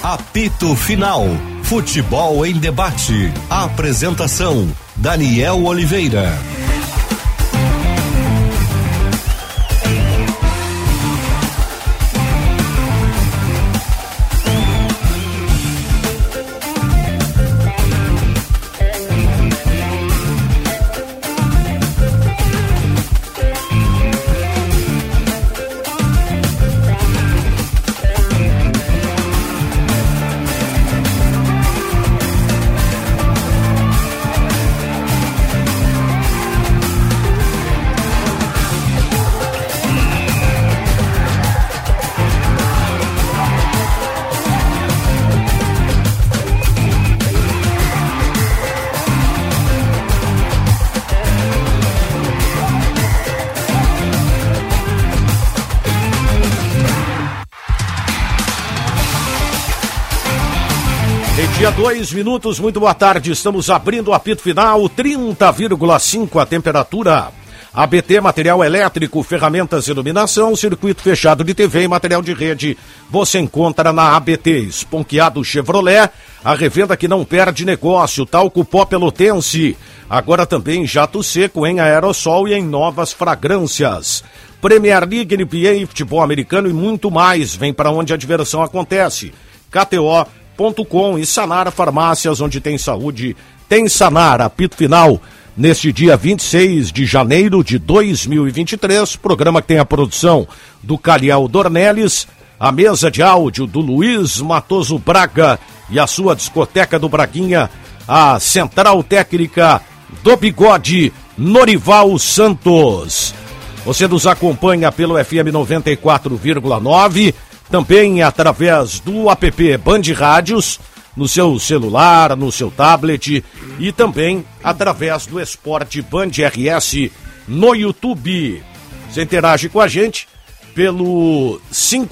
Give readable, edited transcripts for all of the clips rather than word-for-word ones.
Apito Final. Futebol em debate. Apresentação: Daniel Oliveira. Dia 2 minutos, muito boa tarde, estamos abrindo o apito final, 30,5 a temperatura. ABT, material elétrico, ferramentas de iluminação, circuito fechado de TV e material de rede, você encontra na ABT. Esponqueado Chevrolet, a revenda que não perde negócio, talco pó pelotense, agora também jato seco em aerossol e em novas fragrâncias. Premier League, NBA, futebol americano e muito mais, vem para onde a diversão acontece. KTO.com e Sanar Farmácias, onde tem saúde, tem Sanar. Apito final neste dia 26 de janeiro de 2023, programa que tem a produção do Caliel Dornelles, a mesa de áudio do Luiz Matoso Braga e a sua discoteca do Braguinha, a central técnica do Bigode, Norival Santos. Você nos acompanha pelo FM 94,9, também através do app Band Rádios, no seu celular, no seu tablet e também através do Esporte Band RS no YouTube. Você interage com a gente pelo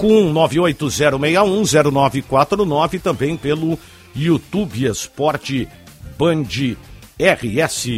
51980610949 e também pelo YouTube Esporte Band RS.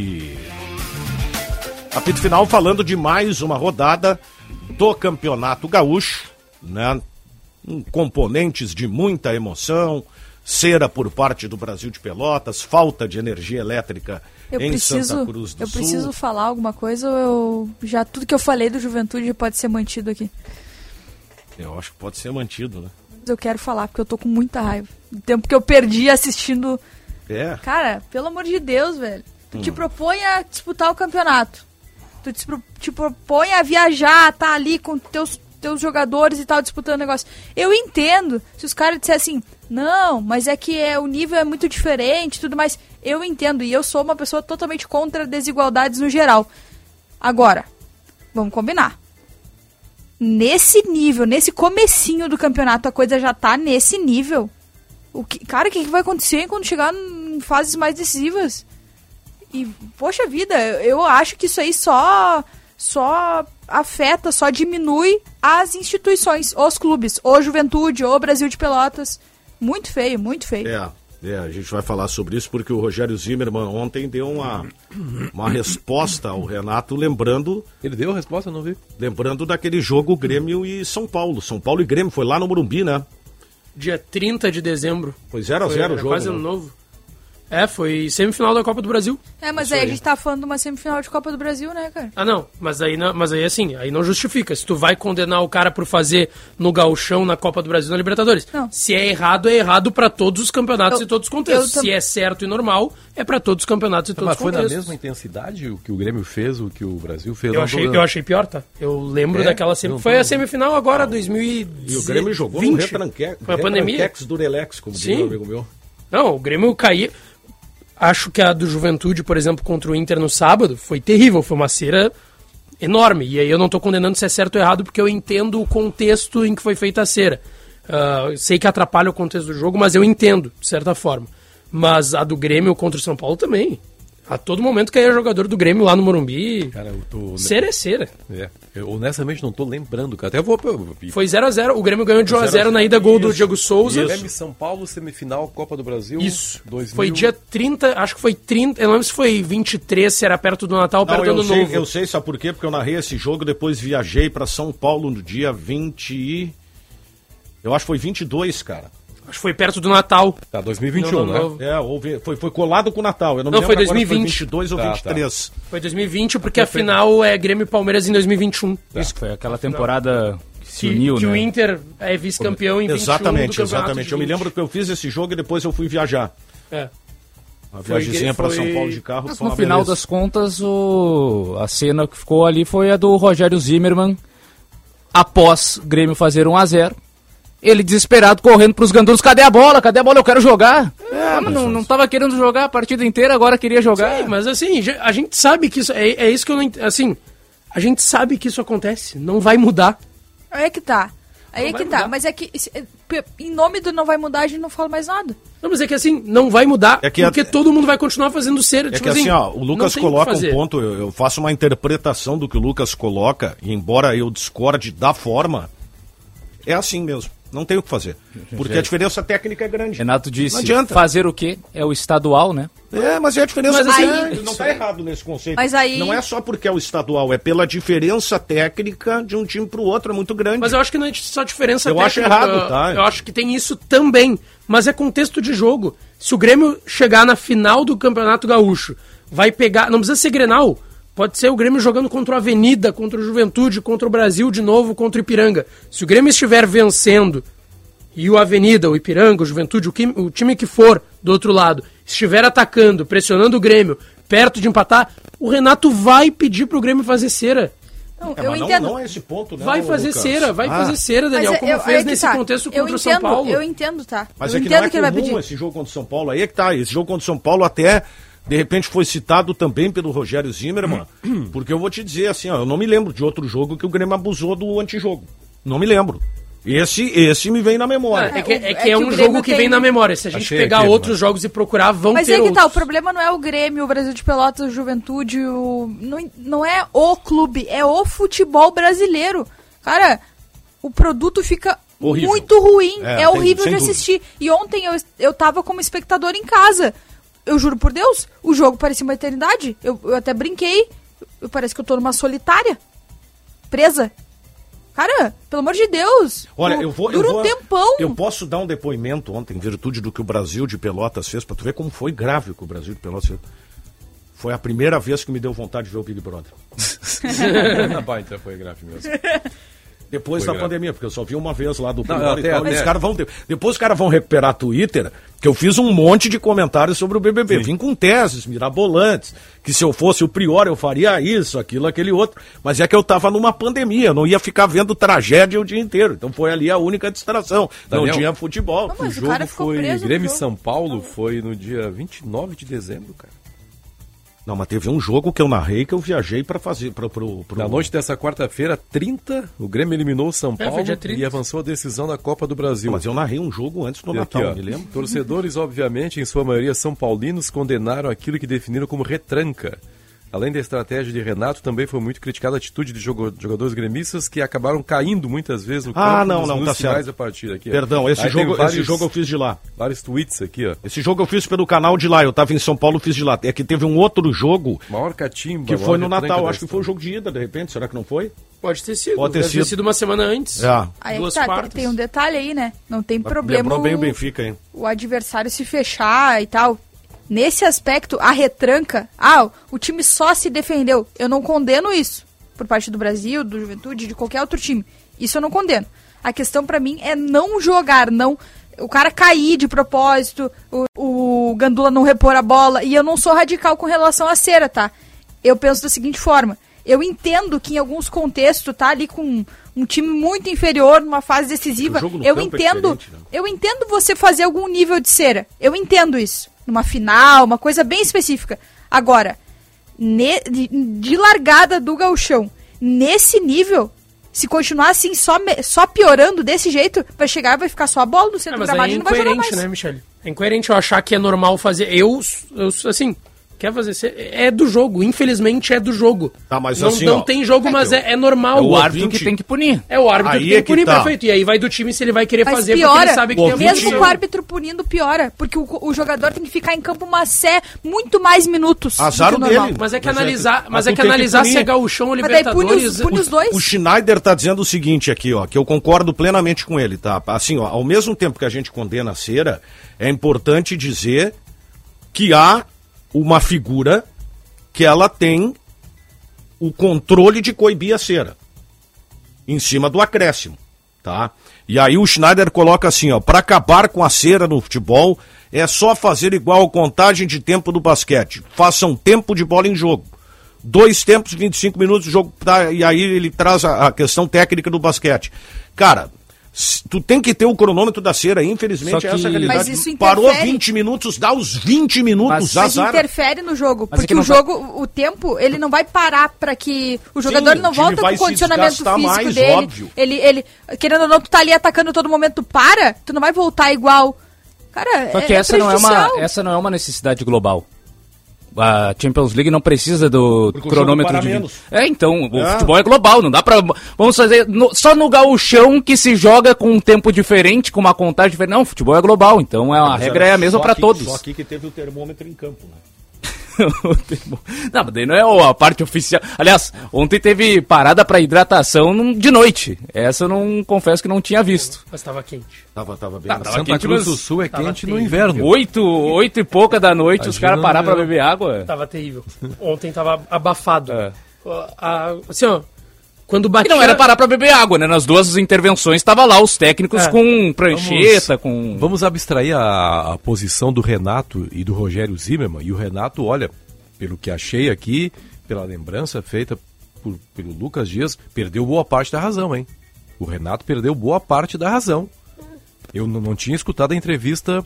Apito final falando de mais uma rodada do Campeonato Gaúcho, né? Componentes de muita emoção, cera por parte do Brasil de Pelotas, falta de energia elétrica Santa Cruz do Sul. Eu preciso falar alguma coisa ou já tudo que eu falei do Juventude pode ser mantido aqui? Eu acho que pode ser mantido, né? Eu quero falar, porque eu tô com muita raiva. O tempo que eu perdi assistindo... Cara, pelo amor de Deus, velho. Tu te propõe a disputar o campeonato. Tu te propõe a viajar, tá ali com teus jogadores e tal, disputando o negócio. Eu entendo se os caras dissessem assim, não, mas é que o nível é muito diferente e tudo mais. Eu entendo, e eu sou uma pessoa totalmente contra desigualdades no geral. Agora, vamos combinar. Nesse nível, nesse comecinho do campeonato, a coisa já tá nesse nível. Cara, o que vai acontecer quando chegar em fases mais decisivas? E, poxa vida, eu acho que isso aí só afeta, só diminui as instituições, os clubes, o Juventude, o Brasil de Pelotas. Muito feio, muito feio. A gente vai falar sobre isso porque o Rogério Zimmermann ontem deu uma resposta ao Renato, lembrando... Ele deu a resposta, eu não vi. Lembrando daquele jogo Grêmio e São Paulo. São Paulo e Grêmio, foi lá no Morumbi, né? Dia 30 de dezembro. Foi 0-0 o jogo. Quase ano novo. Foi semifinal da Copa do Brasil. Mas isso aí a gente tá falando de uma semifinal de Copa do Brasil, né, cara? Não, mas aí assim, aí não justifica. Se tu vai condenar o cara por fazer no Gauchão, na Copa do Brasil, na Libertadores. Não. Se é errado pra todos os campeonatos e todos os contextos. Se é certo e normal, é pra todos os campeonatos e todos os contextos. Mas foi na mesma intensidade o que o Grêmio fez, o que o Brasil fez? Eu achei pior, tá? Eu lembro daquela semifinal. Foi a semifinal agora, 2020. E o Grêmio jogou no foi a pandemia. Do Relax, como diz um amigo meu. Não, o Grêmio caía... Acho que a do Juventude, por exemplo, contra o Inter no sábado, foi terrível, foi uma cera enorme. E aí eu não estou condenando se é certo ou errado, porque eu entendo o contexto em que foi feita a cera. Sei que atrapalha o contexto do jogo, mas eu entendo, de certa forma. Mas a do Grêmio contra o São Paulo também. A todo momento caía jogador do Grêmio lá no Morumbi. Cara, cera é cera. Eu honestamente não tô lembrando, cara. Até vou... Foi 0-0. O Grêmio ganhou de 1-0 na ida, gol do Diego Souza. Grêmio São Paulo, semifinal, Copa do Brasil. Isso. 2000... Foi dia 30, acho que foi 30, eu não lembro se foi 23, se era perto do Natal ou perto do Ano Novo. Eu sei, sabe por quê? Porque eu narrei esse jogo, depois viajei pra São Paulo no dia 20... Eu acho que foi 22, cara. Acho que foi perto do Natal. Tá, 2021, né? Foi colado com o Natal. Eu não me Não, lembro foi agora se 2020. 22 ou 23. Foi 2020, porque a final é Grêmio e Palmeiras em 2021. Isso, foi aquela temporada que se uniu, que né? o Inter é vice-campeão em 21 do Exatamente. campeonato. Eu me lembro que eu fiz esse jogo e depois eu fui viajar. Uma viagemzinha para São Paulo de carro. Mas no final das contas, a cena que ficou ali foi a do Rogério Zimmermann, após o Grêmio fazer 1-0. Ele desesperado, correndo pros gandulos, cadê a bola? Eu quero jogar. Não tava querendo jogar a partida inteira, agora queria jogar. Sim, mas assim, a gente sabe que isso... É isso que eu não entendo. Assim, a gente sabe que isso acontece, não vai mudar. Aí é que tá. Mas é que, em nome do não vai mudar, a gente não fala mais nada. Não, mas é que assim, não vai mudar, porque todo mundo vai continuar fazendo cera. É tipo que assim, o Lucas coloca um ponto, eu faço uma interpretação do que o Lucas coloca, e embora eu discorde da forma, é assim mesmo. Não tem o que fazer. Porque a diferença técnica é grande. Renato disse, fazer o quê? É o estadual, né? Mas é a diferença. Mas não está errado nesse conceito. Mas aí... Não é só porque é o estadual, é pela diferença técnica de um time pro outro, é muito grande. Mas eu acho que não é só diferença técnica. Eu acho errado, tá? Eu acho que tem isso também, mas é contexto de jogo. Se o Grêmio chegar na final do Campeonato Gaúcho, vai pegar... Não precisa ser Grenal. Pode ser o Grêmio jogando contra o Avenida, contra o Juventude, contra o Brasil de novo, contra o Ipiranga. Se o Grêmio estiver vencendo e o Avenida, o Ipiranga, o Juventude, o time que for do outro lado, estiver atacando, pressionando o Grêmio, perto de empatar, o Renato vai pedir pro Grêmio fazer cera. Não, eu entendo. Não é esse ponto, né? Vai fazer cera, fazer cera, Daniel, como fez nesse contexto contra o São Paulo. Eu entendo, tá? Mas é que não é comum esse jogo contra o São Paulo. Aí é que tá, esse jogo contra o São Paulo até... De repente foi citado também pelo Rogério Zimmermann, porque eu vou te dizer assim, eu não me lembro de outro jogo que o Grêmio abusou do antijogo. Não me lembro. Esse me vem na memória. É um jogo que vem na memória. Se a gente pegar outros jogos e procurar, vão ter outros. Mas é que tá, o problema não é o Grêmio, o Brasil de Pelotas, o Juventude, não é o clube, é o futebol brasileiro. Cara, o produto fica horrível. Muito ruim, é horrível de assistir. E ontem eu tava como espectador em casa. Eu juro por Deus, o jogo parecia uma eternidade. Eu até brinquei. Parece que eu tô numa solitária. Presa. Cara, pelo amor de Deus. Olha, dura um tempão. Eu posso dar um depoimento ontem, em virtude do que o Brasil de Pelotas fez, pra tu ver como foi grave o que o Brasil de Pelotas fez. Foi a primeira vez que me deu vontade de ver o Big Brother. Então foi grave mesmo. Depois da pandemia, porque eu só vi uma vez lá do primeiro e tal. Os caras depois os caras vão recuperar Twitter, que eu fiz um monte de comentários sobre o BBB. Sim. Vim com teses mirabolantes, que se eu fosse o Prior eu faria isso, aquilo, aquele outro. Mas é que eu tava numa pandemia, eu não ia ficar vendo tragédia o dia inteiro. Então foi ali a única distração. Daniel, não tinha futebol. Não, o jogo foi Grêmio e São Paulo, foi no dia 29 de dezembro, cara. Não, mas teve um jogo que eu narrei que eu viajei pra fazer. Na noite dessa quarta-feira, 30, o Grêmio eliminou o São Paulo e avançou a decisão da Copa do Brasil. Mas eu narrei um jogo antes do Natal, me lembro. Torcedores, obviamente, em sua maioria são paulinos, condenaram aquilo que definiram como retranca. Além da estratégia de Renato, também foi muito criticada a atitude de jogadores gremistas que acabaram caindo muitas vezes no campo nos finais da partida. Aqui, perdão, esse jogo eu fiz de lá. Vários tweets aqui, ó. Esse jogo eu fiz pelo canal de lá, eu tava em São Paulo, fiz de lá. É que teve um outro jogo maior catimba, que foi no Natal, acho que foi o jogo de ida, de repente, será que não foi? Pode ter sido, deve ter sido uma semana antes. Aí tem um detalhe aí, né? Não tem problema. Lembrou bem o Benfica, hein? O adversário se fechar e tal. Nesse aspecto, a retranca, o time só se defendeu. Eu não condeno isso. Por parte do Brasil, do Juventude, de qualquer outro time. Isso eu não condeno. A questão pra mim é não jogar, não... O cara cair de propósito, o Gandula não repor a bola. E eu não sou radical com relação à cera, tá? Eu penso da seguinte forma. Eu entendo que em alguns contextos, tá ali com um time muito inferior, numa fase decisiva. Eu entendo você fazer algum nível de cera. Eu entendo isso. Numa final, uma coisa bem específica. Agora, de largada do gauchão, nesse nível, se continuar assim, só piorando desse jeito, vai chegar e vai ficar só a bola no centro do gramado e não vai jogar mais. Né, Michele? É incoerente eu achar que é normal fazer... Eu assim, Quer fazer cera? É do jogo, infelizmente é do jogo. Tá, mas não, assim, não tem jogo, mas é normal. É o árbitro que tem que punir. É o árbitro que tem que punir, perfeito. E aí vai do time se ele vai querer fazer, piora, porque ele sabe que tem a mesmo com o árbitro punindo, piora. Porque o jogador tem que ficar em campo muito mais minutos. Azar dele. Mas é que analisar se é gauchão ou Libertadores... Pune os dois. O Schneider tá dizendo o seguinte aqui, ó, que eu concordo plenamente com ele, tá? Assim, ó, ao mesmo tempo que a gente condena a cera, é importante dizer que há uma figura que ela tem o controle de coibir a cera em cima do acréscimo, tá? E aí o Schneider coloca assim, ó, para acabar com a cera no futebol é só fazer igual a contagem de tempo do basquete. Faça um tempo de bola em jogo. 2 tempos, 25 minutos de jogo, tá? E aí ele traz a questão técnica do basquete. Cara, tu tem que ter o cronômetro da cera, infelizmente essa é a realidade. Mas isso interfere. Parou 20 minutos, dá os 20 minutos, mas interfere no jogo, porque o jogo, o tempo, ele não vai parar para que o jogador não volta com o condicionamento físico mais, dele. óbvio. Ele, querendo ou não, tu tá ali atacando todo momento, tu não vai voltar igual. Cara, só que essa não é uma necessidade global. A Champions League não precisa do cronômetro de menos. Então, o futebol é global, não dá pra... Vamos fazer só no gauchão que se joga com um tempo diferente, com uma contagem diferente. Não, o futebol é global, então a regra é a mesma pra todos. Só aqui que teve o termômetro em campo, né? Não, mas daí não é a parte oficial. Aliás, ontem teve parada pra hidratação de noite. Essa eu não confesso que não tinha visto. Mas tava quente. Tava bem. Santa quente, Cruz do Sul é quente no inverno. 8 e pouca da noite, os caras pararam pra beber água. Tava terrível. Ontem tava abafado. Assim, ó. Quando batia... E não era parar pra beber água, né? Nas duas intervenções tava lá os técnicos com prancheta, Vamos abstrair a posição do Renato e do Rogério Zimmermann. E o Renato, olha, pelo que achei aqui, pela lembrança feita pelo Lucas Dias, perdeu boa parte da razão, hein? O Renato perdeu boa parte da razão. Eu não tinha escutado a entrevista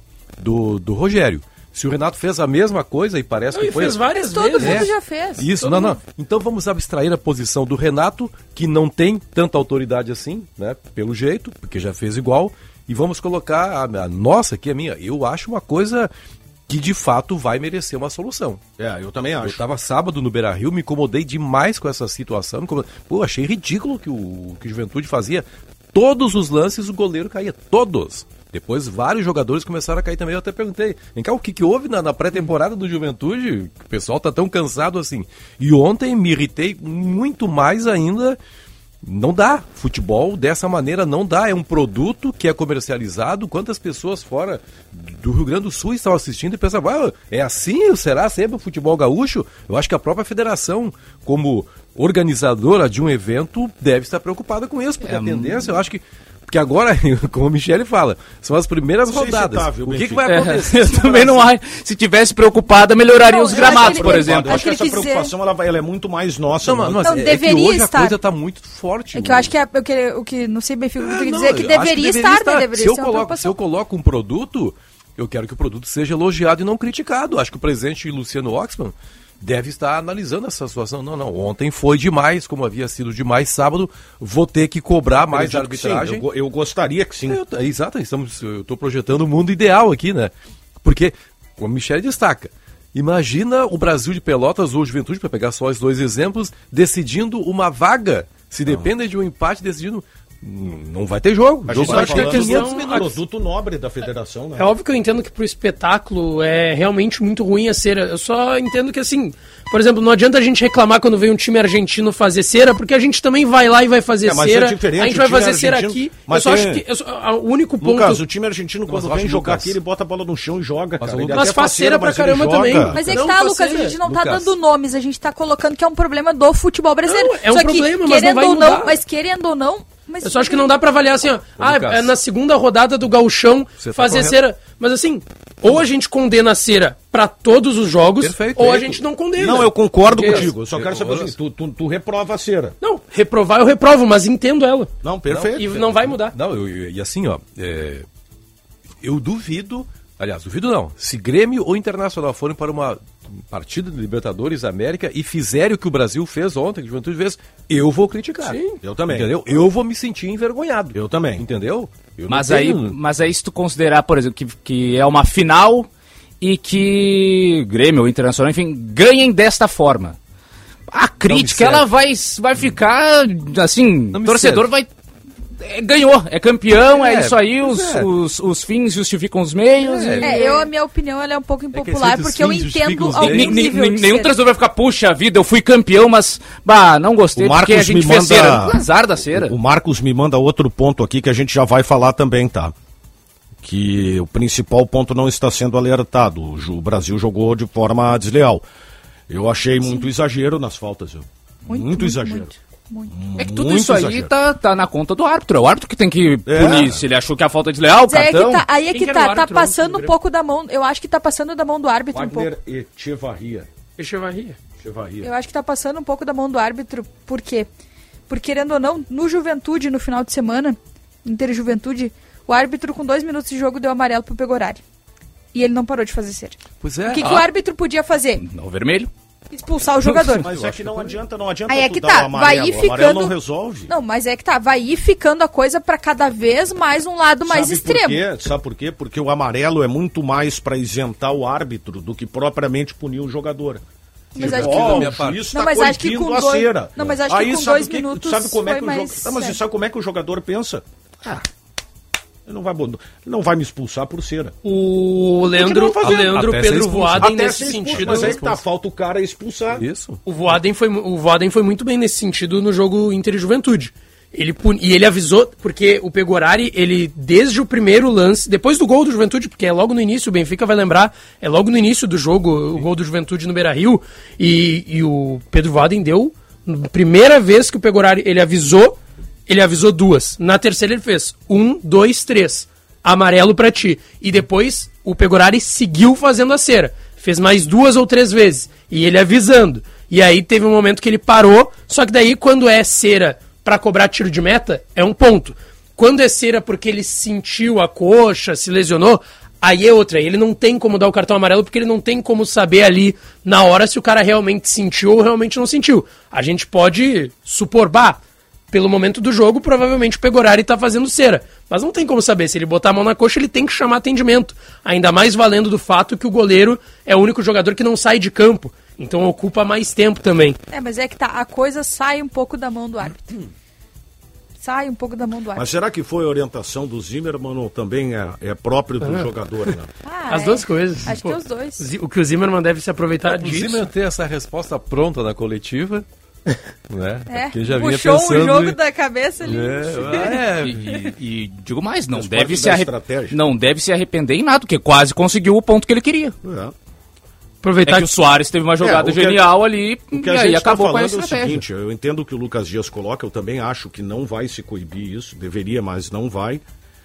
do Rogério. Se o Renato fez a mesma coisa, e parece que foi... fez várias vezes. Todo mundo já fez. Isso, não. Então vamos abstrair a posição do Renato, que não tem tanta autoridade assim, né? Pelo jeito, porque já fez igual. E vamos colocar a nossa aqui, a minha. Eu acho uma coisa que de fato vai merecer uma solução. Eu também acho. Eu estava sábado no Beira-Rio, me incomodei demais com essa situação. Achei ridículo que o Juventude fazia. Todos os lances o goleiro caía, todos. Depois vários jogadores começaram a cair também. Eu até perguntei, vem cá, o que houve na pré-temporada do Juventude? O pessoal tá tão cansado assim. E ontem me irritei muito mais ainda. Não dá. Futebol dessa maneira não dá. É um produto que é comercializado. Quantas pessoas fora do Rio Grande do Sul estão assistindo e pensavam, é assim? Será sempre o futebol gaúcho? Eu acho que a própria federação, como organizadora de um evento, deve estar preocupada com isso. Porque a tendência, eu acho que... Porque agora, como o Michele fala, são as primeiras rodadas. O que vai acontecer? Eu também não acho. Se tivesse preocupada, melhoraria os gramados, por exemplo. Eu acho que essa preocupação ela é muito mais nossa. Não, deveria que hoje estar. A coisa está muito forte. É que eu acho que o que não sei bem o que eu dizer é que deveria estar. Se eu coloco um produto, eu quero que o produto seja elogiado e não criticado. Acho que o presidente Luciano Oxman deve estar analisando essa situação. Não, ontem foi demais, como havia sido demais sábado, vou ter que cobrar mais arbitragem. Sim, eu gostaria que sim. Exato, eu estou projetando o mundo ideal aqui, né? Porque, como o Michele destaca, imagina o Brasil de Pelotas ou o Juventude, para pegar só os dois exemplos, decidindo uma vaga. Se depende de um empate, decidindo... Não vai ter jogo. A gente vai ter 500 minutos. Produto nobre da federação, né? É óbvio que eu entendo que pro espetáculo é realmente muito ruim a cera. Eu só entendo que, assim, por exemplo, não adianta a gente reclamar quando vem um time argentino fazer cera, porque a gente também vai lá e vai fazer cera. A gente vai fazer cera aqui. Mas eu só acho que o único ponto... Lucas, o time argentino, quando vem jogar aqui, ele bota a bola no chão e joga, cara. Mas faz cera pra caramba também. Mas é que tá, Lucas, a gente não tá dando nomes, a gente tá colocando que é um problema do futebol brasileiro. É um problema, mas não vai mudar. Mas querendo ou não... Eu só acho que não dá pra avaliar assim, ó. É na segunda rodada do Gauchão fazer cera. Mas assim, ou a gente condena a cera pra todos os jogos, ou a gente não condena. Não, eu concordo contigo. Eu só quero saber assim, tu reprova a cera. Não, reprovar eu reprovo, mas entendo ela. Não, perfeito. E não vai mudar. Não, e assim, ó, eu duvido, se Grêmio ou Internacional forem para uma partida de Libertadores América e fizerem o que o Brasil fez ontem, que o Juventude fez, eu vou criticar. Sim, eu também. Entendeu? Eu vou me sentir envergonhado. Eu também. Entendeu? Mas aí se tu considerar, por exemplo, que é uma final e que Grêmio ou Internacional, enfim, ganhem desta forma. A crítica, ela vai ficar, assim, torcedor vai... ganhou, é campeão, é isso aí, os fins justificam os meios. A minha opinião ela é um pouco impopular, porque eu entendo algum nível de nenhum torcedor vai ficar, puxa vida, eu fui campeão, mas não gostei porque a gente fez cera. Azar da cera. O Marcos me manda outro ponto aqui que a gente já vai falar também, tá? Que o principal ponto não está sendo alertado. O Brasil jogou de forma desleal. Eu achei muito exagero nas faltas, muito exagero. Muito. É que tudo isso aí tá na conta do árbitro. É o árbitro que tem que punir. Se ele achou que a falta é desleal, o cartão... Aí é que tá passando um pouco da mão... Eu acho que tá passando da mão do árbitro um pouco. Echevarria. Eu acho que tá passando um pouco da mão do árbitro. Por quê? Porque, querendo ou não, no Juventude, no final de semana, Interjuventude, o árbitro com 2 minutos de jogo deu amarelo pro Pegorari. E ele não parou de fazer cera. Pois é. O que o árbitro podia fazer? Não, vermelho. Expulsar o jogador. Mas é que não adianta aí é que tá, vai ir ficando... O amarelo não resolve. Não, mas é que tá, vai ir ficando a coisa pra cada vez mais um lado mais extremo. Sabe por quê? Porque o amarelo é muito mais pra isentar o árbitro do que propriamente punir o jogador. Mas acho que com 2 minutos sabe como é que mais... Mas sabe como é que o jogador pensa? Ele não vai me expulsar por cera. O Leandro Pedro Voaden nesse sentido. Mas aí que falta o cara expulsar. Isso. O Voaden foi muito bem nesse sentido no jogo Inter e Juventude. Ele avisou, porque o Pegorari, ele desde o primeiro lance, depois do gol do Juventude, porque é logo no início, o Benfica vai lembrar, é logo no início do jogo, o gol do Juventude no Beira-Rio, e o Pedro Voaden deu, primeira vez que o Pegorari, ele avisou 2. Na terceira ele fez 1, 2, 3. Amarelo pra ti. E depois o Pegorari seguiu fazendo a cera. Fez mais 2 ou 3 vezes. E ele avisando. E aí teve um momento que ele parou. Só que daí quando é cera pra cobrar tiro de meta, é um ponto. Quando é cera porque ele sentiu a coxa, se lesionou, aí é outra. Ele não tem como dar o cartão amarelo porque ele não tem como saber ali na hora se o cara realmente sentiu ou realmente não sentiu. A gente pode supor, pelo momento do jogo, provavelmente o Pegorari tá fazendo cera. Mas não tem como saber. Se ele botar a mão na coxa, ele tem que chamar atendimento. Ainda mais valendo do fato que o goleiro é o único jogador que não sai de campo. Então ocupa mais tempo também. Mas é que tá, a coisa sai um pouco da mão do árbitro. Mas será que foi a orientação do Zimmermann ou também é próprio do jogador, né? As duas coisas. Acho que os dois. O que o Zimmermann deve se aproveitar disso. O Zimmermann tem essa resposta pronta na coletiva. Né? Porque já vinha puxou pensando o jogo da cabeça ali. E digo mais, não deve se arrepender em nada, porque quase conseguiu o ponto que ele queria. Aproveitar que o Soares teve uma jogada genial ali e aí acabou com a estratégia. É o seguinte, eu entendo o que o Lucas Dias coloca, eu também acho que não vai se coibir isso, deveria, mas não vai.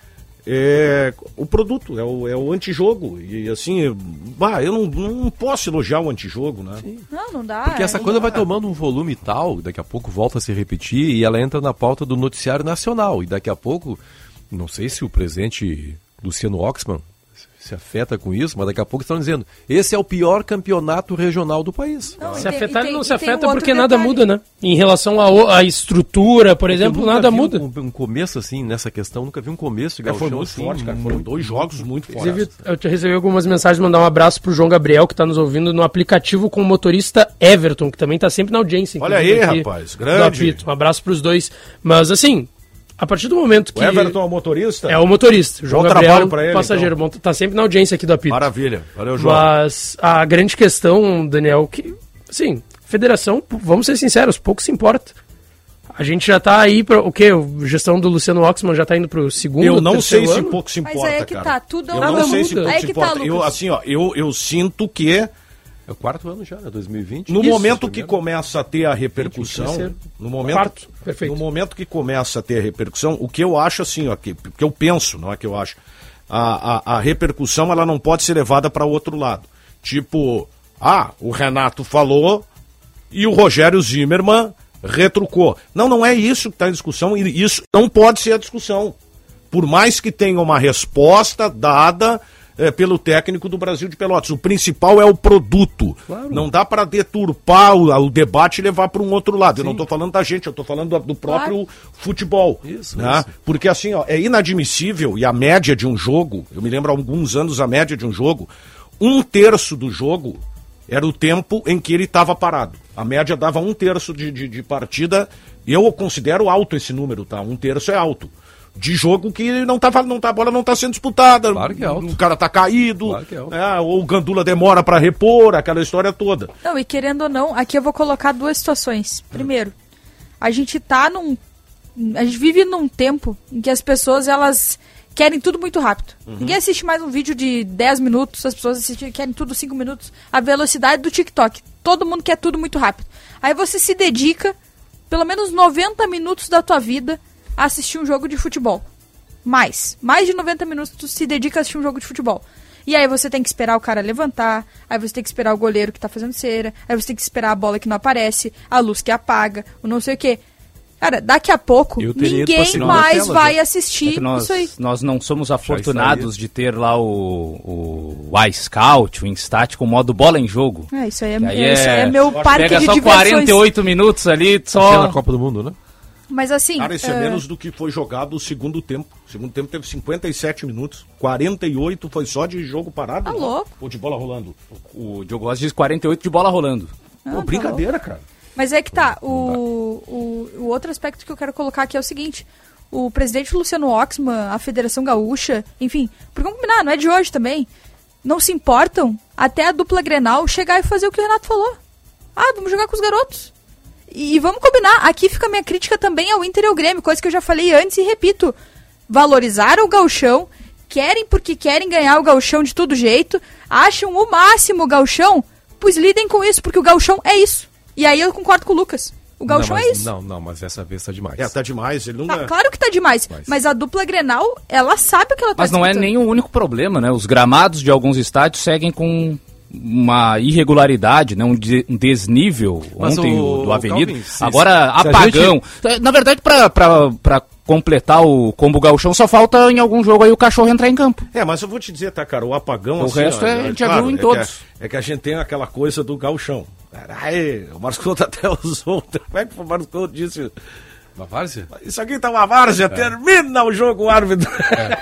O produto, é o antijogo. E assim, eu não posso elogiar o antijogo, né? Sim. Não dá. Porque essa coisa vai tomando um volume tal, daqui a pouco volta a se repetir e ela entra na pauta do noticiário nacional. E daqui a pouco, não sei se o presidente Luciano Oxman se afeta com isso, mas daqui a pouco estão dizendo, esse é o pior campeonato regional do país. Se afetar, ele não se afeta porque nada muda, né? Em relação à estrutura, por exemplo, nada muda. Um começo assim, nessa questão, nunca vi um começo de Gauchão foi muito assim, forte, cara. Foram 2 jogos muito fortes. Inclusive, eu te recebi algumas mensagens, mandar um abraço pro João Gabriel, que tá nos ouvindo no aplicativo com o motorista Everton, que também tá sempre na audiência. Olha aí, rapaz, grande. Um abraço pros dois. Mas assim, a partir do momento que... O Everton é o motorista? É o motorista. O João Bom Gabriel, trabalho pra ele, passageiro. então. Tá sempre na audiência aqui do apito. Maravilha. Valeu, João. Mas a grande questão, Daniel, que, assim, federação, vamos ser sinceros, pouco se importa. A gente já tá aí para o quê? A gestão do Luciano Oxman já tá indo pro segundo, eu não sei ano. Se pouco se importa, mas é que cara. Tá, tudo eu não sei se pouco é se importa. Tá, eu sinto que... É o 4º ano já, né? 2020. No momento que começa a ter a repercussão, no momento que começa a ter a repercussão, o que eu acho assim, ó, que eu penso, não é que eu acho, a repercussão ela não pode ser levada para outro lado. Tipo, o Renato falou e o Rogério Zimmermann retrucou. Não é isso que está em discussão, e isso não pode ser a discussão. Por mais que tenha uma resposta dada pelo técnico do Brasil de Pelotas. O principal é o produto. Claro. Não dá para deturpar o debate e levar para um outro lado. Sim. Eu não estou falando da gente, eu estou falando do próprio futebol. Isso. Porque assim, é inadmissível, e a média de um jogo, eu me lembro há alguns anos, a média de um jogo, 1/3 do jogo era o tempo em que ele estava parado. A média dava 1/3 de partida, e eu considero alto esse número, tá? 1/3 é alto. De jogo que a bola não tá sendo disputada. Claro que é alto. O cara tá caído, claro que é alto. Ou o Gandula demora para repor, aquela história toda. Não, e querendo ou não, aqui eu vou colocar 2 situações. Primeiro, a gente vive num tempo em que as pessoas, elas querem tudo muito rápido. Ninguém assiste mais um vídeo de 10 minutos, as pessoas querem tudo 5 minutos. A velocidade do TikTok. Todo mundo quer tudo muito rápido. Aí você se dedica pelo menos 90 minutos da tua vida a assistir um jogo de futebol. Mais de 90 minutos tu se dedica a assistir um jogo de futebol. E aí você tem que esperar o cara levantar, aí você tem que esperar o goleiro que tá fazendo cera, aí você tem que esperar a bola que não aparece, a luz que apaga, o não sei o quê. Cara, daqui a pouco, ninguém mais vai assistir isso aí. Nós não somos afortunados de ter lá o iScout, o Instat com modo bola em jogo. Isso aí é meu parque de diversões. Pega só 48 minutos ali, só... na Copa do Mundo, né? Mas assim... Cara, isso é menos do que foi jogado o segundo tempo. O segundo tempo teve 57 minutos, 48 foi só de jogo parado. Tá louco. Ou de bola rolando. O Diogo Rossi diz 48 de bola rolando. Brincadeira, cara. Mas é que tá, o outro aspecto que eu quero colocar aqui é o seguinte: o presidente Luciano Oxman, a Federação Gaúcha, enfim, por combinar, não é de hoje também, não se importam até a dupla Grenal chegar e fazer o que o Renato falou. Vamos jogar com os garotos. E vamos combinar, aqui fica a minha crítica também ao Inter e ao Grêmio, coisa que eu já falei antes e repito. Valorizaram o gauchão, querem porque querem ganhar o gauchão de todo jeito, acham o máximo o gauchão, pois lidem com isso, porque o gauchão é isso. E aí eu concordo com o Lucas. O gauchão é isso. Não, mas dessa vez tá demais. Tá demais. Ele não Claro que tá demais. Mas a dupla Grenal, ela sabe o que ela tá Mas não disputando. É nem o único problema, né? Os gramados de alguns estádios seguem com uma irregularidade, né? Um desnível. Mas ontem do Avenida. Calvin, agora apagão. Na verdade, pra completar o combo gauchão, só falta em algum jogo aí o cachorro entrar em campo. Mas eu vou te dizer, tá, cara, o apagão... O resto a gente já viu em todos. É que a gente tem aquela coisa do gauchão. O Marcos Couto até usou... Como é que o Marcos Couto disse... Uma várzea? Isso aqui tá uma várzea, termina o jogo, o árbitro.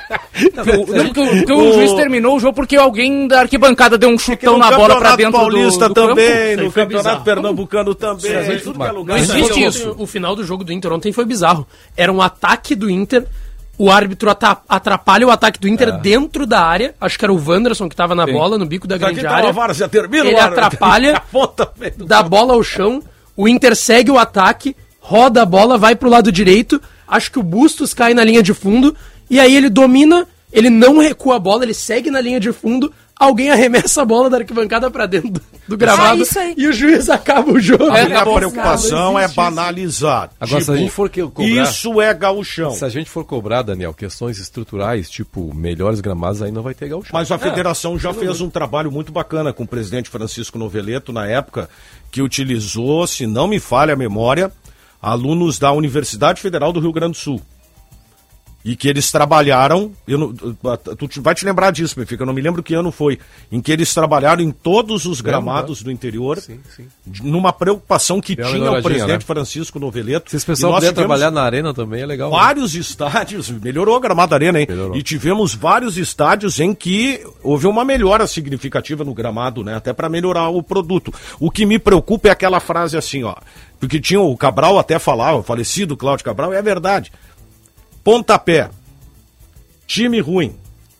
Porque o juiz terminou o jogo porque alguém da arquibancada deu um chutão na bola pra dentro Paulista do também, campo. No Campeonato Pernambucano também. Não existe isso. O final do jogo do Inter ontem foi bizarro. Era um ataque do Inter, o árbitro atrapalha o ataque do Inter dentro da área, acho que era o Wanderson que tava na bola, no bico da grande área. Várzea, termina ele atrapalha, dá bola ao chão, o Inter segue o ataque, roda a bola, vai pro lado direito, acho que o Bustos cai na linha de fundo, e aí ele domina, ele não recua a bola, ele segue na linha de fundo, alguém arremessa a bola da arquibancada pra dentro do gramado e o juiz acaba o jogo. A minha preocupação é banalizar. Agora, se a gente for cobrar... Isso é gauchão. Se a gente for cobrar, Daniel, questões estruturais, tipo melhores gramados, aí não vai ter gauchão. Mas a federação já fez um trabalho muito bacana com o presidente Francisco Noveleto, na época, que utilizou, se não me falha a memória, alunos da Universidade Federal do Rio Grande do Sul. E que eles trabalharam, tu vai te lembrar disso, Benfica, eu não me lembro que ano foi, em que eles trabalharam em todos os gramados do interior, numa preocupação que tinha o presidente Francisco Noveleto. Se esse pessoal puder trabalhar na arena também, é legal. Vários estádios, melhorou a gramada da arena, hein? Melhorou. E tivemos vários estádios em que houve uma melhora significativa no gramado, né? Até para melhorar o produto. O que me preocupa é aquela frase assim, porque tinha o Cabral até falava, o falecido Cláudio Cabral, é verdade. Pontapé, time ruim,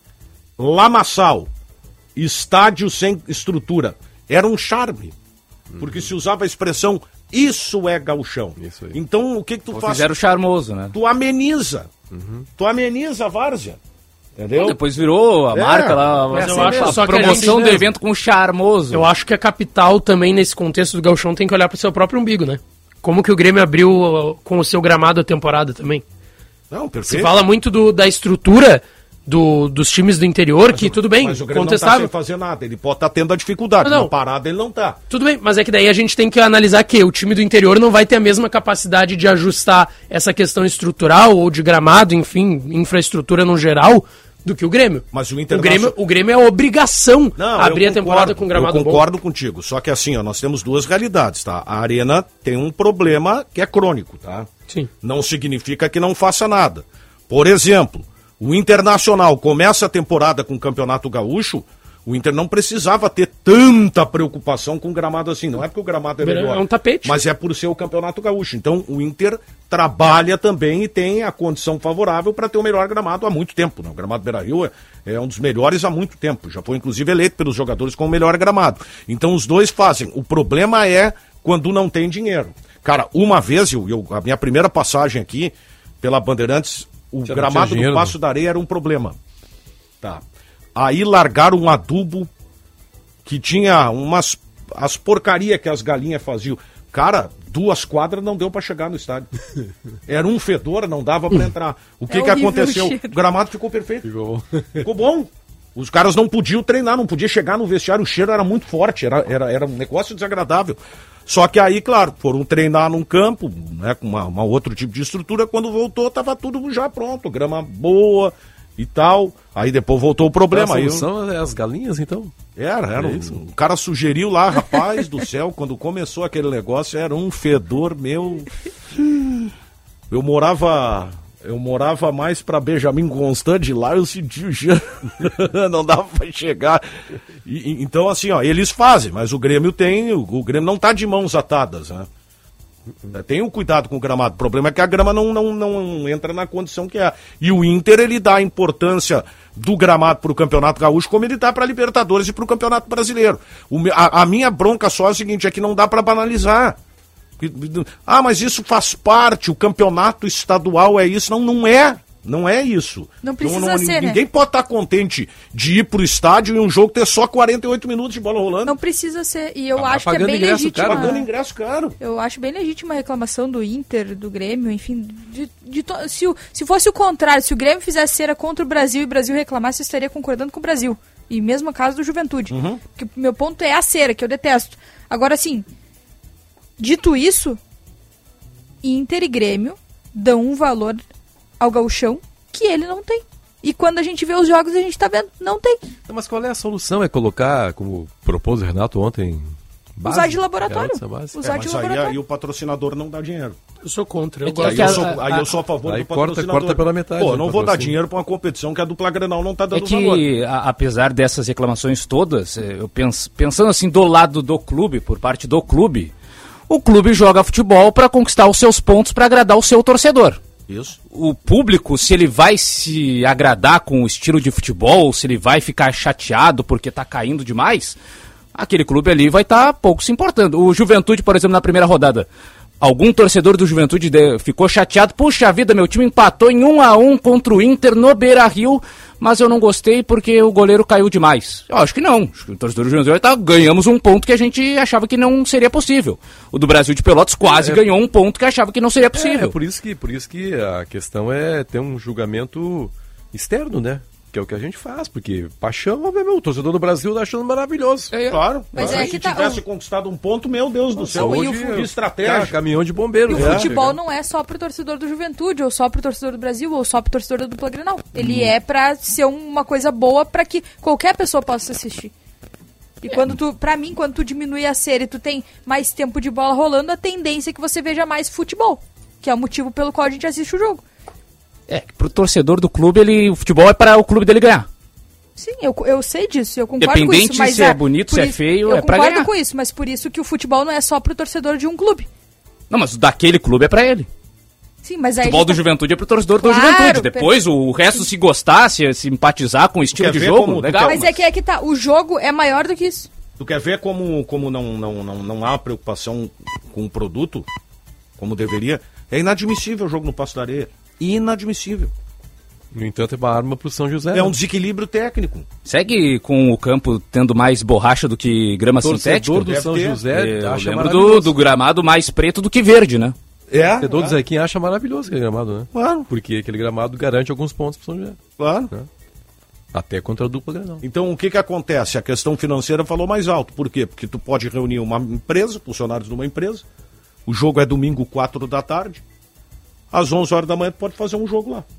lamaçal, estádio sem estrutura. Era um charme, porque se usava a expressão, isso é gauchão. Isso aí. Então o que tu faz? Fizeram charmoso, né? Tu ameniza. Tu ameniza a várzea. Entendeu? Depois virou a marca lá, mas eu acho a promoção do evento com charmoso. Eu acho que a capital também, nesse contexto do gauchão, tem que olhar pro seu próprio umbigo, né? Como que o Grêmio abriu com o seu gramado a temporada também? Não, perfeito. Se fala muito da estrutura dos times do interior, mas tudo bem, mas o Grêmio contestável. Não tá sem fazer nada, ele pode estar tendo a dificuldade, na parada ele não tá. Tudo bem, mas é que daí a gente tem que analisar que o time do interior não vai ter a mesma capacidade de ajustar essa questão estrutural ou de gramado, enfim, infraestrutura no geral, do que o Grêmio. Mas o Grêmio é a obrigação abrir a temporada com gramado bom. Eu concordo contigo, só que assim, nós temos duas realidades, tá? A Arena tem um problema que é crônico, tá? Sim. Não significa que não faça nada. Por exemplo, o Internacional começa a temporada com o Campeonato Gaúcho, O Inter não precisava ter tanta preocupação com o gramado assim. Não é porque o gramado é melhor. É um tapete. Mas é por ser o Campeonato Gaúcho. Então o Inter trabalha também e tem a condição favorável para ter o melhor gramado há muito tempo. Né? O gramado Beira-Rio é um dos melhores há muito tempo. Já foi inclusive eleito pelos jogadores como o melhor gramado. Então os dois fazem. O problema é quando não tem dinheiro. Cara, uma vez, a minha primeira passagem aqui pela Bandeirantes, o gramado do Passo da Areia era um problema. Tá. Aí largaram um adubo que tinha as porcarias que as galinhas faziam. Cara, 2 quadras não deu pra chegar no estádio. Era um fedor, não dava pra entrar. O que aconteceu? O gramado ficou perfeito. Ficou bom. Os caras não podiam treinar, não podiam chegar no vestiário, o cheiro era muito forte, era um negócio desagradável. Só que aí, claro, foram treinar num campo, né, com uma outro tipo de estrutura, quando voltou tava tudo já pronto, grama boa e tal. Aí depois voltou o problema. A solução é as galinhas, então? Era isso. O cara sugeriu lá, rapaz do céu, quando começou aquele negócio, era um fedor meu. Eu morava mais pra Benjamin Constant, lá eu senti o cheiro, não dava pra chegar. Então assim, ó, eles fazem, mas o Grêmio o Grêmio não tá de mãos atadas, né? Tem um cuidado com o gramado. O problema é que a grama não entra na condição que é. E o Inter, ele dá a importância do gramado para o Campeonato Gaúcho como ele dá para a Libertadores e para o Campeonato Brasileiro. A minha bronca só é o seguinte, é que não dá para banalizar. Mas isso faz parte, o campeonato estadual é isso. Não é. Não é isso. Não precisa ser, ninguém pode estar contente de ir pro estádio e um jogo ter só 48 minutos de bola rolando. Não precisa ser. E eu acho que é bem legítimo. Pagando ingresso caro. Eu acho bem legítima a reclamação do Inter, do Grêmio, enfim. Se fosse o contrário, se o Grêmio fizesse cera contra o Brasil e o Brasil reclamasse, eu estaria concordando com o Brasil. E mesmo caso do Juventude. Porque o meu ponto é a cera, que eu detesto. Agora, assim, dito isso, Inter e Grêmio dão um valor ao gauchão que ele não tem. E quando a gente vê os jogos, a gente tá vendo, não tem. Mas qual é a solução? É colocar, como propôs o Renato ontem, base? Usar de laboratório. Usar de laboratório. Aí o patrocinador não dá dinheiro. Eu sou contra. Eu sou a favor do patrocinador. Corta pela metade. Pô, não vou dar dinheiro pra uma competição que a dupla Grenal não tá dando valor. Apesar dessas reclamações todas, eu pensando assim do lado do clube, por parte do clube, o clube joga futebol para conquistar os seus pontos para agradar o seu torcedor. Isso. O público, se ele vai se agradar com o estilo de futebol, se ele vai ficar chateado porque tá caindo demais, aquele clube ali vai estar pouco se importando. O Juventude, por exemplo, na primeira rodada, algum torcedor do Juventude ficou chateado, puxa vida, meu time empatou em 1-1 contra o Inter no Beira-Rio, mas eu não gostei porque o goleiro caiu demais. Eu acho que não. Acho que o torcedor do Juventude ganhamos um ponto que a gente achava que não seria possível. O do Brasil de Pelotas quase ganhou um ponto que achava que não seria possível. Por isso que a questão é ter um julgamento externo, né? Que é o que a gente faz, porque paixão, o torcedor do Brasil tá achando maravilhoso. Claro. Mas se tivesse conquistado um ponto, meu Deus do céu, hoje que estratégia. Caminhão de bombeiro. E o futebol não é só pro torcedor do Juventude, ou só pro torcedor do Brasil, ou só pro torcedor da dupla Grenal. Ele é pra ser uma coisa boa pra que qualquer pessoa possa assistir. E quando tu diminui a série e tu tem mais tempo de bola rolando, a tendência é que você veja mais futebol, que é o motivo pelo qual a gente assiste o jogo. Pro torcedor do clube, o futebol é para o clube dele ganhar. Sim, eu sei disso, eu concordo com isso. Mas se é bonito, se é feio, é pra ganhar. Eu concordo com isso, mas por isso que o futebol não é só pro torcedor de um clube. Não, mas daquele clube é pra ele. Sim, mas aí... O futebol do Juventude é pro torcedor do Juventude. Depois o resto, se gostar, se simpatizar com o estilo de jogo, legal. Mas é que tá, o jogo é maior do que isso. Tu quer ver como não há preocupação com o produto, como deveria? É inadmissível o jogo no Passo da Areia. Inadmissível. No entanto, é uma arma pro São José. É um desequilíbrio técnico. Segue com o campo tendo mais borracha do que grama sintética? Do São José acha lembro do gramado mais preto do que verde, né? Todo Zé quem acha maravilhoso aquele gramado, né? Claro. Porque aquele gramado garante alguns pontos pro São José. Claro. Né? Até contra a dupla Grenal. Então, o que acontece? A questão financeira falou mais alto. Por quê? Porque tu pode reunir uma empresa, funcionários de uma empresa, o jogo é domingo, 4 da tarde, às 11 horas da manhã tu pode fazer um jogo lá.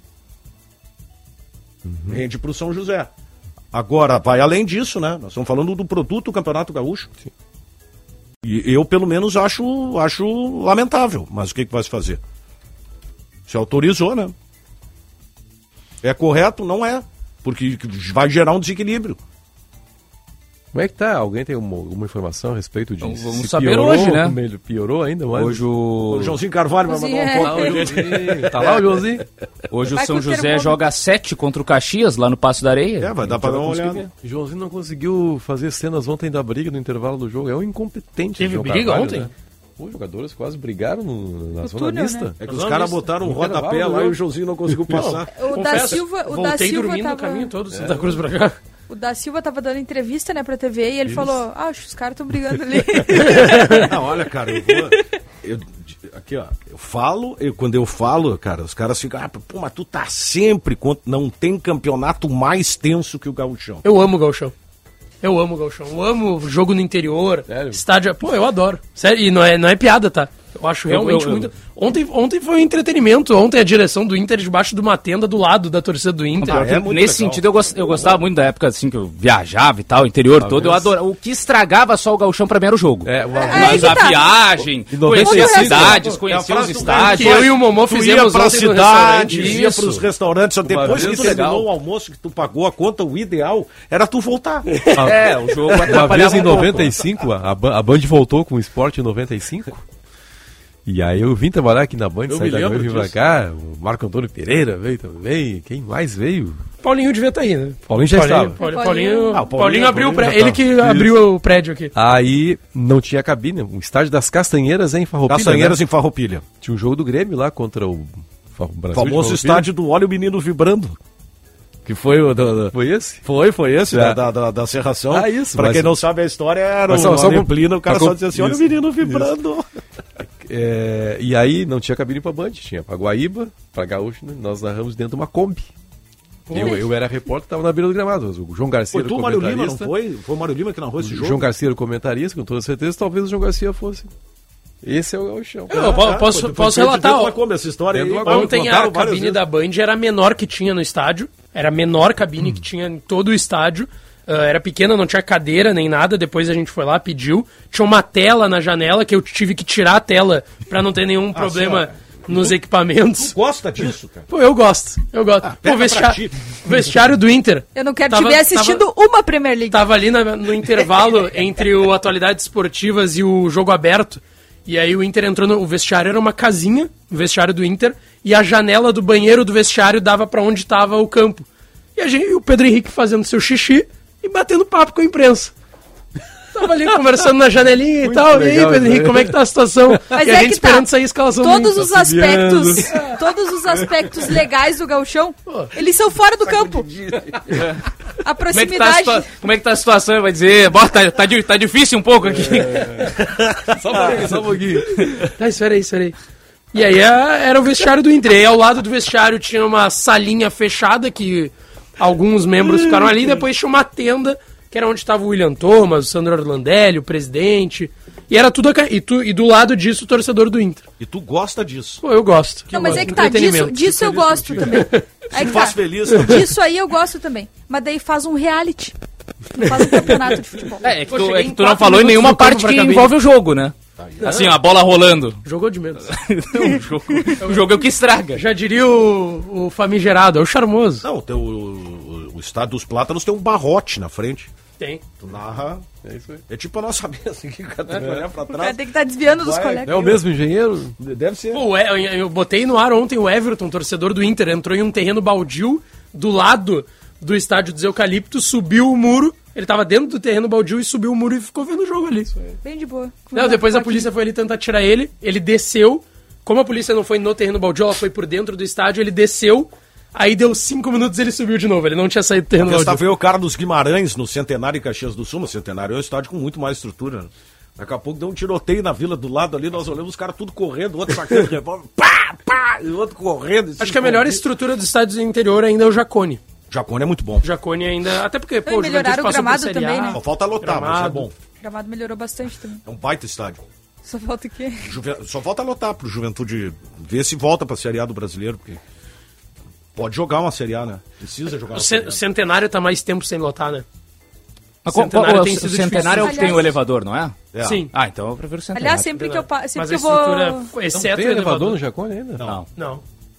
Rende pro São José. Agora, vai além disso, né? Nós estamos falando do produto do Campeonato Gaúcho. Sim. E eu, pelo menos, acho lamentável. Mas o que vai se fazer? Se autorizou, né? É correto? Não é. Porque vai gerar um desequilíbrio. Como é que tá? Alguém tem uma informação a respeito disso? Então, vamos saber hoje, né? Piorou ainda mais? Hoje o Joãozinho Carvalho vai mandar um pouco. Tá lá o Joãozinho? Hoje o São José joga 7 contra o Caxias, lá no Passo da Areia. Vai dar pra dar uma olhada. O Joãozinho não conseguiu fazer cenas ontem da briga no intervalo do jogo. É um incompetente. Teve briga ontem? Né? Os jogadores quase brigaram na zona mista. Né? É que os caras botaram um rodapé lá e o Joãozinho não conseguiu passar. O da Silva dormindo tava... no caminho todo, Santa Cruz pra cá. O da Silva tava dando entrevista, né, pra TV e ele falou, acho que os caras estão brigando ali. Não, olha, cara, aqui, ó, quando eu falo, cara, os caras ficam, pô, mas tu tá sempre, não tem campeonato mais tenso que o Gauchão. Eu amo o Gauchão. Eu amo jogo no interior, sério? Estádio, pô, eu adoro. Sério, e não é piada, tá? Eu acho realmente muito... Ontem foi um entretenimento. Ontem a direção do Inter debaixo de uma tenda do lado da torcida do Inter. Nesse sentido, eu gostava muito da época assim que eu viajava e tal, o interior todo. Eu adorava. O que estragava só o Gauchão pra mim era o jogo. Mas a viagem, conhecer as cidades, conhecer os estádios. Eu e o Momô fizemos pra cidade, ia pros restaurantes. Depois que tu terminou o almoço, que tu pagou a conta, o ideal era tu voltar. O jogo uma vez em 95, a Band voltou com o Esporte em 95. E aí eu vim trabalhar aqui na Band, saí da Band, vim pra cá, o Marco Antônio Pereira veio também, quem mais veio? Paulinho devia estar aí, né? Paulinho já estava. Paulinho abriu o prédio, ele que abriu o prédio aqui. Aí não tinha cabine, o estádio das Castanheiras em Farroupilha. Castanheiras em Farroupilha. Tinha um jogo do Grêmio lá contra o Brasil. Famoso estádio do Olha o Menino Vibrando. Que foi o Foi esse? Foi esse, da Serração. Isso. Pra quem não sabe a história, era uma neblina, o cara só dizia assim, olha o menino vibrando. E aí não tinha cabine pra Band, tinha pra Guaíba, pra Gaúcho, né? Nós narramos dentro de uma Kombi. Eu era repórter, tava na beira do gramado. O João Garcia era o comentarista. Mário Lima, não foi? Foi o Mário Lima que narrou esse jogo? O João Garcia era o comentarista, com toda certeza, talvez o João Garcia fosse. Esse é o Gauchão. Eu posso relatar. Essa história aí, ontem a cabine da Band era a menor que tinha no estádio. Era a menor cabine que tinha em todo o estádio. Era pequena, não tinha cadeira nem nada. Depois a gente foi lá, pediu. Tinha uma tela na janela que eu tive que tirar a tela pra não ter nenhum problema nos equipamentos. Tu gosta disso, cara? Pô, eu gosto. Pô, o vestiário do Inter. Eu não quero te ver assistindo uma Premier League. Tava ali no intervalo entre o Atualidades Esportivas e o Jogo Aberto. E aí o Inter entrou o vestiário era uma casinha, o vestiário do Inter, e a janela do banheiro do vestiário dava pra onde tava o campo. E o Pedro Henrique fazendo seu xixi e batendo papo com a imprensa. Tava ali conversando na janelinha e tal. Legal, e aí, Pedro Henrique, como é que tá a situação? Mas e a gente esperando sair a escalação todos os aspectos legais do Gauchão, eles são fora do campo. A proximidade. Como é que tá a situação? Ele vai dizer, tá difícil um pouco aqui. Só um pouquinho. Tá, espera aí. E aí era o vestiário do Inter. E aí ao lado do vestiário tinha uma salinha fechada que alguns membros ficaram ali. E depois tinha uma tenda, que era onde estava o William Thomas, o Sandro Orlandelli, o presidente. E era tudo... E do lado disso, o torcedor do Inter. E tu gosta disso? Pô, eu gosto. Não, mas é que tá, disso eu gosto também. Aí que faz feliz. Disso aí eu gosto também. Mas daí faz um reality. Não faz um campeonato de futebol. É que tu não falou em nenhuma parte que envolve o jogo, né? Assim, a bola rolando. Jogou de menos. O jogo é o que estraga. Já diria o famigerado, é o charmoso. Não, o estádio dos Plátanos tem um barrote na frente. Tem. Tu narra. É isso aí. É tipo a nossa mesa assim, que o cara tem que olhar pra trás. O cara tem que estar desviando dos colegas. É o mesmo engenheiro? Deve ser. Pô, eu botei no ar ontem o Everton, torcedor do Inter, entrou em um terreno baldio do lado do estádio dos Eucaliptos, subiu o muro. Ele tava dentro do terreno baldio e subiu o muro e ficou vendo o jogo ali. Bem de boa. Não, depois a polícia foi ali tentar tirar ele. Ele desceu. Como a polícia não foi no terreno baldio, ela foi por dentro do estádio, ele desceu. Aí deu 5 minutos e ele subiu de novo. Ele não tinha saído do terreno baldio. Veio o cara dos Guimarães no Centenário em Caxias do Sul. O Centenário é um estádio com muito mais estrutura. Daqui a pouco deu um tiroteio na vila do lado ali. Nós olhamos os caras tudo correndo, o outro sacando de revólver. Pá! E o outro correndo. Acho que a melhor estrutura dos estádios do interior ainda é o Jacone. Jacone é muito bom. Jacone ainda... Até porque, pô, melhoraram o gramado também, né? Só falta lotar, mas é bom. O gramado melhorou bastante também. É um baita estádio. Só falta o quê? Só falta lotar pro Juventude ver se volta pra Série A do Brasileiro, porque pode jogar uma Série A, né? Precisa jogar uma Série A. O Centenário tá mais tempo sem lotar, né? O Centenário é o que tem o elevador, não é? Sim. Ah, então eu prefiro o Centenário. Aliás, sempre que eu vou... Exceto tem elevador no Jacone ainda? Não.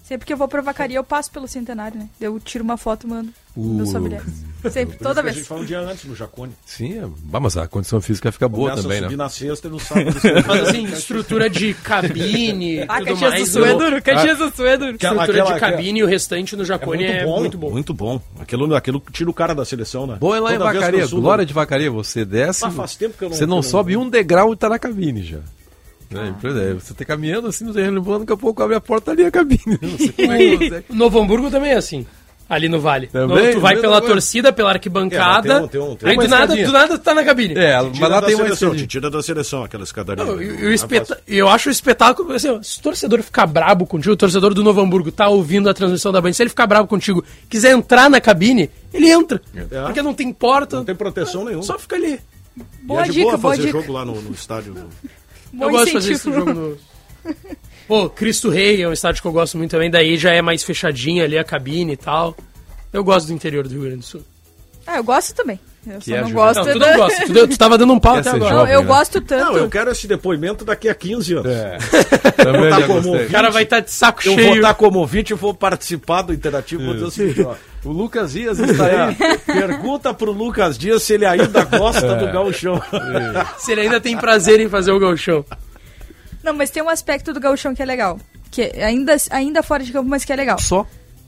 Sempre que eu vou pra Vacaria, eu passo pelo Centenário, né? Eu tiro uma foto e mando meus familiares. Sempre, toda vez. A gente fala um dia antes no Jacone. Sim, mas a condição física fica boa também, né? Na sexta e no sábado. Mas assim, estrutura de cabine, tudo mais. Caxias do Sul é duro. Estrutura de cabine e o restante no Jacone é muito bom. Muito bom. Aquilo tira o cara da seleção, né? Bom é lá em Vacaria, glória de Vacaria, você desce, faz tempo que eu não, você não sobe um degrau e tá na cabine já. Você tá caminhando assim no terreno, daqui a pouco abre a porta ali a cabine. Novo Hamburgo também é assim. Ali no Vale. Também, tu vai pela torcida, pela arquibancada, aí do nada tu tá na cabine. Mas lá tem uma seleção, te tira da seleção aquela escadaria. Eu acho o espetáculo, assim, se o torcedor ficar brabo contigo, o torcedor do Novo Hamburgo tá ouvindo a transmissão da Band, se ele ficar brabo contigo, quiser entrar na cabine, ele entra. Porque não tem porta. Não tem proteção nenhuma. Só fica ali. Boa dica, boa fazer dica. jogo lá no estádio. Eu gosto de fazer esse jogo no... Pô, Cristo Rei é um estádio que eu gosto muito também, daí já é mais fechadinha ali a cabine e tal. Eu gosto do interior do Rio Grande do Sul. Eu gosto também. Eu Que só é não gosto. Tu não gosta. Tu tava dando um pau até agora. Não, eu gosto tanto. Não, eu quero esse depoimento daqui a 15 anos. Também Tá já como gostei. O cara vai estar de saco Eu cheio. vou estar como ouvinte e vou participar do Interativo. Vou dizer o seguinte, ó. O Lucas Dias está aí. Pergunta pro Lucas Dias se ele ainda gosta do gauchão. Se ele ainda tem prazer em fazer o gauchão. Não, mas tem um aspecto do gauchão que é legal. Que é ainda fora de campo, mas que é legal. Só.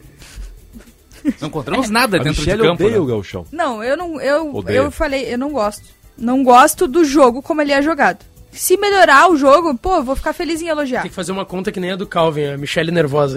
Não encontramos nada A dentro de Michele campo. odeia o Né? gauchão. Não, Odeia. eu falei, eu não gosto. Não gosto do jogo como ele é jogado. Se melhorar o jogo, pô, eu vou ficar feliz em elogiar. Tem que fazer uma conta que nem a do Calvin, a Michele nervosa.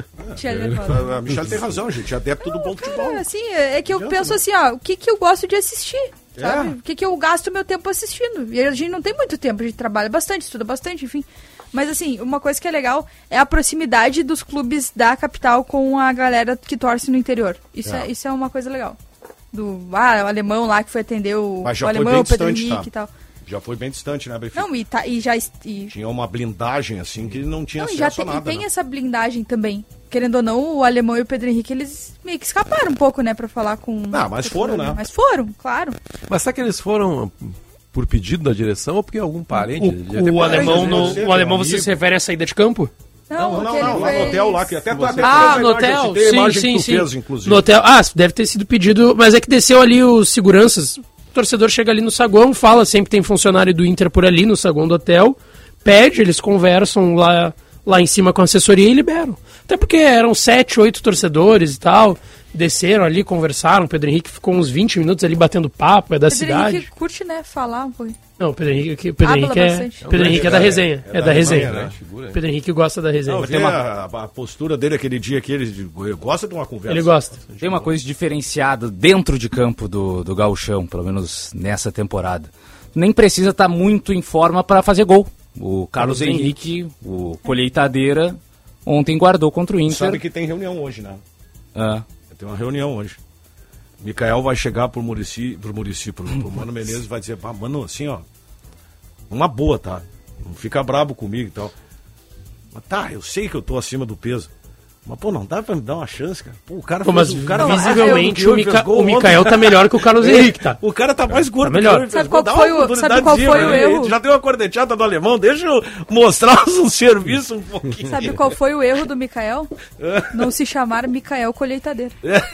A Michelle tem razão, gente. É adepto do bom futebol. Cara, assim, é que eu penso assim, ó, o que eu gosto de assistir, sabe? O que eu gasto meu tempo assistindo. E a gente não tem muito tempo, a gente trabalha bastante, estuda bastante, enfim. Mas assim, uma coisa que é legal é a proximidade dos clubes da capital com a galera que torce no interior. Isso é uma coisa legal. O alemão lá que foi atender o alemão, o Pedro Henrique e tal. Já foi bem distante, né, Benfica? Não, Tinha uma blindagem, assim, que não tinha não, acesso a nada. E tem né? essa blindagem também. Querendo ou não, o alemão e o Pedro Henrique, eles meio que escaparam um pouco, né, pra falar com... Mas foram, né? Mas foram, claro. Mas será que eles foram por pedido da direção ou porque algum parente... O alemão você se refere à saída de campo? Não, lá no hotel lá, que até no hotel, sim. Inclusive. No hotel, deve ter sido pedido, mas é que desceu ali os seguranças, o torcedor chega ali no saguão, fala, sempre tem funcionário do Inter por ali no saguão do hotel, pede, eles conversam lá em cima com a assessoria e liberam. Até porque eram 7, 8 torcedores e tal, desceram ali, conversaram, o Pedro Henrique ficou uns 20 minutos ali batendo papo, é da cidade. Pedro Henrique curte, né, falar um pouquinho. Não, o Pedro Henrique é da resenha. É da resenha. Né? Pedro Henrique gosta da resenha. Não, a postura dele aquele dia que ele gosta de uma conversa. Ele gosta. Tem uma coisa diferenciada dentro de campo do gauchão, pelo menos nessa temporada. Nem precisa estar muito em forma para fazer gol. O Carlos Henrique, o colheitadeira, ontem guardou contra o Inter. Sabe que tem reunião hoje, né? Tem uma reunião hoje. Micael vai chegar pro Mano Menezes e vai dizer, mano, assim, ó, uma boa, tá? Não fica brabo comigo e tal. Mas tá, eu sei que eu tô acima do peso. Mas, pô, não dá pra me dar uma chance, cara. Pô, o cara visivelmente o Micael tá melhor que o Carlos Henrique, tá? O cara tá mais gordo tá melhor. Sabe qual foi o erro? Já deu uma corneteada do alemão, deixa eu mostrar um serviço um pouquinho. Sabe qual foi o erro do Micael? Não se chamar Micael Colheitadeira.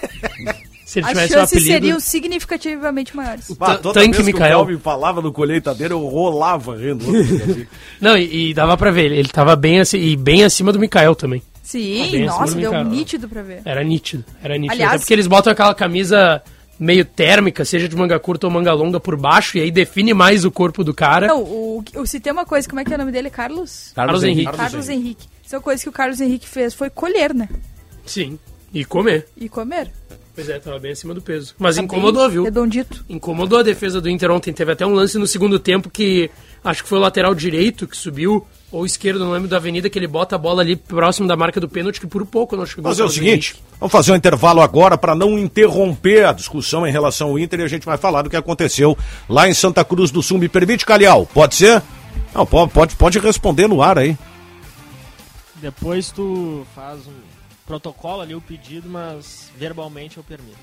Se ele As tivesse chances um apelido... seriam significativamente maiores. Toda Tanque vez Micael. que o falava no colheitadeiro, eu rolava rindo. Não, e dava pra ver, ele tava bem acima do Micael também. Sim, nossa, deu nítido pra ver. Era nítido. Aliás, até porque eles botam aquela camisa meio térmica, seja de manga curta ou manga longa por baixo, e aí define mais o corpo do cara. Não, se tem uma coisa, como é que é o nome dele? Carlos Henrique. Carlos Henrique. Se uma coisa que o Carlos Henrique fez foi colher, né? Sim, e comer. Pois é, tava bem acima do peso. Mas tá incomodou, viu? Redondito. Incomodou a defesa do Inter ontem. Teve até um lance no segundo tempo que acho que foi o lateral direito que subiu, ou esquerdo, não lembro da avenida, que ele bota a bola ali próximo da marca do pênalti, que por pouco não chegou. Fazer o seguinte, vamos fazer um intervalo agora para não interromper a discussão em relação ao Inter e a gente vai falar do que aconteceu lá em Santa Cruz do Sul. Me permite, Calhau? Pode ser? Não, pode responder no ar aí. Depois tu faz um protocolo ali, o pedido, mas verbalmente eu permito.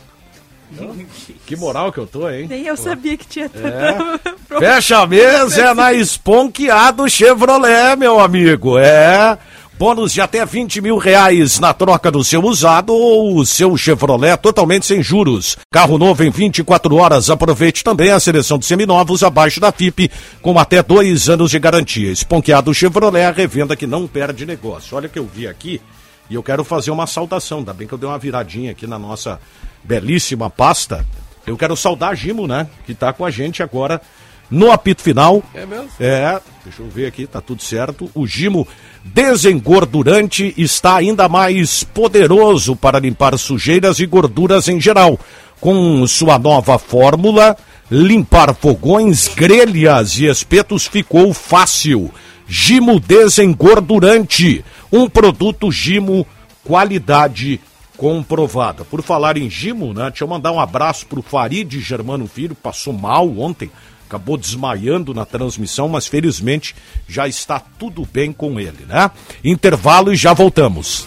Que moral que eu tô, hein? Nem eu sabia que tinha tanto. Fecha a mesa, é na Esponqueado Chevrolet, meu amigo. Bônus de até R$20 mil na troca do seu usado ou o seu Chevrolet totalmente sem juros. Carro novo em 24 horas. Aproveite também a seleção de seminovos abaixo da FIP com até 2 anos de garantia. Esponqueado Chevrolet, a revenda que não perde negócio. Olha o que eu vi aqui e eu quero fazer uma saudação. Ainda bem que eu dei uma viradinha aqui na nossa belíssima pasta. Eu quero saudar a Gimo, né? Que tá com a gente agora no apito final. É mesmo? Deixa eu ver aqui, tá tudo certo. O Gimo desengordurante está ainda mais poderoso para limpar sujeiras e gorduras em geral. Com sua nova fórmula, limpar fogões, grelhas e espetos ficou fácil. Gimo desengordurante, um produto Gimo, qualidade comprovada. Por falar em Gimo, né, deixa eu mandar um abraço pro Farid Germano Filho, passou mal ontem. Acabou desmaiando na transmissão, mas felizmente já está tudo bem com ele, né? Intervalo e já voltamos.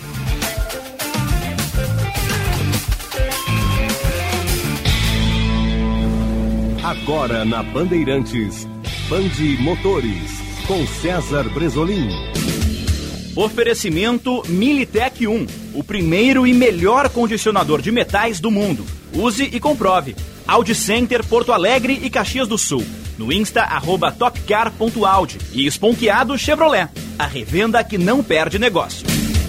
Agora na Bandeirantes, Band Motores, com César Bresolim. Oferecimento Militec 1, o primeiro e melhor condicionador de metais do mundo. Use e comprove. Audi Center, Porto Alegre e Caxias do Sul. No Insta, @topcar.audi. E Esponqueado Chevrolet, a revenda que não perde negócio.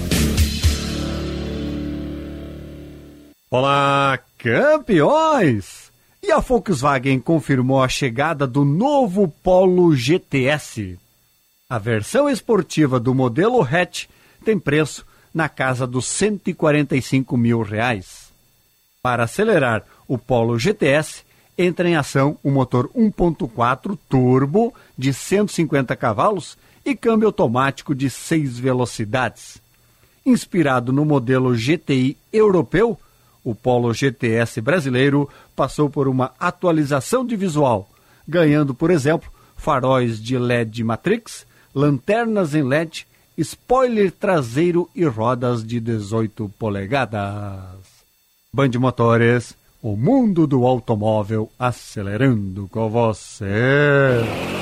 Olá, campeões! E a Volkswagen confirmou a chegada do novo Polo GTS. A versão esportiva do modelo hatch tem preço na casa dos R$145 mil. Para acelerar o Polo GTS, entra em ação o motor 1.4 turbo de 150 cavalos e câmbio automático de 6 velocidades. Inspirado no modelo GTI europeu, o Polo GTS brasileiro passou por uma atualização de visual, ganhando, por exemplo, faróis de LED Matrix, lanternas em LED, spoiler traseiro e rodas de 18 polegadas. Band Motores, o mundo do automóvel acelerando com você.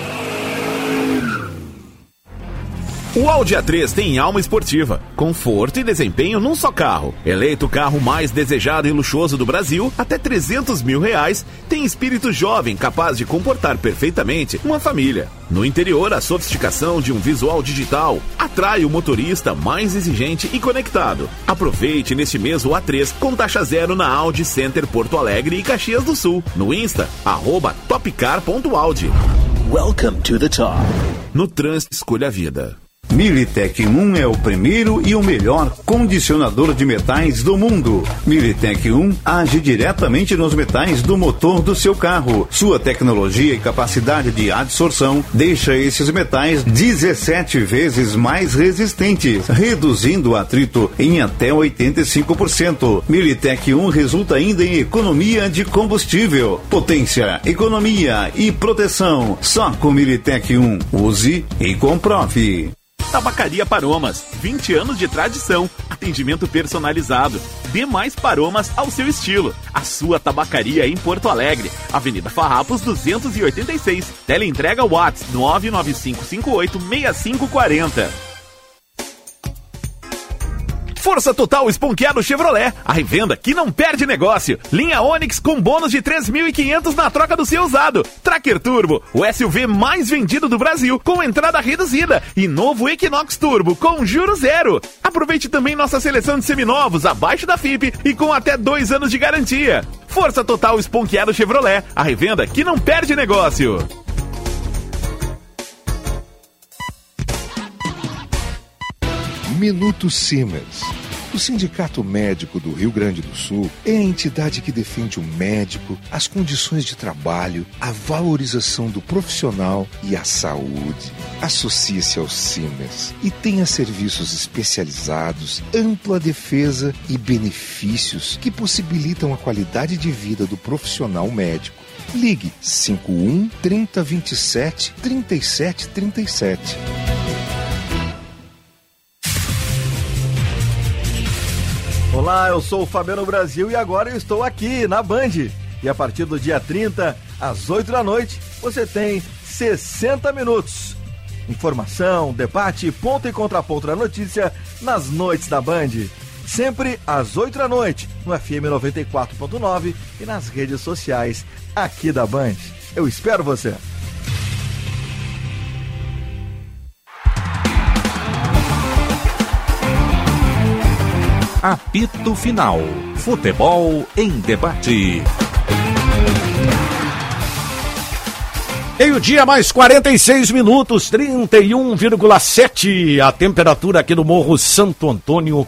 O Audi A3 tem alma esportiva, conforto e desempenho num só carro. Eleito o carro mais desejado e luxuoso do Brasil, até R$300 mil, tem espírito jovem capaz de comportar perfeitamente uma família. No interior, a sofisticação de um visual digital atrai o motorista mais exigente e conectado. Aproveite neste mês o A3 com taxa zero na Audi Center Porto Alegre e Caxias do Sul. No Insta, @topcar.audi. Welcome to the top. No trânsito, escolha a vida. Militec 1 é o primeiro e o melhor condicionador de metais do mundo. Militec 1 age diretamente nos metais do motor do seu carro. Sua tecnologia e capacidade de adsorção deixa esses metais 17 vezes mais resistentes, reduzindo o atrito em até 85%. Militec 1 resulta ainda em economia de combustível, potência, economia e proteção. Só com Militec 1. Use e comprove. Tabacaria Paromas, 20 anos de tradição, atendimento personalizado. Dê mais Paromas ao seu estilo. A sua tabacaria em Porto Alegre, Avenida Farrapos 286. Teleentrega WhatsApp 995586540. Força Total Esponqueado Chevrolet, a revenda que não perde negócio. Linha Onix com bônus de 3.500 na troca do seu usado. Tracker Turbo, o SUV mais vendido do Brasil, com entrada reduzida. E novo Equinox Turbo com juros zero. Aproveite também nossa seleção de seminovos abaixo da FIP e com até 2 anos de garantia. Força Total Esponqueado Chevrolet, a revenda que não perde negócio. Minuto Siemens. O Sindicato Médico do Rio Grande do Sul é a entidade que defende o médico, as condições de trabalho, a valorização do profissional e a saúde. Associe-se ao Siemens e tenha serviços especializados, ampla defesa e benefícios que possibilitam a qualidade de vida do profissional médico. Ligue 51 3027 3737. Olá, eu sou o Fabiano Brasil e agora eu estou aqui na Band. E a partir do dia 30, às 8 da noite, você tem 60 minutos. Informação, debate, ponto e contraponto da notícia nas noites da Band. Sempre às 8 da noite, no FM 94.9 e nas redes sociais aqui da Band. Eu espero você. Apito Final. Futebol em debate. Meio-dia mais 46 minutos, 31,7 a temperatura aqui no Morro Santo Antônio,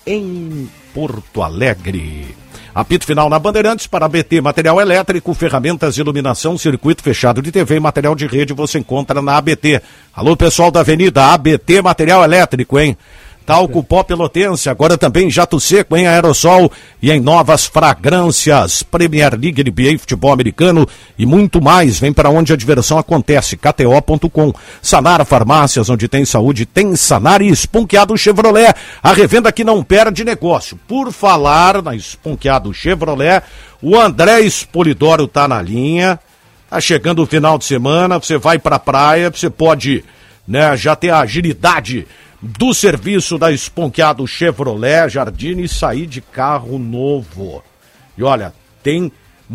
em Porto Alegre. Apito final na Bandeirantes para ABT Material Elétrico, ferramentas de iluminação, circuito fechado de TV e material de rede você encontra na ABT. Alô pessoal da Avenida, ABT Material Elétrico, hein? Talco Pó Pelotense, agora também jato seco em aerossol e em novas fragrâncias. Premier League, NBA, futebol americano e muito mais. Vem para onde a diversão acontece. KTO.com. Sanar Farmácias, onde tem saúde, tem Sanar e Esponqueado Chevrolet. A revenda que não perde negócio. Por falar na Esponqueado Chevrolet, o André Espolidoro tá na linha. Tá chegando o final de semana, você vai pra praia, você pode, né, já ter a agilidade do serviço da Esponqueado Chevrolet Jardine e sair de carro novo. E olha, tem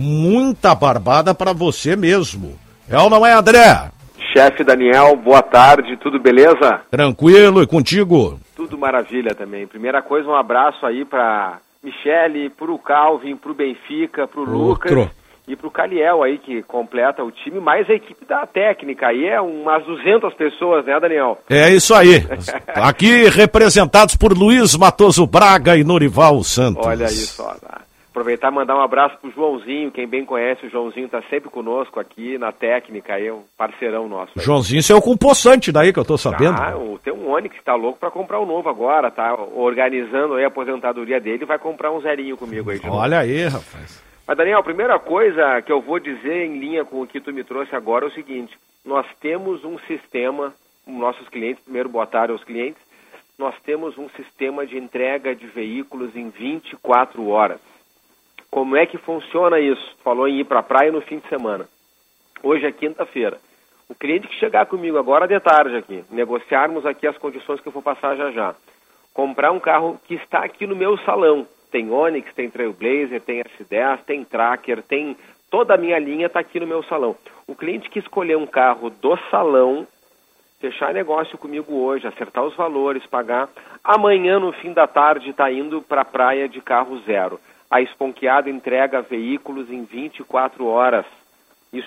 muita barbada para você mesmo. É ou não é, André? Chefe Daniel, boa tarde, tudo beleza? Tranquilo, e contigo? Tudo maravilha também. Primeira coisa, um abraço aí para Michele, pro Calvin, pro Benfica, pro Lucas e pro Caliel aí, que completa o time, mais a equipe da técnica. Aí é umas 200 pessoas, né, Daniel? É isso aí. Aqui representados por Luiz Matoso Braga e Norival Santos. Olha isso, ó. Aproveitar e mandar um abraço pro Joãozinho, quem bem conhece o Joãozinho tá sempre conosco aqui na técnica, aí é um parceirão nosso. Aí. Joãozinho, você é o compossante daí que eu tô sabendo. Tem um Onix que tá louco pra comprar um novo agora, tá organizando aí a aposentadoria dele e vai comprar um zerinho comigo aí. Olha aí, rapaz. Mas, Daniel, a primeira coisa que eu vou dizer em linha com o que tu me trouxe agora é o seguinte: nós temos um sistema, nossos clientes, primeiro boa tarde aos clientes, nós temos um sistema de entrega de veículos em 24 horas. Como é que funciona isso? Falou em ir para a praia no fim de semana. Hoje é quinta-feira. O cliente que chegar comigo agora de tarde aqui, negociarmos aqui as condições que eu vou passar já já, comprar um carro que está aqui no meu salão, tem Onix, tem Trailblazer, tem S10, tem Tracker, tem toda a minha linha está aqui no meu salão. O cliente que escolher um carro do salão, fechar negócio comigo hoje, acertar os valores, pagar, amanhã no fim da tarde está indo para a praia de carro zero. A Esponqueado entrega veículos em 24 horas. Isso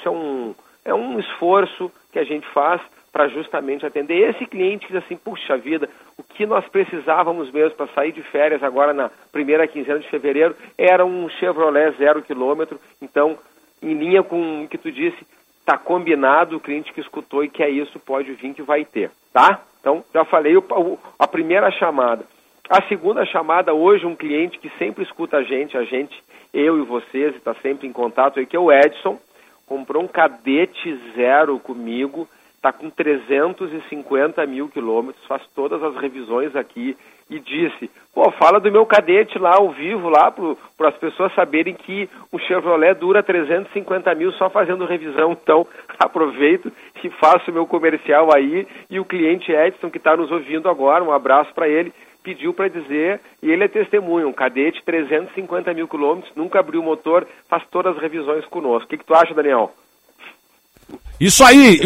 é um esforço que a gente faz para justamente atender esse cliente que diz assim, puxa vida, o que nós precisávamos mesmo para sair de férias agora na primeira quinzena de fevereiro era um Chevrolet 0 km. Então, em linha com o que tu disse, está combinado, o cliente que escutou e quer isso pode vir que vai ter, tá? Então, já falei a primeira chamada. A segunda chamada, hoje, um cliente que sempre escuta a gente, eu e vocês, e está sempre em contato aí, que é o Edson, comprou um Cadete zero comigo, está com 350 mil quilômetros, faz todas as revisões aqui e disse, fala do meu Cadete lá ao vivo, lá para as pessoas saberem que o Chevrolet dura 350 mil só fazendo revisão. Então, aproveito e faço o meu comercial aí, e o cliente Edson, que está nos ouvindo agora, um abraço para ele, pediu para dizer, e ele é testemunha, um Cadete 350 mil quilômetros, nunca abriu o motor, faz todas as revisões conosco. O que tu acha, Daniel? Isso aí,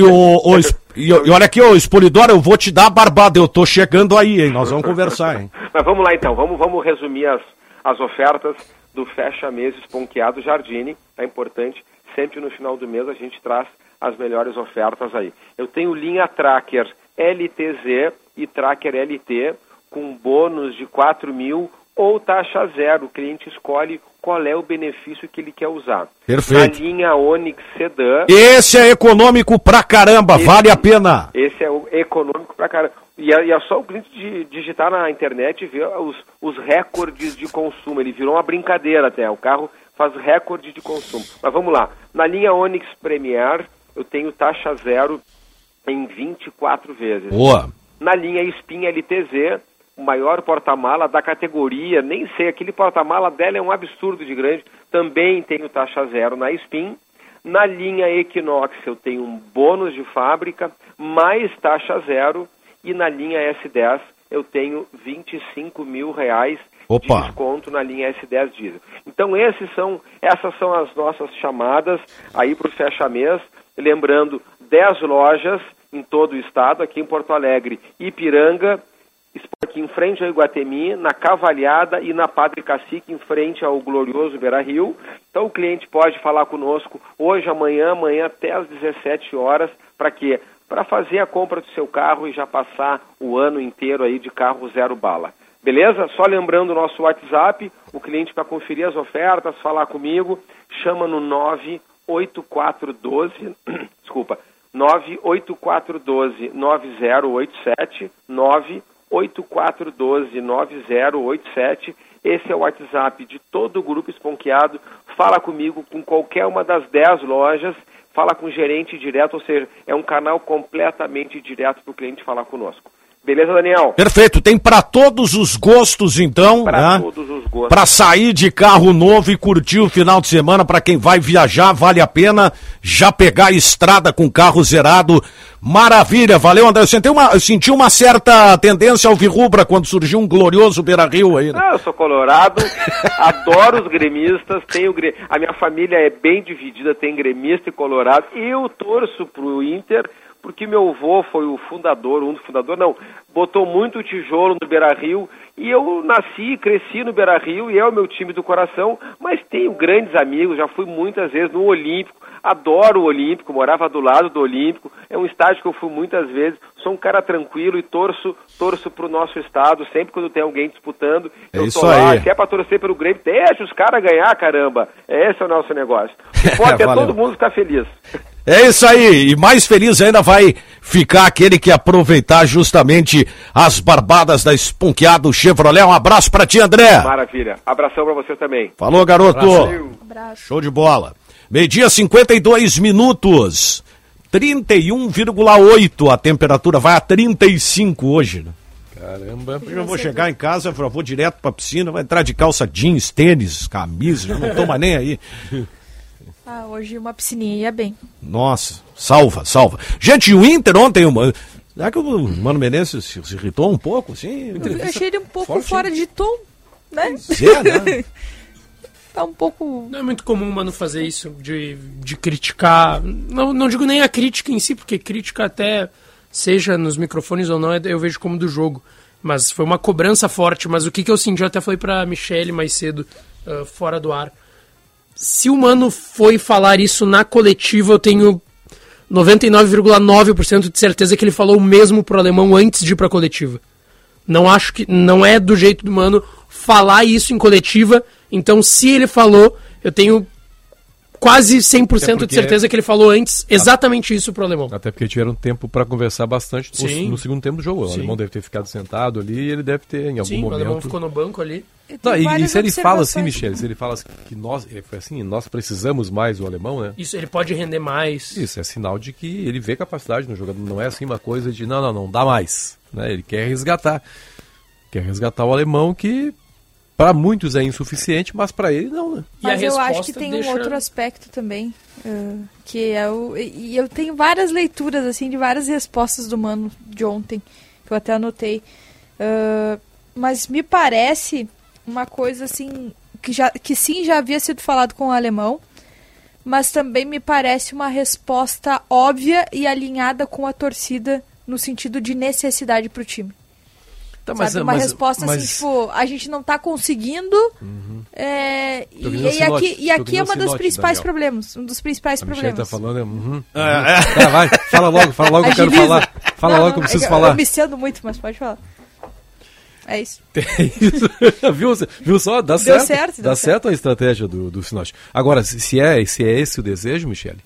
e olha aqui, ô Espolidoro, eu vou te dar a barbada, eu tô chegando aí, hein, nós vamos conversar, hein. Mas vamos lá então, vamos resumir as ofertas do Fecha Mês Esponqueado Jardine, é importante, sempre no final do mês a gente traz as melhores ofertas aí. Eu tenho linha Tracker LTZ e Tracker LT, com bônus de 4 mil ou taxa zero. O cliente escolhe qual é o benefício que ele quer usar. Perfeito. Na linha Onix Sedan... Esse é econômico pra caramba, vale a pena. Esse é o econômico pra caramba. E é só o cliente digitar na internet e ver os recordes de consumo. Ele virou uma brincadeira até. O carro faz recorde de consumo. Mas vamos lá. Na linha Onix Premier, eu tenho taxa zero em 24 vezes. Boa. Na linha Spin LTZ, o maior porta-mala da categoria, nem sei, aquele porta-mala dela é um absurdo de grande, também tenho taxa zero na Spin. Na linha Equinox eu tenho um bônus de fábrica, mais taxa zero, e na linha S10 eu tenho R$25 mil de desconto na linha S10 diesel. Então essas são as nossas chamadas aí para o fecha-mês, lembrando 10 lojas em todo o estado, aqui em Porto Alegre, Ipiranga, aqui em frente ao Iguatemi, na Cavalhada e na Padre Cacique, em frente ao glorioso Beira-Rio. Então o cliente pode falar conosco hoje, amanhã até às 17 horas, para quê? Para fazer a compra do seu carro e já passar o ano inteiro aí de carro zero bala. Beleza? Só lembrando o nosso WhatsApp, o cliente para conferir as ofertas, falar comigo, chama no 98412, desculpa, 98412-9087, 98412-9087. Esse é o WhatsApp de todo o Grupo Esponqueado. Fala comigo com qualquer uma das 10 lojas, fala com o gerente direto, ou seja, é um canal completamente direto para o cliente falar conosco. Beleza, Daniel? Perfeito, tem para todos os gostos, então, para todos os gostos. Para sair de carro novo e curtir o final de semana, para quem vai viajar, vale a pena já pegar a estrada com carro zerado. Maravilha, valeu, André. Eu senti uma certa tendência ao Virrubra quando surgiu um glorioso Beira-Rio aí, né? Eu sou colorado, adoro os gremistas, a minha família é bem dividida, tem gremista e colorado. Eu torço pro Inter, porque meu avô foi botou muito tijolo no Beira-Rio, e eu nasci e cresci no Beira-Rio, e é o meu time do coração, mas tenho grandes amigos, já fui muitas vezes no Olímpico, adoro o Olímpico, morava do lado do Olímpico, é um estádio que eu fui muitas vezes, sou um cara tranquilo e torço pro nosso estado, sempre quando tem alguém disputando, eu tô lá, se é pra torcer pelo Grêmio, deixa os caras ganhar, caramba, esse é o nosso negócio. Pode todo mundo ficar feliz. É isso aí, e mais feliz ainda vai ficar aquele que aproveitar justamente as barbadas da Esponqueado Chevrolet. Um abraço pra ti, André. Maravilha, abração pra você também. Falou, garoto. Abraço. Show de bola. Meio-dia, 52 minutos, 31,8 a temperatura, vai a 35 hoje, né? Caramba. Hoje eu vou chegar em casa, vou direto pra piscina, vai entrar de calça jeans, tênis, camisa, já não tô mais nem aí. Hoje uma piscininha ia bem. Nossa, salva. Gente, o Inter ontem, será que o Mano Menezes se irritou um pouco? Assim, eu achei ele um pouco fora de tom, né? Né? Tá um pouco... Não é muito comum, Mano, fazer isso, de criticar. Não digo nem a crítica em si, porque crítica até, seja nos microfones ou não, eu vejo como do jogo. Mas foi uma cobrança forte. Mas o que eu senti, eu até falei pra Michele mais cedo, fora do ar. Se o Mano foi falar isso na coletiva, eu tenho 99,9% de certeza que ele falou o mesmo pro alemão antes de ir pra coletiva. Não acho que... Não é do jeito do Mano falar isso em coletiva. Então, se ele falou, eu tenho quase 100% de certeza que ele falou antes exatamente isso pro alemão. Até porque tiveram tempo para conversar bastante no segundo tempo do jogo. O alemão deve ter ficado sentado ali e ele deve ter, em algum momento... o alemão ficou no banco ali. Não, e se ele fala assim, Michele, se ele fala assim, que nós precisamos mais do alemão, né? Isso, ele pode render mais. Isso, é sinal de que ele vê capacidade no jogador. Não é assim uma coisa de, não dá mais. Né? Ele quer resgatar. Quer resgatar o alemão que... Para muitos é insuficiente, mas para ele não, né? Mas eu acho que tem um outro aspecto também, que é e eu tenho várias leituras, assim, de várias respostas do Mano de ontem, que eu até anotei. Mas me parece uma coisa, assim, que sim, já havia sido falado com o alemão, mas também me parece uma resposta óbvia e alinhada com a torcida no sentido de necessidade para o time. Uma resposta assim, tipo, a gente não está conseguindo, e aqui é uma das principais problemas, um dos principais problemas. Tá falando, vai, fala logo que eu quero falar. Fala logo que eu preciso falar. Eu me sendo muito, mas pode falar. É isso. Viu só? Dá certo a estratégia do Sinote. Agora, se é esse o desejo, Michele,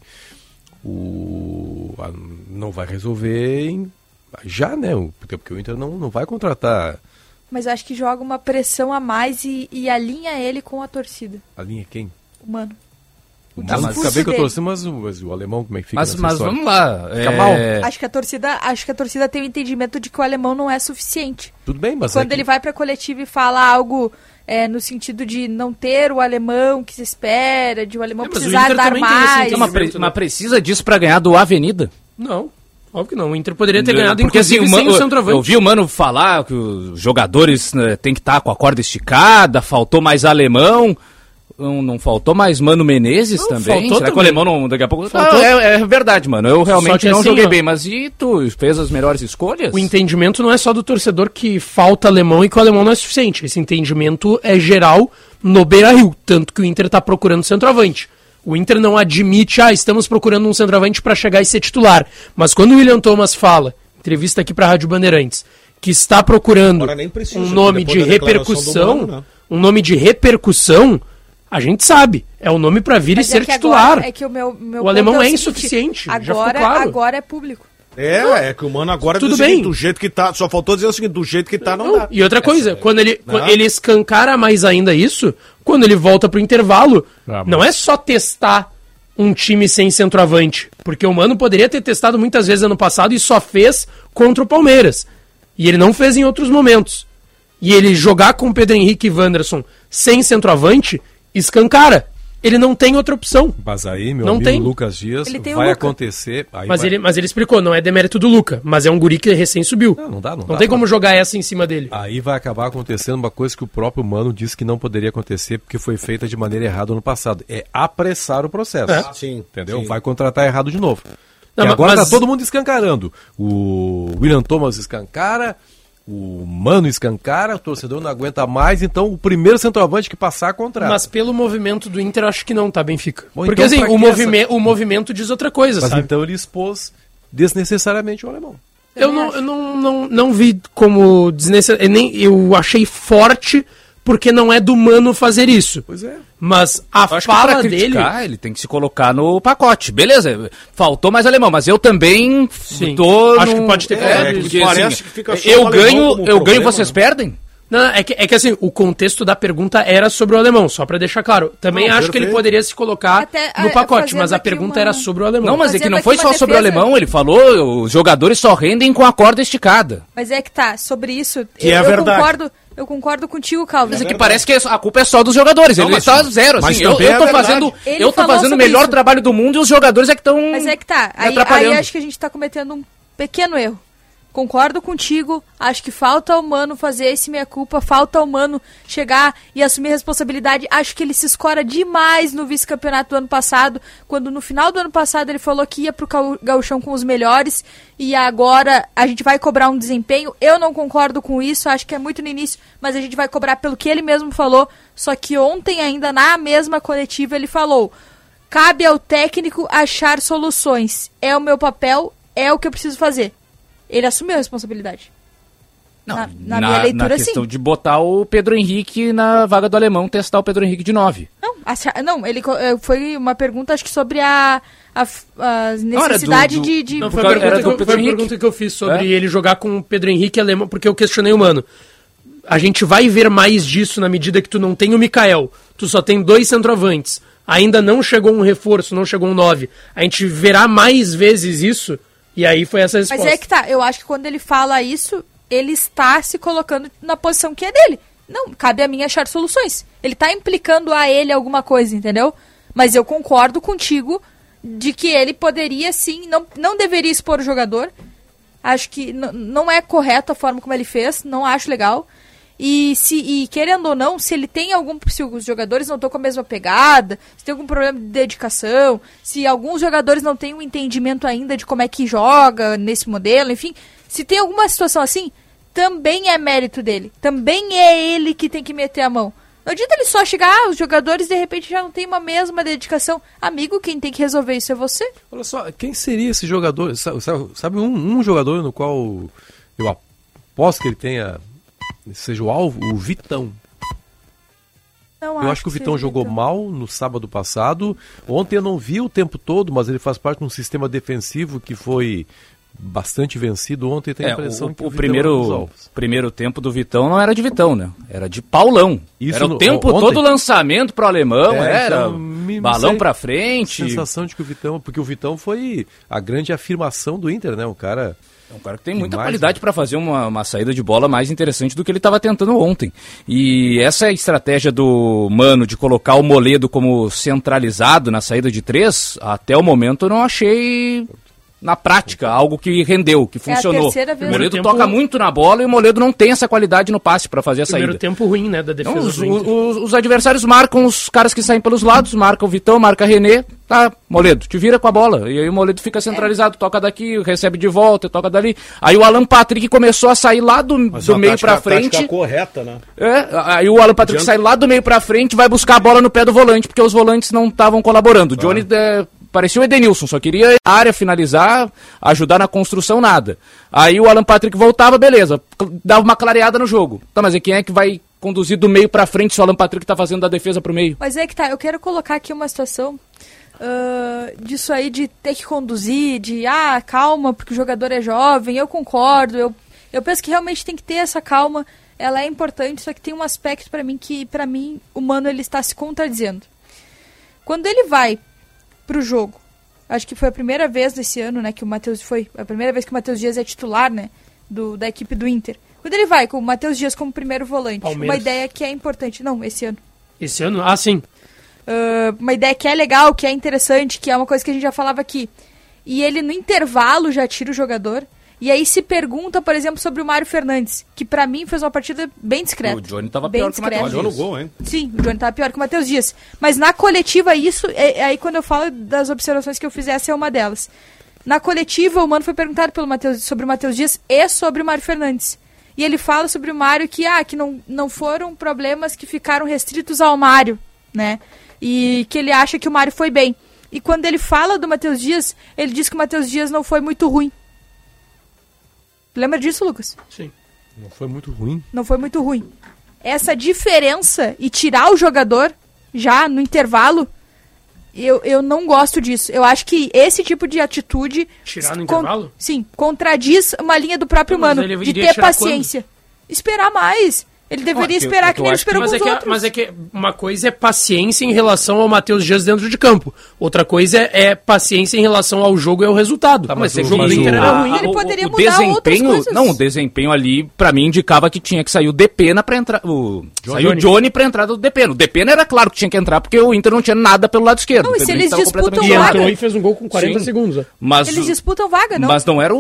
não vai resolver já, né? Porque o Inter não vai contratar. Mas eu acho que joga uma pressão a mais e alinha ele com a torcida. Alinha quem? O Mano. Acabei que eu torci, mas o alemão como é que fica? Mas vamos lá. Acho que a torcida tem o entendimento de que o alemão não é suficiente. Tudo bem, mas quando ele vai pra coletiva e fala algo no sentido de não ter o alemão que se espera, de o alemão precisar dar mais. Mas precisa disso pra ganhar do Avenida? Não. Óbvio que não. O Inter poderia ter ganhado, porque inclusive, assim, sem o centroavante. Eu vi o Mano falar que os jogadores tem que estar com a corda esticada, faltou mais alemão. Não faltou mais Mano Menezes também? Será que o alemão não, daqui a pouco... É verdade, mano. Eu realmente não joguei bem, mas e tu fez as melhores escolhas? O entendimento não é só do torcedor que falta alemão e que o alemão não é suficiente. Esse entendimento é geral no Beira-Rio, tanto que o Inter tá procurando centroavante. O Inter não admite, estamos procurando um centroavante para chegar e ser titular. Mas quando o William Thomas fala, entrevista aqui pra Rádio Bandeirantes, que está procurando um nome de repercussão, a gente sabe, é o nome pra vir e ser titular. Agora, que o alemão é insuficiente, agora é público. É que o Mano agora tudo bem. Do jeito que tá, só faltou dizer o seguinte, do jeito que tá não dá. E outra coisa, quando ele escancara mais ainda isso, quando ele volta pro intervalo, não é só testar um time sem centroavante, porque o Mano poderia ter testado muitas vezes ano passado e só fez contra o Palmeiras. E ele não fez em outros momentos. E ele jogar com Pedro Henrique e Wanderson sem centroavante, escancara. Ele não tem outra opção. Mas aí, meu amigo Lucas Dias, vai acontecer... Mas ele explicou, não é demérito do Luca, mas é um guri que recém subiu. Não dá. Não tem como jogar essa em cima dele. Aí vai acabar acontecendo uma coisa que o próprio Mano disse que não poderia acontecer porque foi feita de maneira errada no passado. É apressar o processo. Sim. Entendeu? Sim. Vai contratar errado de novo. Não, e agora tá todo mundo escancarando. O William Thomas escancara... O Mano escancara, o torcedor não aguenta mais, então o primeiro centroavante que passar contrata. Mas pelo movimento do Inter, acho que não, tá, Benfica? Porque então, assim, o movimento diz outra coisa, mas sabe? Então ele expôs desnecessariamente o alemão. Eu não vi como desnecessário, eu achei forte porque não é do Mano fazer isso. Pois é. Mas a fala dele... Ele tem que se colocar no pacote. Beleza, faltou mais alemão, mas eu também acho que pode ter falado. Porque, parece assim, que fica só eu ganho, vocês perdem? Não, é que assim, o contexto da pergunta era sobre o alemão, só pra deixar claro. Também acho que ele poderia se colocar no pacote, mas a pergunta era sobre o alemão. Não, mas é que não foi só sobre o alemão, ele falou, os jogadores só rendem com a corda esticada. Mas é que sobre isso, que é verdade. Eu concordo contigo, Calvin. Mas é que parece que a culpa é só dos jogadores. Ele está zero, assim. Eu tô fazendo o melhor trabalho do mundo e os jogadores é que estão. Mas é que aí acho que a gente tá cometendo um pequeno erro. Concordo contigo, acho que falta o Mano fazer esse meia-culpa, falta o Mano chegar e assumir a responsabilidade. Acho que ele se escora demais no vice-campeonato do ano passado, quando no final do ano passado ele falou que ia pro Gauchão com os melhores e agora a gente vai cobrar um desempenho. Eu não concordo com isso, acho que é muito no início, mas a gente vai cobrar pelo que ele mesmo falou. Só que ontem ainda na mesma coletiva ele falou: cabe ao técnico achar soluções, é o meu papel, é o que eu preciso fazer. Ele assumiu a responsabilidade. Não, na minha leitura, na questão de botar o Pedro Henrique na vaga do alemão, testar o Pedro Henrique de 9. Não, ele foi uma pergunta, acho que sobre a necessidade de... Não, foi a pergunta que eu fiz sobre ele jogar com o Pedro Henrique alemão, porque eu questionei o Mano. A gente vai ver mais disso na medida que tu não tem o Mikael, tu só tem 2 centroavantes, ainda não chegou um reforço, não chegou um 9. A gente verá mais vezes isso... E aí foi essa resposta. Mas é que eu acho que quando ele fala isso, ele está se colocando na posição que é dele. Não, cabe a mim achar soluções. Ele está implicando a ele alguma coisa, entendeu? Mas eu concordo contigo de que ele poderia sim, não deveria expor o jogador. Acho que não é correto a forma como ele fez, não acho legal. E querendo ou não, se ele tem se os jogadores não estão com a mesma pegada, se tem algum problema de dedicação, se alguns jogadores não têm um entendimento ainda de como é que joga nesse modelo, enfim, se tem alguma situação assim, também é mérito dele. Também é ele que tem que meter a mão. Não adianta ele só chegar, os jogadores de repente já não têm uma mesma dedicação. Amigo, quem tem que resolver isso é você. Olha só, quem seria esse jogador? Sabe um jogador no qual eu aposto que ele tenha... seja o alvo, o Vitão. Eu acho que o Vitão jogou mal no sábado passado. Ontem eu não vi o tempo todo, mas ele faz parte de um sistema defensivo que foi bastante vencido. Ontem tem a impressão que o primeiro tempo do Vitão não era de Vitão, né? Era de Paulão. Isso era o tempo todo lançamento pro alemão. Então, me balão pra frente. Sensação de que o Vitão... Porque o Vitão foi a grande afirmação do Inter, né? Um cara que tem muita qualidade para fazer uma saída de bola mais interessante do que ele estava tentando ontem. E essa estratégia do Mano de colocar o Moledo como centralizado na saída de 3, até o momento eu não achei... na prática, algo que rendeu, que funcionou. O Moledo toca muito na bola e o Moledo não tem essa qualidade no passe para fazer a saída. Primeiro tempo ruim, né, da defesa. Então, os adversários marcam os caras que saem pelos lados, marca o Vitão, marca o René, tá, Moledo, te vira com a bola. E aí o Moledo fica centralizado, toca daqui, recebe de volta, toca dali. Aí o Alan Patrick começou a sair lá do meio pra frente. A correta, né? Aí o Alan Patrick sai lá do meio pra frente, vai buscar a bola no pé do volante, porque os volantes não estavam colaborando. O Johnny... parecia o Edenilson, só queria a área finalizar, ajudar na construção, nada. Aí o Alan Patrick voltava, beleza, dava uma clareada no jogo. Tá, mas quem é que vai conduzir do meio pra frente se o Alan Patrick tá fazendo da defesa pro meio? Mas é que tá, eu quero colocar aqui uma situação disso aí de ter que conduzir, de calma, porque o jogador é jovem, eu concordo, eu penso que realmente tem que ter essa calma, ela é importante, só que tem um aspecto pra mim que, pra mim, o Mano, ele está se contradizendo. Quando ele vai pro jogo, acho que foi a primeira vez desse ano, né, que o Matheus a primeira vez que o Matheus Dias é titular, né, da equipe do Inter. Quando ele vai com o Matheus Dias como primeiro volante, Palmeiras. Uma ideia que é importante, não, esse ano. Esse ano? Sim. Uma ideia que é legal, que é interessante, que é uma coisa que a gente já falava aqui. E ele no intervalo já tira o jogador. E aí se pergunta, por exemplo, sobre o Mário Fernandes, que pra mim fez uma partida bem discreta. O Johnny tava pior que o Matheus Dias. No gol, hein? Sim, o Johnny tava pior que o Matheus Dias. Mas na coletiva, aí quando eu falo das observações que eu fiz, essa é uma delas. Na coletiva, o Mano foi perguntado sobre o Matheus Dias e sobre o Mário Fernandes. E ele fala sobre o Mário que não foram problemas que ficaram restritos ao Mário, né? E que ele acha que o Mário foi bem. E quando ele fala do Matheus Dias, ele diz que o Matheus Dias não foi muito ruim. Lembra disso, Lucas? Sim. Não foi muito ruim. Não foi muito ruim. Essa diferença e tirar o jogador já no intervalo, eu não gosto disso. Eu acho que esse tipo de atitude... Tirar no intervalo? Sim, contradiz uma linha do próprio Mano, de ter paciência. Quando? Esperar mais. Ele deveria esperar que nem ele esperou com os outros. Mas é que uma coisa é paciência em relação ao Matheus Dias dentro de campo. Outra coisa é paciência em relação ao jogo e ao resultado. Tá, mas o jogo do Inter era ruim. Ele poderia mudar outras coisas. Não, o desempenho ali, pra mim, indicava que tinha que sair o Depena pra entrar... Saiu o Johnny pra entrada do Depena. O Depena era claro que tinha que entrar, porque o Inter não tinha nada pelo lado esquerdo. Não, e se eles disputam vaga... E entrou e fez um gol com 40 segundos. Mas, eles disputam vaga, não? Mas não era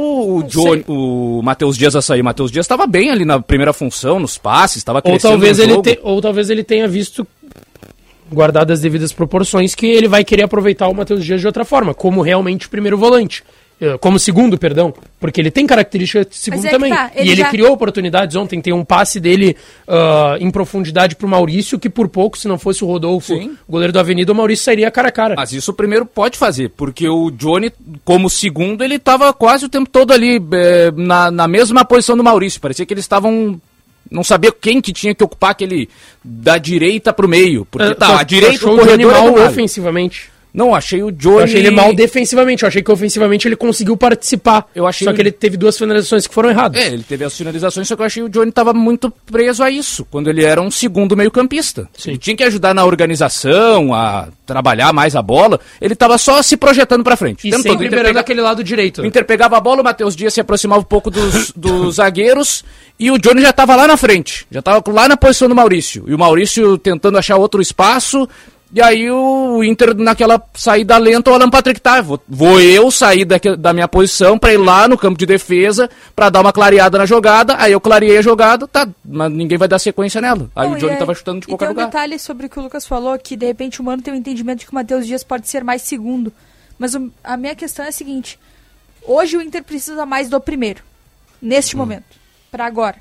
o Matheus Dias a sair. O Matheus Dias estava bem ali na primeira função, nos passes, estava crescendo no jogo. Ou talvez ele tenha visto, guardadas as devidas proporções, que ele vai querer aproveitar o Matheus Dias de outra forma, como realmente primeiro volante. Como segundo, perdão. Porque ele tem característica de segundo também. Ele criou oportunidades ontem. Tem um passe dele em profundidade pro Maurício, que por pouco, se não fosse o Rodolfo, o goleiro do Avenida, o Maurício sairia cara a cara. Mas isso o primeiro pode fazer, porque o Johnny, como segundo, ele estava quase o tempo todo ali na mesma posição do Maurício. Parecia que eles estavam... Não sabia quem que tinha que ocupar aquele da direita pro meio. Porque a direita o Johnny mal ofensivamente. Não, achei o Johnny... Eu achei ele mal defensivamente. Eu achei que ofensivamente ele conseguiu participar. Só que ele teve 2 finalizações que foram erradas. Ele teve as finalizações, só que eu achei que o Johnny estava muito preso a isso, quando ele era um segundo meio-campista. Ele tinha que ajudar na organização, a trabalhar mais a bola. Ele estava só se projetando pra frente. E sempre liberando aquele lado direito. O Inter pegava a bola, o Matheus Dias se aproximava um pouco dos zagueiros e o Johnny já estava lá na frente. Já estava lá na posição do Maurício. E o Maurício tentando achar outro espaço... E aí o Inter, naquela saída lenta, o Alan Patrick vou eu sair da minha posição pra ir lá no campo de defesa, pra dar uma clareada na jogada, aí eu clareei a jogada, mas ninguém vai dar sequência nela. Aí o Johnny tava chutando de qualquer lugar. E tem um detalhe sobre o que o Lucas falou, que de repente o Mano tem um entendimento de que o Matheus Dias pode ser mais segundo. Mas a minha questão é a seguinte, hoje o Inter precisa mais do primeiro, neste momento, pra agora.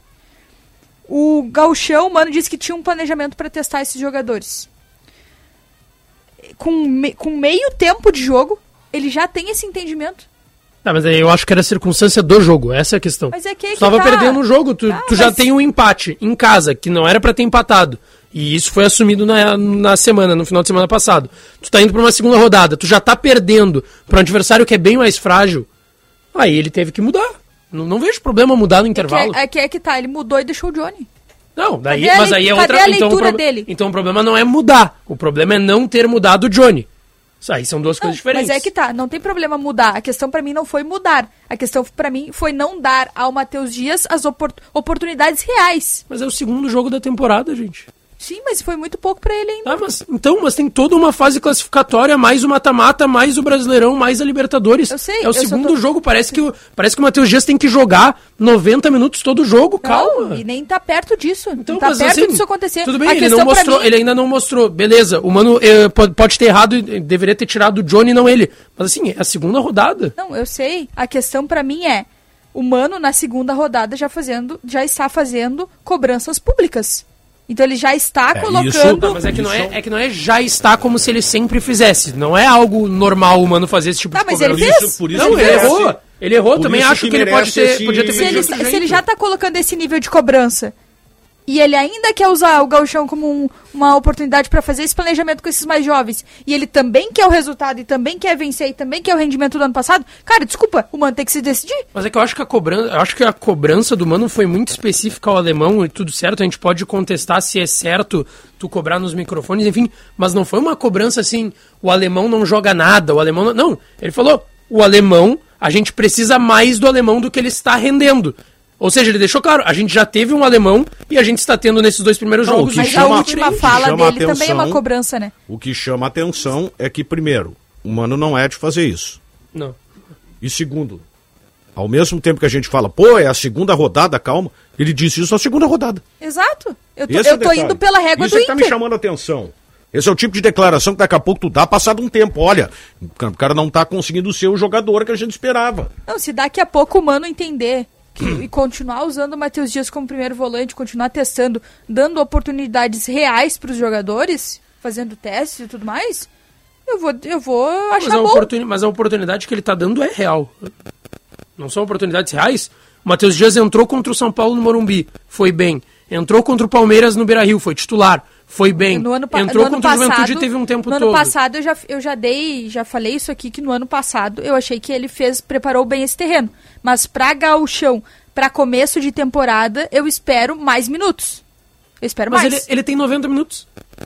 O Gauchão, o Mano disse que tinha um planejamento pra testar esses jogadores. Com meio tempo de jogo, ele já tem esse entendimento. Mas eu acho que era a circunstância do jogo, essa é a questão. Mas é que tu tava perdendo o jogo, tu já tem um empate em casa, que não era pra ter empatado. E isso foi assumido na semana, no final de semana passado. Tu tá indo pra uma segunda rodada, tu já tá perdendo pra um adversário que é bem mais frágil. Aí ele teve que mudar. Não vejo problema mudar no intervalo. É que ele mudou e deixou o Johnny. Não, daí, mas aí é outra... Cadê a leitura dele? Então o problema não é mudar, o problema é não ter mudado o Johnny. Isso aí são duas coisas diferentes. Mas é que tá, não tem problema mudar. A questão pra mim não foi mudar. A questão pra mim foi não dar ao Matheus Dias as oportunidades reais. Mas é o segundo jogo da temporada, gente. Sim, mas foi muito pouco pra ele ainda. Mas tem toda uma fase classificatória, mais o mata-mata, mais o Brasileirão, mais a Libertadores. Eu sei. É o segundo jogo, parece que o Matheus Dias tem que jogar 90 minutos todo jogo, calma. E nem tá perto disso. Então, não tá perto disso acontecer. Tudo bem, ele ainda não mostrou. Beleza, o Mano pode ter errado e deveria ter tirado o Johnny, não ele. Mas assim, é a segunda rodada. Não, eu sei. A questão pra mim é, o Mano na segunda rodada já está fazendo cobranças públicas. Então ele já está colocando... Não, mas é que não é já está como se ele sempre fizesse. Não é algo normal o Mano fazer esse tipo de mas cobrança. ele fez. Ele errou. Também acho que ele podia ter feito se ele já está colocando esse nível de cobrança e ele ainda quer usar o Gauchão como uma oportunidade para fazer esse planejamento com esses mais jovens, e ele também quer o resultado, e também quer vencer, e também quer o rendimento do ano passado, cara, desculpa, o Mano tem que se decidir. Mas é que eu acho que a cobrança do Mano foi muito específica ao alemão, e tudo certo, a gente pode contestar se é certo tu cobrar nos microfones, enfim, mas não foi uma cobrança assim, o alemão não joga nada, o alemão não, ele falou, o alemão, a gente precisa mais do alemão do que ele está rendendo. Ou seja, ele deixou claro, a gente já teve um alemão e a gente está tendo nesses 2 primeiros jogos. Mas a última fala dele também é uma cobrança, né? O que chama a atenção é que, primeiro, o Mano não é de fazer isso. Não. E segundo, ao mesmo tempo que a gente fala, pô, é a segunda rodada, calma, ele disse isso na segunda rodada. Exato. Eu tô indo pela régua do Inter. Isso tá me chamando a atenção. Esse é o tipo de declaração que daqui a pouco tu dá passado um tempo. Olha, o cara não tá conseguindo ser o jogador que a gente esperava. Não, se daqui a pouco o Mano entender... e continuar usando o Matheus Dias como primeiro volante, continuar testando, dando oportunidades reais para os jogadores, fazendo testes e tudo mais, eu vou achar bom. Mas a oportunidade que ele está dando é real. Não são oportunidades reais. O Matheus Dias entrou contra o São Paulo no Morumbi, foi bem. Entrou contra o Palmeiras no Beira-Rio, foi titular, foi bem. Entrou contra o Juventude e teve um tempo todo. No ano passado eu já falei isso aqui, que no ano passado eu achei que ele preparou bem esse terreno. Mas pra Gauchão, pra começo de temporada, eu espero mais minutos. Eu espero mais. Mas ele tem 90 minutos.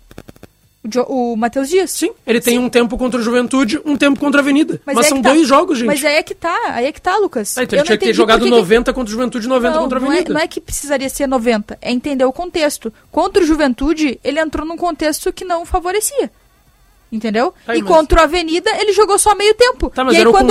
O Matheus Dias? Sim, ele tem um tempo contra o Juventude, um tempo contra a Avenida. Mas são 2 jogos, gente. Mas aí é que tá, Lucas. Então ele tinha que ter jogado 90 contra o Juventude e 90 contra a Avenida. Não é que precisaria ser 90, é entender o contexto. Contra o Juventude, ele entrou num contexto que não favorecia. Entendeu? Contra a Avenida, ele jogou só meio tempo. Tá, mas e aí era quando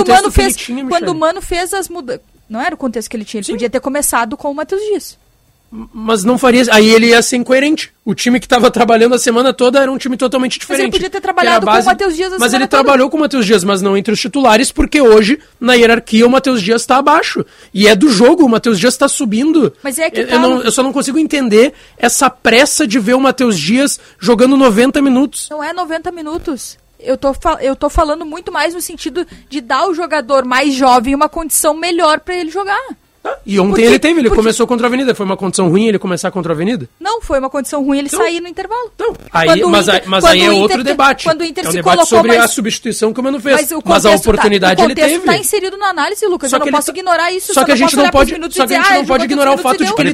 o Mano fez as mudanças... Não era o contexto que ele tinha, ele podia ter começado com o Matheus Dias. Mas não faria... Aí ele ia ser incoerente. O time que estava trabalhando a semana toda era um time totalmente diferente. Mas ele podia ter trabalhado com o Matheus Dias Mas ele trabalhou com o Matheus Dias, mas não entre os titulares, porque hoje, na hierarquia, o Matheus Dias está abaixo. E é do jogo, o Matheus Dias está subindo. Mas é que eu só não consigo entender essa pressa de ver o Matheus Dias jogando 90 minutos. Não é 90 minutos. Eu tô falando muito mais no sentido de dar ao jogador mais jovem uma condição melhor para ele jogar. E ontem ele começou contra a Avenida. Foi uma condição ruim ele começar contra a Avenida? Não, foi uma condição ruim ele sair no intervalo. Não, mas aí é outro debate. Quando o Inter é um debate sobre a substituição que o Mano fez. Mas a oportunidade ele teve. O contexto está inserido na análise, Lucas. Eu não posso ignorar isso. Só que a gente não pode ignorar o fato de que ele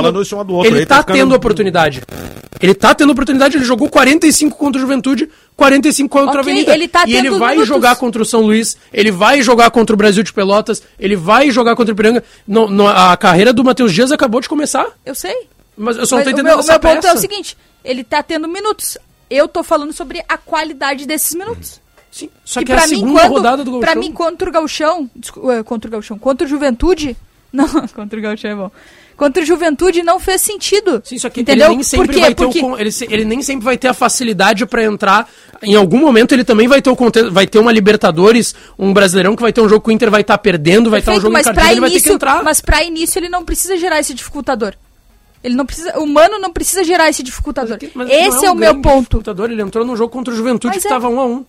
está tendo oportunidade. Ele tá tendo oportunidade, ele jogou 45 contra o Juventude, 45 contra a Avenida. E ele vai jogar contra o São Luís, ele vai jogar contra o Brasil de Pelotas, ele vai jogar contra o Ipiranga. A carreira do Matheus Dias acabou de começar. Eu sei. Mas eu só não tô entendendo essa pressa. O meu ponto é o seguinte, ele tá tendo minutos. Eu tô falando sobre a qualidade desses minutos. Sim, só que é a segunda rodada do Gauchão. Pra mim, contra o Gauchão, contra o Juventude... Não, contra o Gauchão é bom. Contra o Juventude não fez sentido. Sim, só que entendeu? Ele nem sempre ele nem sempre vai ter a facilidade para entrar. Em algum momento ele também vai ter uma Libertadores, um Brasileirão que vai ter um jogo que o Inter vai estar perdendo, vai estar um jogo encardido, ele vai ter que entrar. Mas para início ele não precisa gerar esse dificultador. Ele não precisa, o Mano não precisa gerar esse dificultador. Esse é o meu ponto. Ele entrou num jogo contra o Juventude que estava 1-1.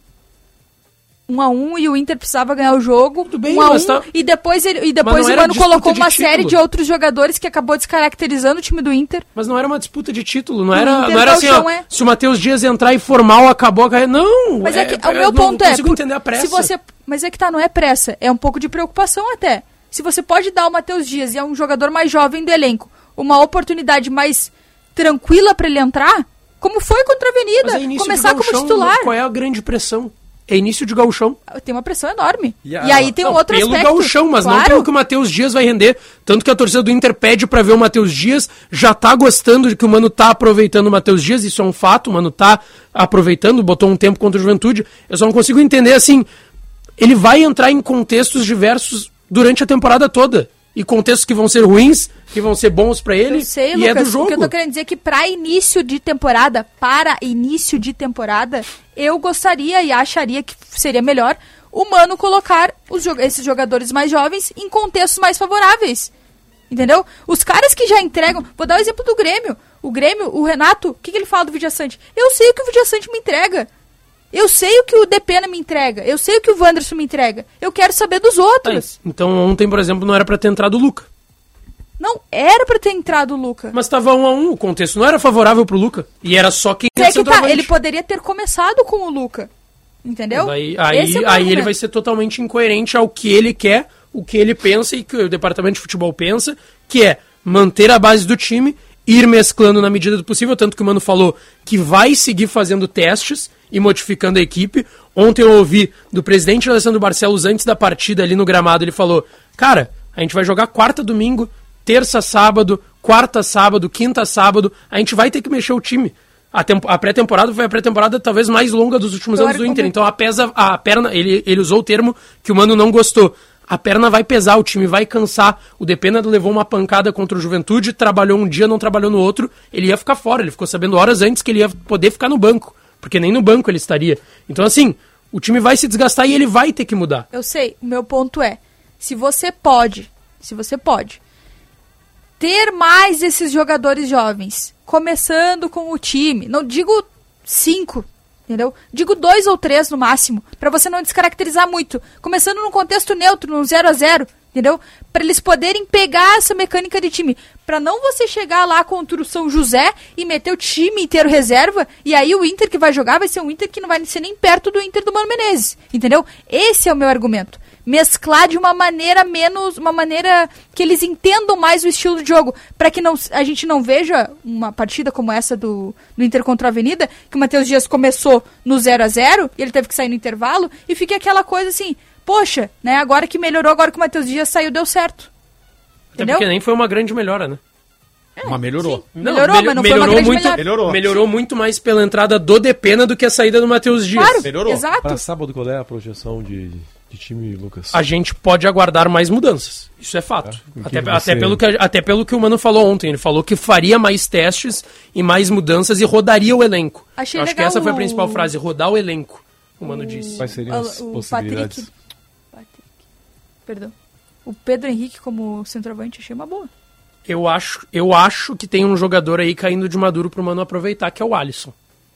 1-1 e o Inter precisava ganhar o jogo. Tudo bem, 1-1, e depois o Mano colocou uma série de outros jogadores que acabou descaracterizando o time do Inter. Mas não era uma disputa de título, não era assim, ó, se o Matheus Dias entrar e formal acabou a carreira. Não! Mas o meu ponto é, consigo entender a pressa. Mas é que não é pressa, é um pouco de preocupação até. Se você pode dar ao Matheus Dias, e é um jogador mais jovem do elenco, uma oportunidade mais tranquila pra ele entrar, como foi contra a Avenida, começar como titular. Qual é a grande pressão? É início de gauchão. Tem uma pressão enorme. E aí tem um outro aspecto. Pelo gauchão, mas não pelo que o Matheus Dias vai render. Tanto que a torcida do Inter pede pra ver o Matheus Dias, já tá gostando de que o Mano tá aproveitando o Matheus Dias, isso é um fato, o Mano tá aproveitando, botou um tempo contra o Juventude. Eu só não consigo entender, assim, ele vai entrar em contextos diversos durante a temporada toda. E contextos que vão ser ruins, que vão ser bons pra ele, eu sei, e Lucas, é do jogo. O que eu tô querendo dizer é que para início de temporada, eu gostaria e acharia que seria melhor o Mano colocar esses jogadores mais jovens em contextos mais favoráveis. Entendeu? Os caras que já entregam... Vou dar o exemplo do Grêmio. O Grêmio, o Renato, o que ele fala do Vidiaçante? Eu sei o que o Vidiaçante me entrega. Eu sei o que o Depena me entrega. Eu sei o que o Wanderson me entrega. Eu quero saber dos outros. Então ontem, por exemplo, não era pra ter entrado o Luca. Não era pra ter entrado o Luca. Mas tava 1-1, o contexto não era favorável pro Luca. E era só quem era centroavante. Ele poderia ter começado com o Luca. Entendeu? Aí ele vai ser totalmente incoerente ao que ele quer, o que ele pensa e que o departamento de futebol pensa, que é manter a base do time, ir mesclando na medida do possível, tanto que o Mano falou que vai seguir fazendo testes e modificando a equipe. Ontem eu ouvi do presidente Alessandro Barcelos, antes da partida ali no gramado, ele falou, cara, a gente vai jogar quarta, domingo, terça, sábado, quarta, sábado, quinta, sábado, a gente vai ter que mexer o time. A pré-temporada foi a pré-temporada talvez mais longa dos últimos anos do Inter, então a perna, ele usou o termo que o Mano não gostou. A perna vai pesar, o time vai cansar. O Depena levou uma pancada contra o Juventude, trabalhou um dia, não trabalhou no outro, ele ia ficar fora, ele ficou sabendo horas antes que ele ia poder ficar no banco, porque nem no banco ele estaria. Então assim, o time vai se desgastar e ele vai ter que mudar. Eu sei, o meu ponto é, se você pode ter mais esses jogadores jovens, começando com o time, não digo 5, entendeu? Digo 2 ou 3 no máximo, pra você não descaracterizar muito, começando num contexto neutro, num 0-0, entendeu? Pra eles poderem pegar essa mecânica de time, pra não você chegar lá contra o São José e meter o time inteiro reserva, e aí o Inter que vai jogar vai ser um Inter que não vai ser nem perto do Inter do Mano Menezes, entendeu? Esse é o meu argumento. Mesclar de uma maneira que eles entendam mais o estilo de jogo, para que a gente não veja uma partida como essa do Inter contra a Avenida, que o Matheus Dias começou no 0-0 e ele teve que sair no intervalo, e fica aquela coisa assim, poxa, né, agora que melhorou, agora que o Matheus Dias saiu, deu certo. Entendeu? Até porque nem foi uma grande melhora, né? Mas melhorou. Melhorou, mas não foi uma grande melhora. Melhorou muito mais pela entrada do Depena do que a saída do Matheus Dias. Claro, melhorou. Exato. Para sábado, qual é a projeção de time, Lucas? A gente pode aguardar mais mudanças. Isso é fato. Até pelo que o Mano falou ontem. Ele falou que faria mais testes e mais mudanças e rodaria o elenco. Achei acho que essa foi a principal frase, rodar o elenco, o Mano disse. Quais seriam as possibilidades? O Pedro Henrique como centroavante, achei uma boa. Eu acho que tem um jogador aí caindo de maduro pro Mano aproveitar, que é o Alisson.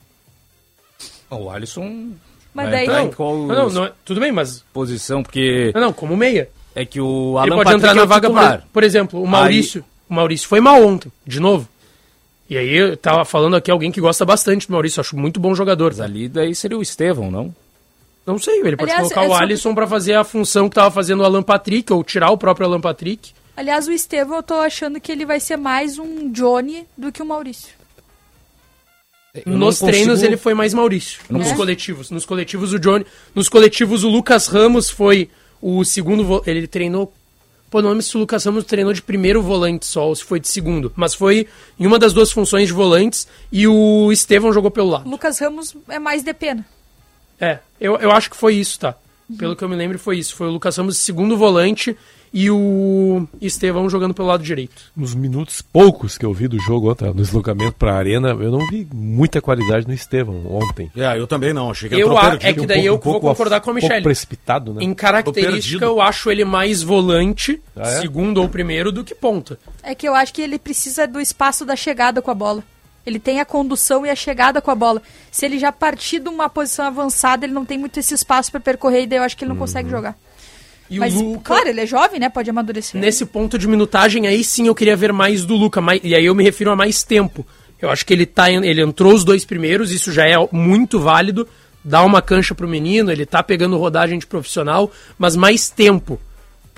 O Alisson... Mas daí... Não, tudo bem, mas... Posição, porque... Não, como meia. É que o Alan ele pode Patrick entrar na vaga, por exemplo, o Maurício. O Maurício foi mal ontem, de novo. E aí, eu tava falando aqui alguém que gosta bastante do Maurício, acho muito bom jogador. Mas ali daí seria o Estevão, não? Não sei, ele pode colocar o Alisson pra fazer a função que tava fazendo o Alan Patrick, ou tirar o próprio Alan Patrick. Aliás, o Estevão, eu tô achando que ele vai ser mais um Johnny do que o Maurício. Nos treinos ele foi mais Maurício. Nos coletivos. Nos coletivos o Johnny. Nos coletivos o Lucas Ramos foi o segundo. Ele treinou. Pô, não lembro se o Lucas Ramos treinou de primeiro volante só, ou se foi de segundo. Mas foi em uma das duas funções de volantes e o Estevão jogou pelo lado. Lucas Ramos é mais de pena. Eu acho que foi isso, tá? Pelo que eu me lembro foi isso. Foi o Lucas Ramos segundo volante e o Estevão jogando pelo lado direito. Nos minutos poucos que eu vi do jogo ontem, no deslocamento pra arena, eu não vi muita qualidade no Estevão ontem. Eu também não, achei que ele entrou perdido. É que daí eu vou concordar com a Michele. Um pouco precipitado, né? Em característica eu acho ele mais volante, segundo ou primeiro, do que ponta. É que eu acho que ele precisa do espaço da chegada com a bola. Ele tem a condução e a chegada com a bola. Se ele já partir de uma posição avançada, ele não tem muito esse espaço para percorrer, e daí eu acho que ele não consegue jogar. Mas, claro, ele é jovem, né? Pode amadurecer. Nesse ponto de minutagem, aí sim eu queria ver mais do Luca. E aí eu me refiro a mais tempo. Eu acho que ele entrou os 2 primeiros, isso já é muito válido. Dá uma cancha pro menino, ele tá pegando rodagem de profissional, mas mais tempo.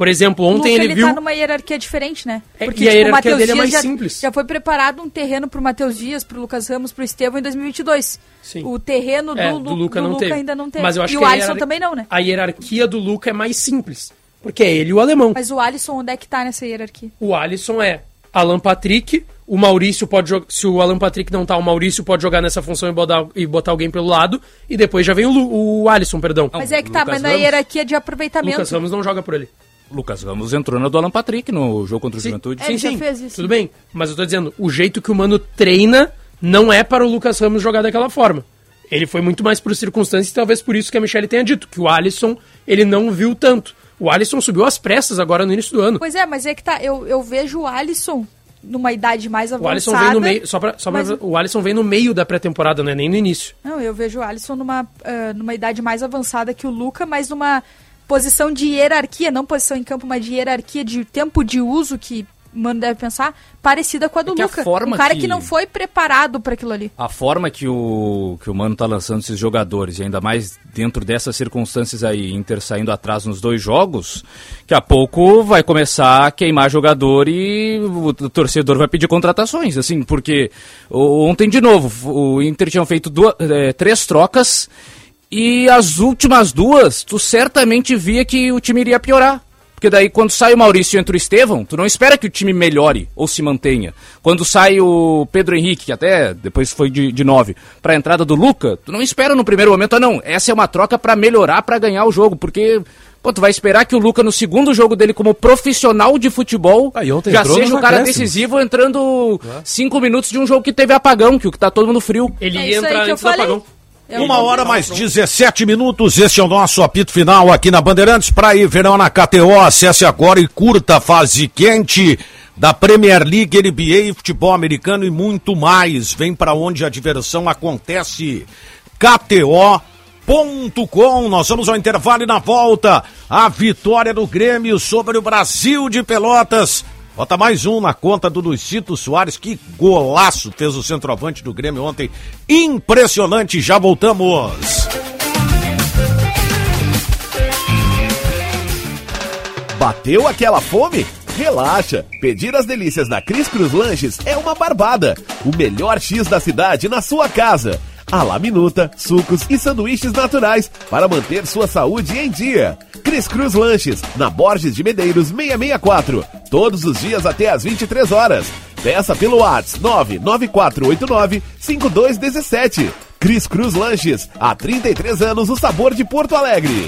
Por exemplo, ontem ele viu... Ele tá numa hierarquia diferente, né? Porque, e a hierarquia dele é mais simples. Já foi preparado um terreno pro Matheus Dias, pro Lucas Ramos, pro Estevão em 2022. Sim. O terreno do Luca ainda não teve. Mas eu acho e que o Alisson também não, né? A hierarquia do Luca é mais simples. Porque é ele e o alemão. Mas o Alisson, onde é que tá nessa hierarquia? O Alisson é Alan Patrick, o Maurício pode jogar... Se o Alan Patrick não tá, o Maurício pode jogar nessa função e botar alguém pelo lado, e depois já vem o Alisson, perdão. Mas é que tá, mas na hierarquia de aproveitamento... Lucas Ramos não joga por ele. Lucas Ramos entrou na do Alan Patrick no jogo contra o Juventude. Sim, já fez isso. Tudo bem. Mas eu tô dizendo, o jeito que o Mano treina não é para o Lucas Ramos jogar daquela forma. Ele foi muito mais por circunstâncias e talvez por isso que a Michele tenha dito, que o Alisson, ele não viu tanto. O Alisson subiu às pressas agora no início do ano. Pois é, mas é que tá, eu vejo o Alisson numa idade mais avançada. O Alisson vem no meio, o Alisson vem no meio da pré-temporada, não é nem no início. Não, eu vejo o Alisson numa idade mais avançada que o Luca, mas numa posição de hierarquia, não posição em campo, mas de hierarquia de tempo de uso que o Mano deve pensar, parecida com a do Luca. Um cara que não foi preparado para aquilo ali. A forma que o Mano tá lançando esses jogadores, e ainda mais dentro dessas circunstâncias aí, Inter saindo atrás nos 2 jogos, daqui a pouco vai começar a queimar jogador e o torcedor vai pedir contratações, assim, porque ontem, de novo, o Inter tinha feito 3 trocas e as últimas 2, tu certamente via que o time iria piorar. Porque daí, quando sai o Maurício e entra o Estevão, tu não espera que o time melhore ou se mantenha. Quando sai o Pedro Henrique, que até depois foi de 9, pra entrada do Luca, tu não espera no primeiro momento, não, essa é uma troca pra melhorar, pra ganhar o jogo, porque... Pô, tu vai esperar que o Luca, no segundo jogo dele como profissional de futebol, já seja o cara decisivo, entrando 5 minutos de um jogo que teve apagão, que tá todo mundo frio. Ele entra antes do apagão. 1h mais 17 minutos, este é o nosso apito final aqui na Bandeirantes. Praia e verão na KTO, acesse agora e curta a fase quente da Premier League, NBA, futebol americano e muito mais. Vem pra onde a diversão acontece. KTO.com. Nós vamos ao intervalo e na volta a vitória do Grêmio sobre o Brasil de Pelotas. Bota mais um na conta do Luizito Soares, que golaço fez o centroavante do Grêmio ontem, impressionante, já voltamos. Bateu aquela fome? Relaxa, pedir as delícias da Cris Cruz Lanches é uma barbada, o melhor X da cidade na sua casa. A la minuta, sucos e sanduíches naturais para manter sua saúde em dia. Cris Cruz Lanches, na Borges de Medeiros 664. Todos os dias até às 23 horas. Peça pelo WhatsApp 99489-5217. Cris Cruz Lanches, há 33 anos o sabor de Porto Alegre.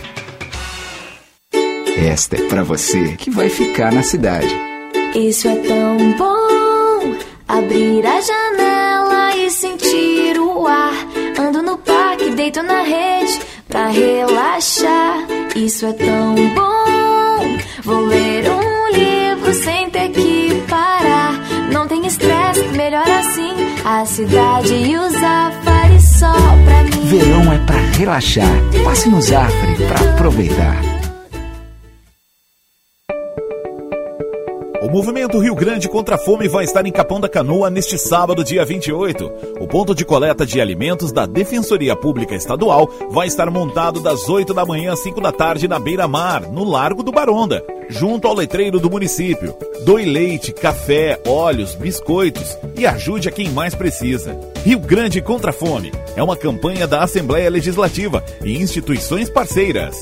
Esta é pra você que vai ficar na cidade. Isso é tão bom, abrir a janela e sentir o ar. Ando no parque, deito na rede pra relaxar. Isso é tão bom, vou ler um livro sem ter que parar. Não tem estresse, melhor assim, a cidade e o Zafari só pra mim. Verão é pra relaxar, passe no Zafari pra aproveitar. O Movimento Rio Grande contra a Fome vai estar em Capão da Canoa neste sábado, dia 28. O ponto de coleta de alimentos da Defensoria Pública Estadual vai estar montado das 8 da manhã às 5 da tarde na beira-mar, no Largo do Baronda, junto ao letreiro do município. Doe leite, café, óleos, biscoitos e ajude a quem mais precisa. Rio Grande contra a Fome é uma campanha da Assembleia Legislativa e instituições parceiras.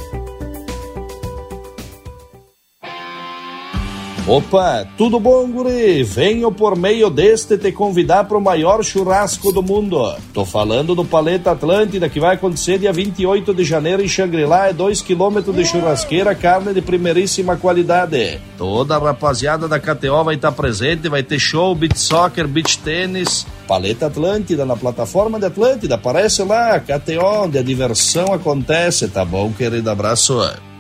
Opa, tudo bom, guri? Venho por meio deste te convidar para o maior churrasco do mundo. Tô falando do Paleta Atlântida, que vai acontecer dia 28 de janeiro em Xangri-Lá. É 2 km de churrasqueira, carne de primeiríssima qualidade. Toda a rapaziada da KTO vai estar presente, vai ter show, beach soccer, beach tênis. Paleta Atlântida, na plataforma de Atlântida, aparece lá, KTO, onde a diversão acontece, tá bom, querido? Abraço.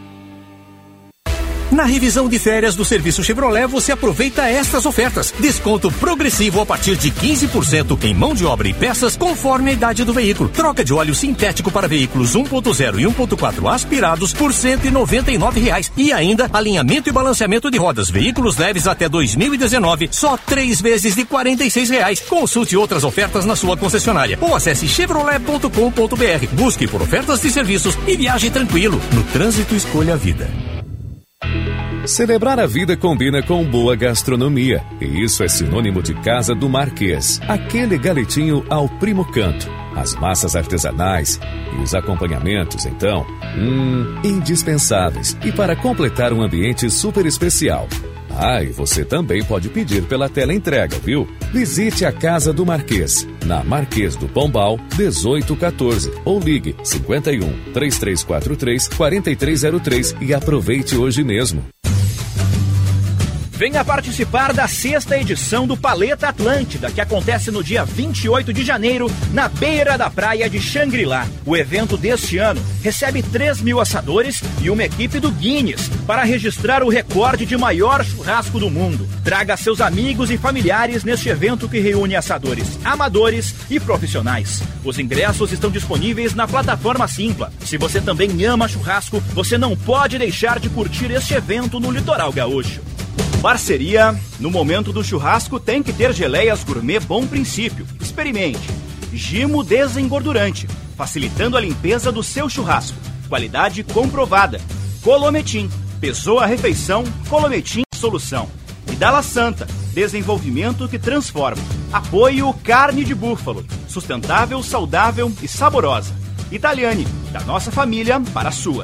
Na revisão de férias do serviço Chevrolet, você aproveita estas ofertas. Desconto progressivo a partir de 15% em mão de obra e peças, conforme a idade do veículo. Troca de óleo sintético para veículos 1.0 e 1.4 aspirados por R$ 199. E ainda alinhamento e balanceamento de rodas. Veículos leves até 2019, só 3 vezes de R$ 46. Consulte outras ofertas na sua concessionária ou acesse chevrolet.com.br. Busque por ofertas de serviços e viaje tranquilo. No trânsito, escolha a vida. Celebrar a vida combina com boa gastronomia, e isso é sinônimo de Casa do Marquês. Aquele galetinho ao primo canto, as massas artesanais e os acompanhamentos, então, indispensáveis. E para completar um ambiente super especial. Ah, e você também pode pedir pela teleentrega, viu? Visite a Casa do Marquês, na Marquês do Pombal, 1814, ou ligue 51 3343 4303 e aproveite hoje mesmo. Venha participar da 6ª edição do Paleta Atlântida, que acontece no dia 28 de janeiro, na beira da praia de Xangri-Lá. O evento deste ano recebe 3.000 assadores e uma equipe do Guinness para registrar o recorde de maior churrasco do mundo. Traga seus amigos e familiares neste evento que reúne assadores amadores e profissionais. Os ingressos estão disponíveis na plataforma Simpla. Se você também ama churrasco, você não pode deixar de curtir este evento no Litoral Gaúcho. Parceria, no momento do churrasco tem que ter geleias gourmet Bom Princípio. Experimente. Gimo desengordurante, facilitando a limpeza do seu churrasco. Qualidade comprovada. Colometim, pesou a refeição, Colometim solução. Idala Santa, desenvolvimento que transforma. Apoio Carne de Búfalo, sustentável, saudável e saborosa. Italiane, da nossa família para a sua.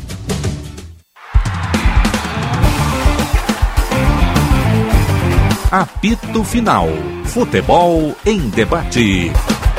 Apito Final. Futebol em debate.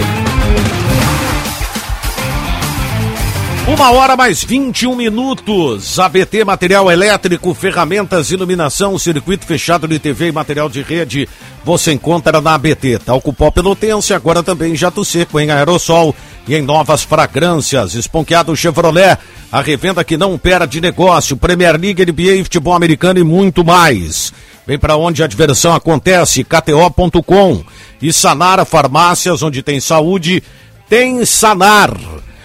1h mais 21. ABT Material Elétrico, Ferramentas, Iluminação, Circuito Fechado de TV e Material de Rede. Você encontra na ABT. Talco Pó Pelotense, agora também jato seco em aerossol e em novas fragrâncias. Esponqueado Chevrolet, a revenda que não perde negócio. Premier League, NBA, futebol americano e muito mais. Vem pra onde a diversão acontece, KTO.com. E Sanar Farmácias, onde tem saúde, tem Sanar.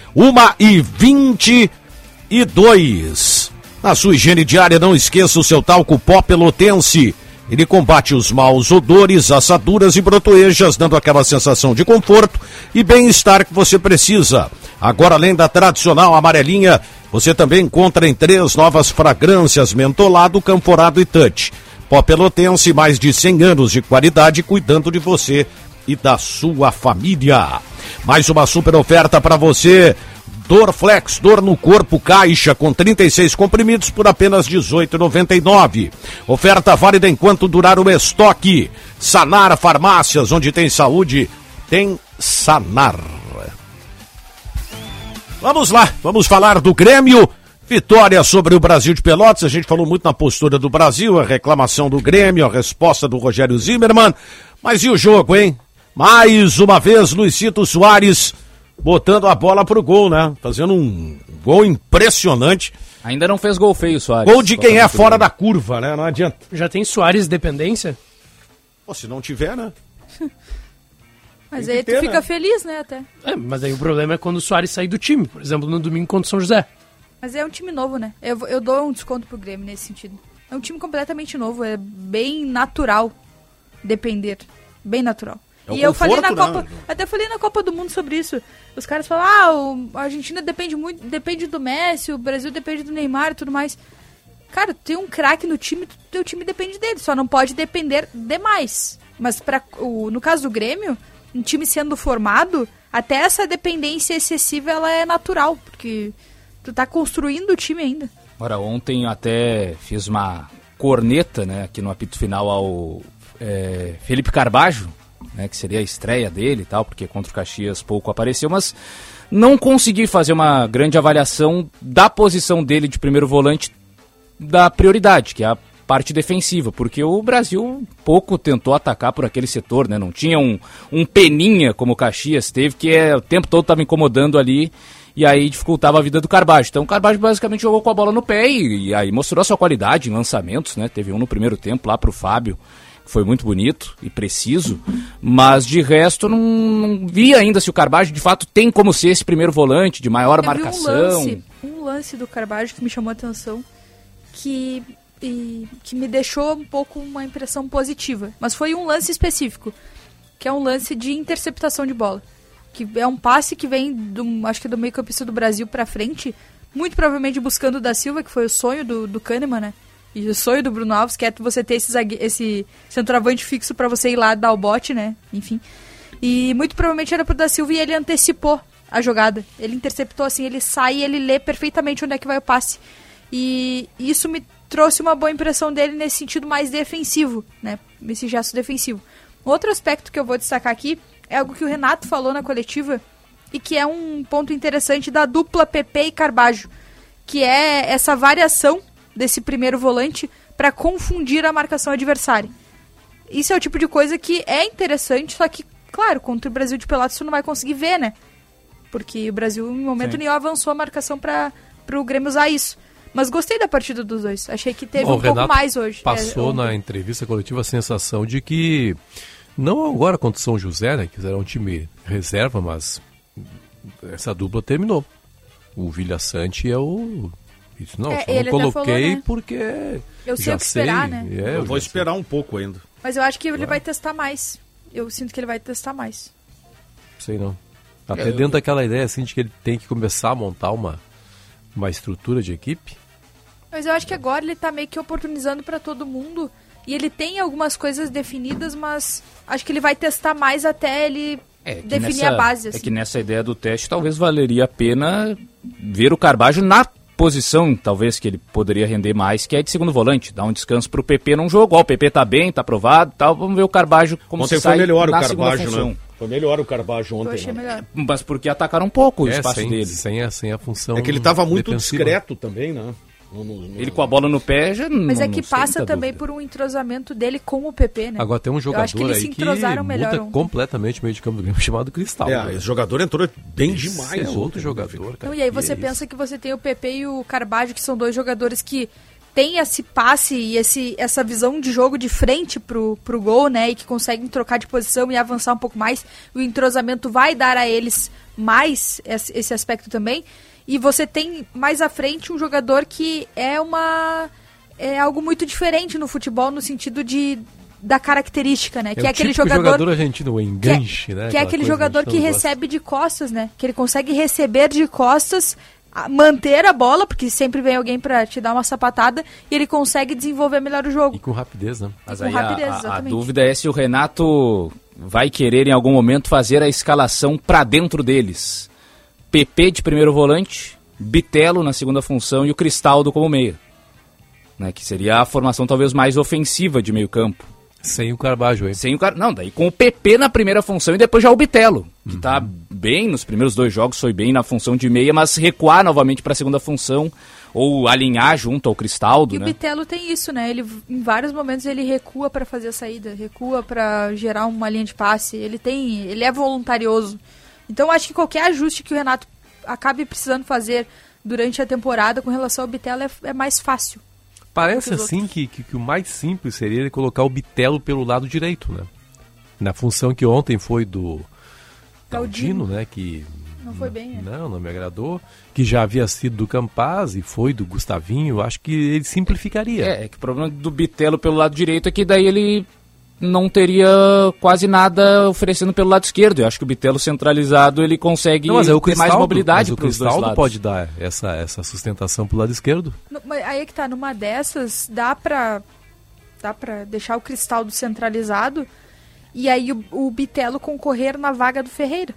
1h22. Na sua higiene diária, não esqueça o seu talco pó pelotense. Ele combate os maus odores, assaduras e brotoejas, dando aquela sensação de conforto e bem-estar que você precisa. Agora, além da tradicional amarelinha, você também encontra em 3 novas fragrâncias: mentolado, canforado e touch. Pó Pelotense, mais de 100 anos de qualidade, cuidando de você e da sua família. Mais uma super oferta para você. Dorflex, dor no corpo, caixa com 36 comprimidos por apenas R$ 18,99. Oferta válida enquanto durar o estoque. Sanar Farmácias, onde tem saúde, tem Sanar. Vamos lá, vamos falar do Grêmio. Vitória sobre o Brasil de Pelotas. A gente falou muito na postura do Brasil, a reclamação do Grêmio, a resposta do Rogério Zimmermann. Mas e o jogo, hein? Mais uma vez, Luizito Soares botando a bola pro gol, né? Fazendo um gol impressionante. Ainda não fez gol feio, Soares. Gol de quem é fora da curva, né? Não adianta. Já tem Soares dependência? Pô, se não tiver, né? Mas aí tu fica feliz, né, até. Mas aí o problema é quando o Soares sair do time. Por exemplo, no domingo contra o São José. Mas é um time novo, né? Eu dou um desconto pro Grêmio nesse sentido. É um time completamente novo, é bem natural depender. Bem natural. E eu falei na Copa, até falei na Copa do Mundo sobre isso. Os caras falam, a Argentina depende do Messi, o Brasil depende do Neymar e tudo mais. Cara, tem um craque no time, teu time depende dele, só não pode depender demais. Mas no caso do Grêmio, um time sendo formado, até essa dependência excessiva ela é natural, porque tu tá construindo o time ainda. Ora, ontem eu até fiz uma corneta, né, aqui no apito final ao Felipe Carbajo, né, que seria a estreia dele e tal, porque contra o Caxias pouco apareceu, mas não consegui fazer uma grande avaliação da posição dele de primeiro volante, da prioridade, que é a parte defensiva, porque o Brasil pouco tentou atacar por aquele setor, né, não tinha um peninha como o Caxias teve, que o tempo todo estava incomodando ali, e aí dificultava a vida do Carbajo. Então o Carbajo basicamente jogou com a bola no pé e aí mostrou a sua qualidade em lançamentos, né, teve um no primeiro tempo lá pro Fábio, foi muito bonito e preciso, mas de resto não vi ainda se o Carbajo de fato tem como ser esse primeiro volante de maior marcação. Um lance do Carbajo que me chamou a atenção, que me deixou um pouco uma impressão positiva, mas foi um lance específico, que é um lance de interceptação de bola, que é um passe que vem acho que do meio campista do Brasil pra frente, muito provavelmente buscando o da Silva, que foi o sonho do Kahneman, né? E o sonho do Bruno Alves, que é você ter esse centroavante fixo pra você ir lá dar o bote, né? Enfim. E muito provavelmente era pro Da Silva e ele antecipou a jogada. Ele interceptou assim, ele sai e ele lê perfeitamente onde é que vai o passe. E isso me trouxe uma boa impressão dele nesse sentido mais defensivo, né? Esse gesto defensivo. Outro aspecto que eu vou destacar aqui é algo que o Renato falou na coletiva e que é um ponto interessante da dupla PP e Carbajo, que é essa variação desse primeiro volante para confundir a marcação adversária. Isso é o tipo de coisa que é interessante, só que, claro, contra o Brasil de Pelotas você não vai conseguir ver, né? Porque o Brasil, em momento nenhum, avançou a marcação para o Grêmio usar isso. Mas gostei da partida dos dois. Achei que teve um pouco mais hoje. Passou na entrevista coletiva a sensação de que, não agora contra o São José, né, que era um time reserva, mas essa dupla terminou. O Vilha Sante é o... Isso não, só não coloquei falou, né? Porque eu sei o que esperar, né? Eu vou esperar um pouco ainda. Mas eu acho que ele vai testar mais. Eu sinto que ele vai testar mais. Sei não. Até dentro daquela ideia assim de que ele tem que começar a montar uma estrutura de equipe. Mas eu acho que agora ele tá meio que oportunizando para todo mundo. E ele tem algumas coisas definidas, mas acho que ele vai testar mais até ele definir a base. Assim. É que nessa ideia do teste talvez valeria a pena ver o Carbajo na posição, talvez, que ele poderia render mais, que é de segundo volante. Dar um descanso pro PP num jogo. Ó, o PP tá bem, tá aprovado e tal. Vamos ver o Carbajo como ontem se sai melhor na o segunda Carbajo, função. Né? Foi melhor o Carbajo ontem. Eu achei melhor. Mas porque atacaram um pouco o espaço dele. Sem a função. É que ele tava muito defensiva. discreto também, né? Ele com a bola no pé já não. Mas é que passa também por um entrosamento dele com o PP, né? Agora tem um jogador aí que muda completamente o meio de campo do Grêmio, chamado Cristal. Esse jogador entrou bem demais. É outro jogador, cara. Então, e aí você pensa que você tem o PP e o Carbajo, que são dois jogadores que têm esse passe e essa visão de jogo de frente pro gol, né? E que conseguem trocar de posição e avançar um pouco mais. O entrosamento vai dar a eles mais esse aspecto também. E você tem mais à frente um jogador que é algo muito diferente no futebol, no sentido da característica, né? Que é aquele jogador argentino, o enganche, né? Que é aquele jogador que recebe de costas, né? Que ele consegue receber de costas, manter a bola, porque sempre vem alguém pra te dar uma sapatada, e ele consegue desenvolver melhor o jogo. E com rapidez, né? Mas aí a dúvida é se o Renato vai querer em algum momento fazer a escalação pra dentro deles. PP de primeiro volante, Bitelo na segunda função e o Cristaldo como meia. Né, que seria a formação talvez mais ofensiva de meio campo. Sem o Carbajo aí. Não, daí com o PP na primeira função e depois já o Bitelo, que tá bem nos primeiros 2 jogos, foi bem na função de meia, mas recuar novamente para a segunda função ou alinhar junto ao Cristaldo. E o Bitelo tem isso, né? Ele, em vários momentos ele recua para fazer a saída, recua para gerar uma linha de passe. Ele é voluntarioso. Então acho que qualquer ajuste que o Renato acabe precisando fazer durante a temporada com relação ao Bitelo é mais fácil. Parece assim que o mais simples seria ele colocar o Bitelo pelo lado direito, né? Na função que ontem foi do Galdino, né? Que não foi bem, né? Não me agradou. Que já havia sido do Campaz e foi do Gustavinho. Acho que ele simplificaria. É que o problema do Bitelo pelo lado direito é que daí ele não teria quase nada oferecendo pelo lado esquerdo. Eu acho que o Bitelo centralizado ele consegue ter mais mobilidade para os dois lados. O Cristaldo pode dar essa sustentação pro lado esquerdo? Aí é que tá, numa dessas dá pra deixar o Cristaldo centralizado e aí o Bitelo concorrer na vaga do Ferreira.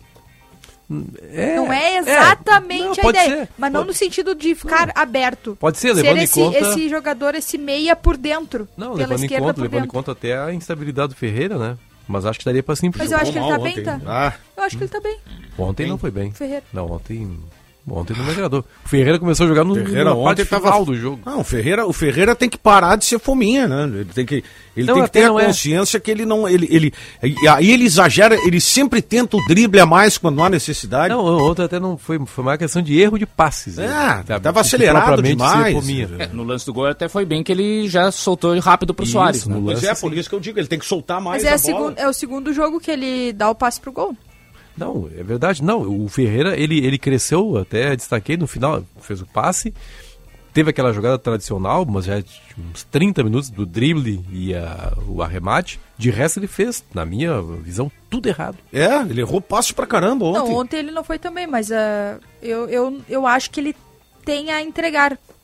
Não é exatamente a ideia, mas não no sentido de ficar aberto. Pode ser, levando em conta... esse jogador, esse meia por dentro. Não, levando em conta até a instabilidade do Ferreira, né? Mas acho que daria pra simplificar. Mas eu acho que ele tá bem, tá? Eu acho que ele tá bem. Ontem não foi bem. Ferreira. Não, ontem não me agradou. O Ferreira começou a jogar no parte final do jogo. Não, o Ferreira tem que parar de ser fominha, né? Ele tem que ter a consciência que ele não... Aí ele exagera, ele sempre tenta o drible a mais quando não há necessidade. Não, ontem até não foi mais questão de erro de passes. Tava acelerado demais. No lance do gol até foi bem que ele já soltou rápido pro Soares. Né? Mas por isso que eu digo, ele tem que soltar mais a bola. É o segundo jogo que ele dá o passe pro gol. Não, é verdade. Não, o Ferreira, ele cresceu, até destaquei no final, fez o passe, teve aquela jogada tradicional, mas já uns 30 minutos do drible e o arremate. De resto ele fez, na minha visão, tudo errado. Ele errou passe pra caramba ontem. Não, ontem ele não foi também, mas eu acho que ele tem a entregar.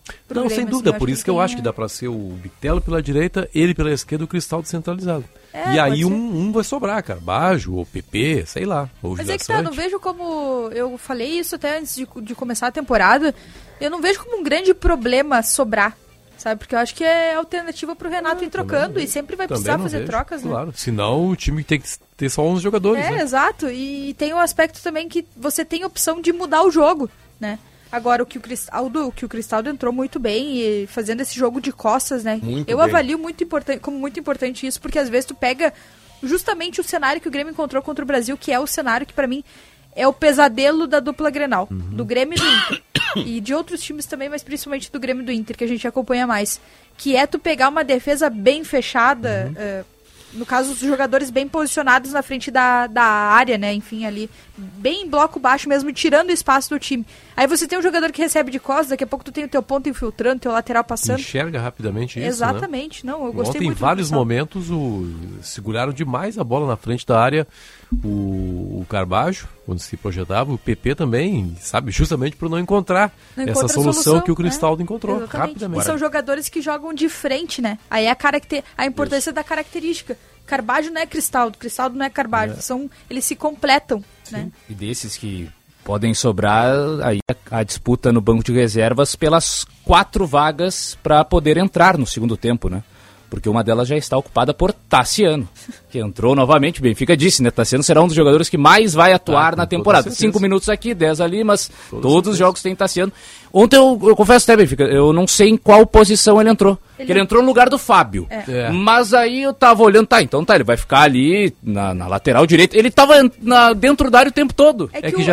pro Não, Grêmio, sem assim, dúvida, eu por acho isso que eu acho que dá pra ser o Bitelo pela direita, ele pela esquerda e o Cristaldo centralizado. E aí um vai sobrar, Carbajo, ou PP, sei lá. Ou Mas é que tá, eu não vejo como... Eu falei isso até antes de começar a temporada. Eu não vejo como um grande problema sobrar, sabe? Porque eu acho que é alternativa pro Renato ir trocando e sempre vai precisar fazer trocas, né? Claro, senão o time tem que ter só 11 jogadores, né? Exato. E tem um aspecto também que você tem a opção de mudar o jogo, né? Agora, o que o Cristaldo entrou muito bem e fazendo esse jogo de costas, né? Eu avalio como muito importante isso, porque às vezes tu pega justamente o cenário que o Grêmio encontrou contra o Brasil, que é o cenário que pra mim é o pesadelo da dupla Grenal, do Grêmio e do Inter. E de outros times também, mas principalmente do Grêmio e do Inter, que a gente acompanha mais. Que é tu pegar uma defesa bem fechada, no caso, os jogadores bem posicionados na frente da área, né? Enfim, ali, bem em bloco baixo mesmo, tirando o espaço do time. Aí você tem um jogador que recebe de costas, daqui a pouco tu tem o teu ponto infiltrando, teu lateral passando. Enxerga rapidamente isso, exatamente, né? Não, eu gostei muito. Ontem, em vários momentos, seguraram demais a bola na frente da área, o Carbajo, quando se projetava, o PP também, sabe? Justamente por não encontrar essa solução que o Cristaldo encontrou rapidamente. E são jogadores que jogam de frente, né? Aí é a importância da característica. Carbajo não é Cristaldo não é Carbajo. Eles se completam, né? E desses que podem sobrar, aí a disputa no banco de reservas pelas 4 vagas para poder entrar no segundo tempo, né? Porque uma delas já está ocupada por Tassiano, que entrou novamente. O Benfica disse, né? Tassiano será um dos jogadores que mais vai atuar na temporada. 5 minutos aqui, 10 ali, mas todos os jogos tem Tassiano. Ontem eu confesso até, Benfica, eu não sei em qual posição ele entrou. Ele entrou no lugar do Fábio. Mas aí eu tava olhando, ele vai ficar ali na lateral direita. Ele tava dentro da área o tempo todo.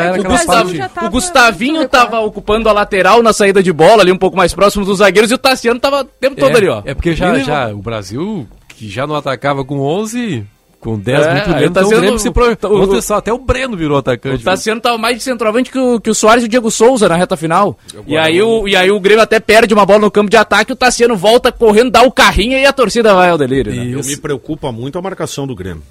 O Gustavinho tava ocupando a lateral na saída de bola, ali um pouco mais próximo dos zagueiros, e o Tassiano tava o tempo todo ali, ó. É porque o Brasil, que já não atacava com 11... Com 10 muito lento, então o Grêmio se até o Breno virou atacante. O Tassiano tava mais de centroavante que o Soares e o Diego Souza na reta final. E aí o Grêmio até perde uma bola no campo de ataque, o Tassiano volta correndo, dá o carrinho e a torcida vai ao delírio. Né? Me preocupa muito a marcação do Grêmio.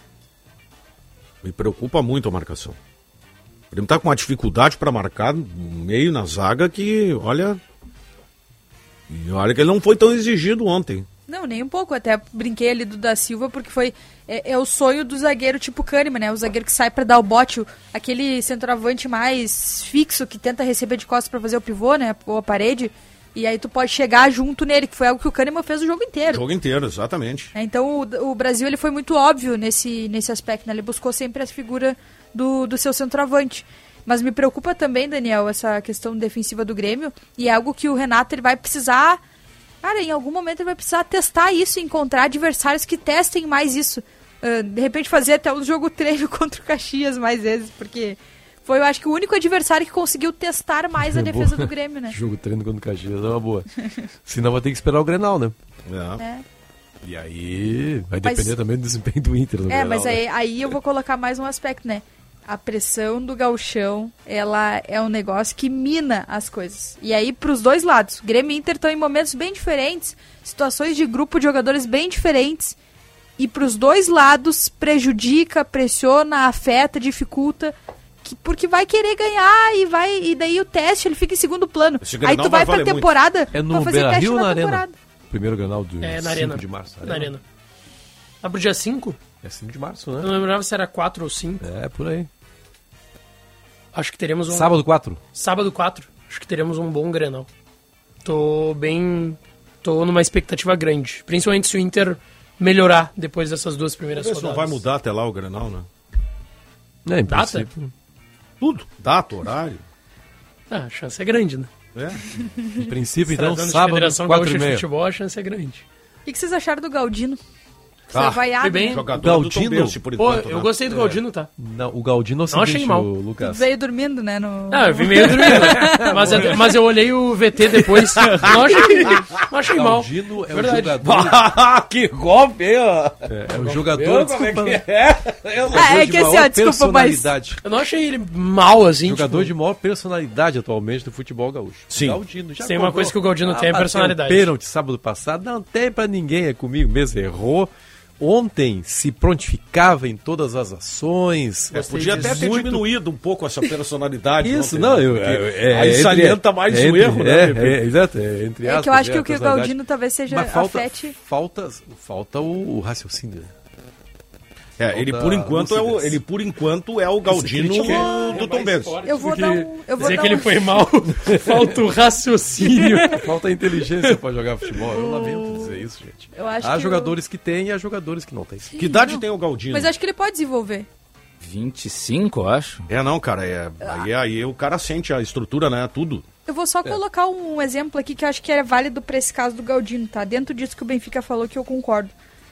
Me preocupa muito a marcação. O Grêmio tá com uma dificuldade para marcar no meio, na zaga, que olha que ele não foi tão exigido ontem. Não, nem um pouco. Até brinquei ali do Da Silva, porque foi... É o sonho do zagueiro tipo Kahneman, né? O zagueiro que sai pra dar o bote, aquele centroavante mais fixo, que tenta receber de costas pra fazer o pivô, né? Ou a parede. E aí tu pode chegar junto nele, que foi algo que o Kahneman fez o jogo inteiro. O jogo inteiro, exatamente. Então o Brasil ele foi muito óbvio nesse aspecto, né? Ele buscou sempre a figura do seu centroavante. Mas me preocupa também, Daniel, essa questão defensiva do Grêmio. E é algo que o Renato ele vai precisar... Cara, em algum momento ele vai precisar testar isso, encontrar adversários que testem mais isso. De repente fazer até um jogo treino contra o Caxias mais vezes, porque foi, eu acho que o único adversário que conseguiu testar mais a defesa do Grêmio, né? Jogo treino contra o Caxias é uma boa. Senão vai ter que esperar o Grenal, né? E aí vai depender também do desempenho do Inter no Grenal, mas aí eu vou colocar mais um aspecto, né? A pressão do gauchão, ela é um negócio que mina as coisas. E aí, pros dois lados, Grêmio e Inter estão em momentos bem diferentes, situações de grupo de jogadores bem diferentes, e pros dois lados prejudica, pressiona, afeta, dificulta, porque vai querer ganhar e daí o teste ele fica em segundo plano. Aí tu vai pra temporada pra fazer teste na temporada. Primeiro Grenal do 5 de março. Na Arena. Tá pro dia 5? É 5 de março, né? Eu não lembrava se era 4 ou 5. É, por aí. Acho que teremos Sábado 4. Sábado 4. Acho que teremos um bom Grenal. Tô numa expectativa grande. Principalmente se o Inter melhorar depois dessas 2 primeiras rodadas. Não vai mudar até lá o Grenal, né? Em data? Princípio. Tudo. Data, horário. A chance é grande, né? Em princípio, então, sábado, 4h30. De futebol, a chance é grande. O que vocês acharam do Galdino? Foi bem. Galdino. Eu gostei do Galdino, tá? Não, o Galdino não achei mal. Lucas. Tu veio dormindo, né? Eu vim meio dormindo. Mas eu olhei o VT depois. Não achei mal. O Galdino é o jogador. Que golpe, ó. É o jogador. É que assim, ó, desculpa, mas. Eu não achei ele mal, assim. Jogador de maior personalidade atualmente do futebol gaúcho. Sim. Galdino, já tem uma coisa que o Galdino tem, é personalidade. Pênalti sábado passado, não tem pra ninguém, é comigo mesmo, errou. ontem se prontificava em todas as ações. Podia até ter diminuído um pouco essa personalidade. Isso, aí salienta mais o erro, né? Exato. Entre aspas, que eu acho que o que o Galdino talvez seja afete... Falta o raciocínio. Ele por enquanto é o Galdino do Tombense. Eu vou dar um... Dizer que ele foi mal, falta o raciocínio. Falta a inteligência pra jogar futebol. Eu lamento dizer isso, gente. Há jogadores que têm e há jogadores que não têm. Que idade tem o Galdino? Mas acho que ele pode desenvolver. 25, eu acho. Não, cara. Aí o cara sente a estrutura, né? Tudo. Eu vou só colocar um exemplo aqui que eu acho que é válido pra esse caso do Galdino, tá? Dentro disso que o Benfica falou que eu concordo.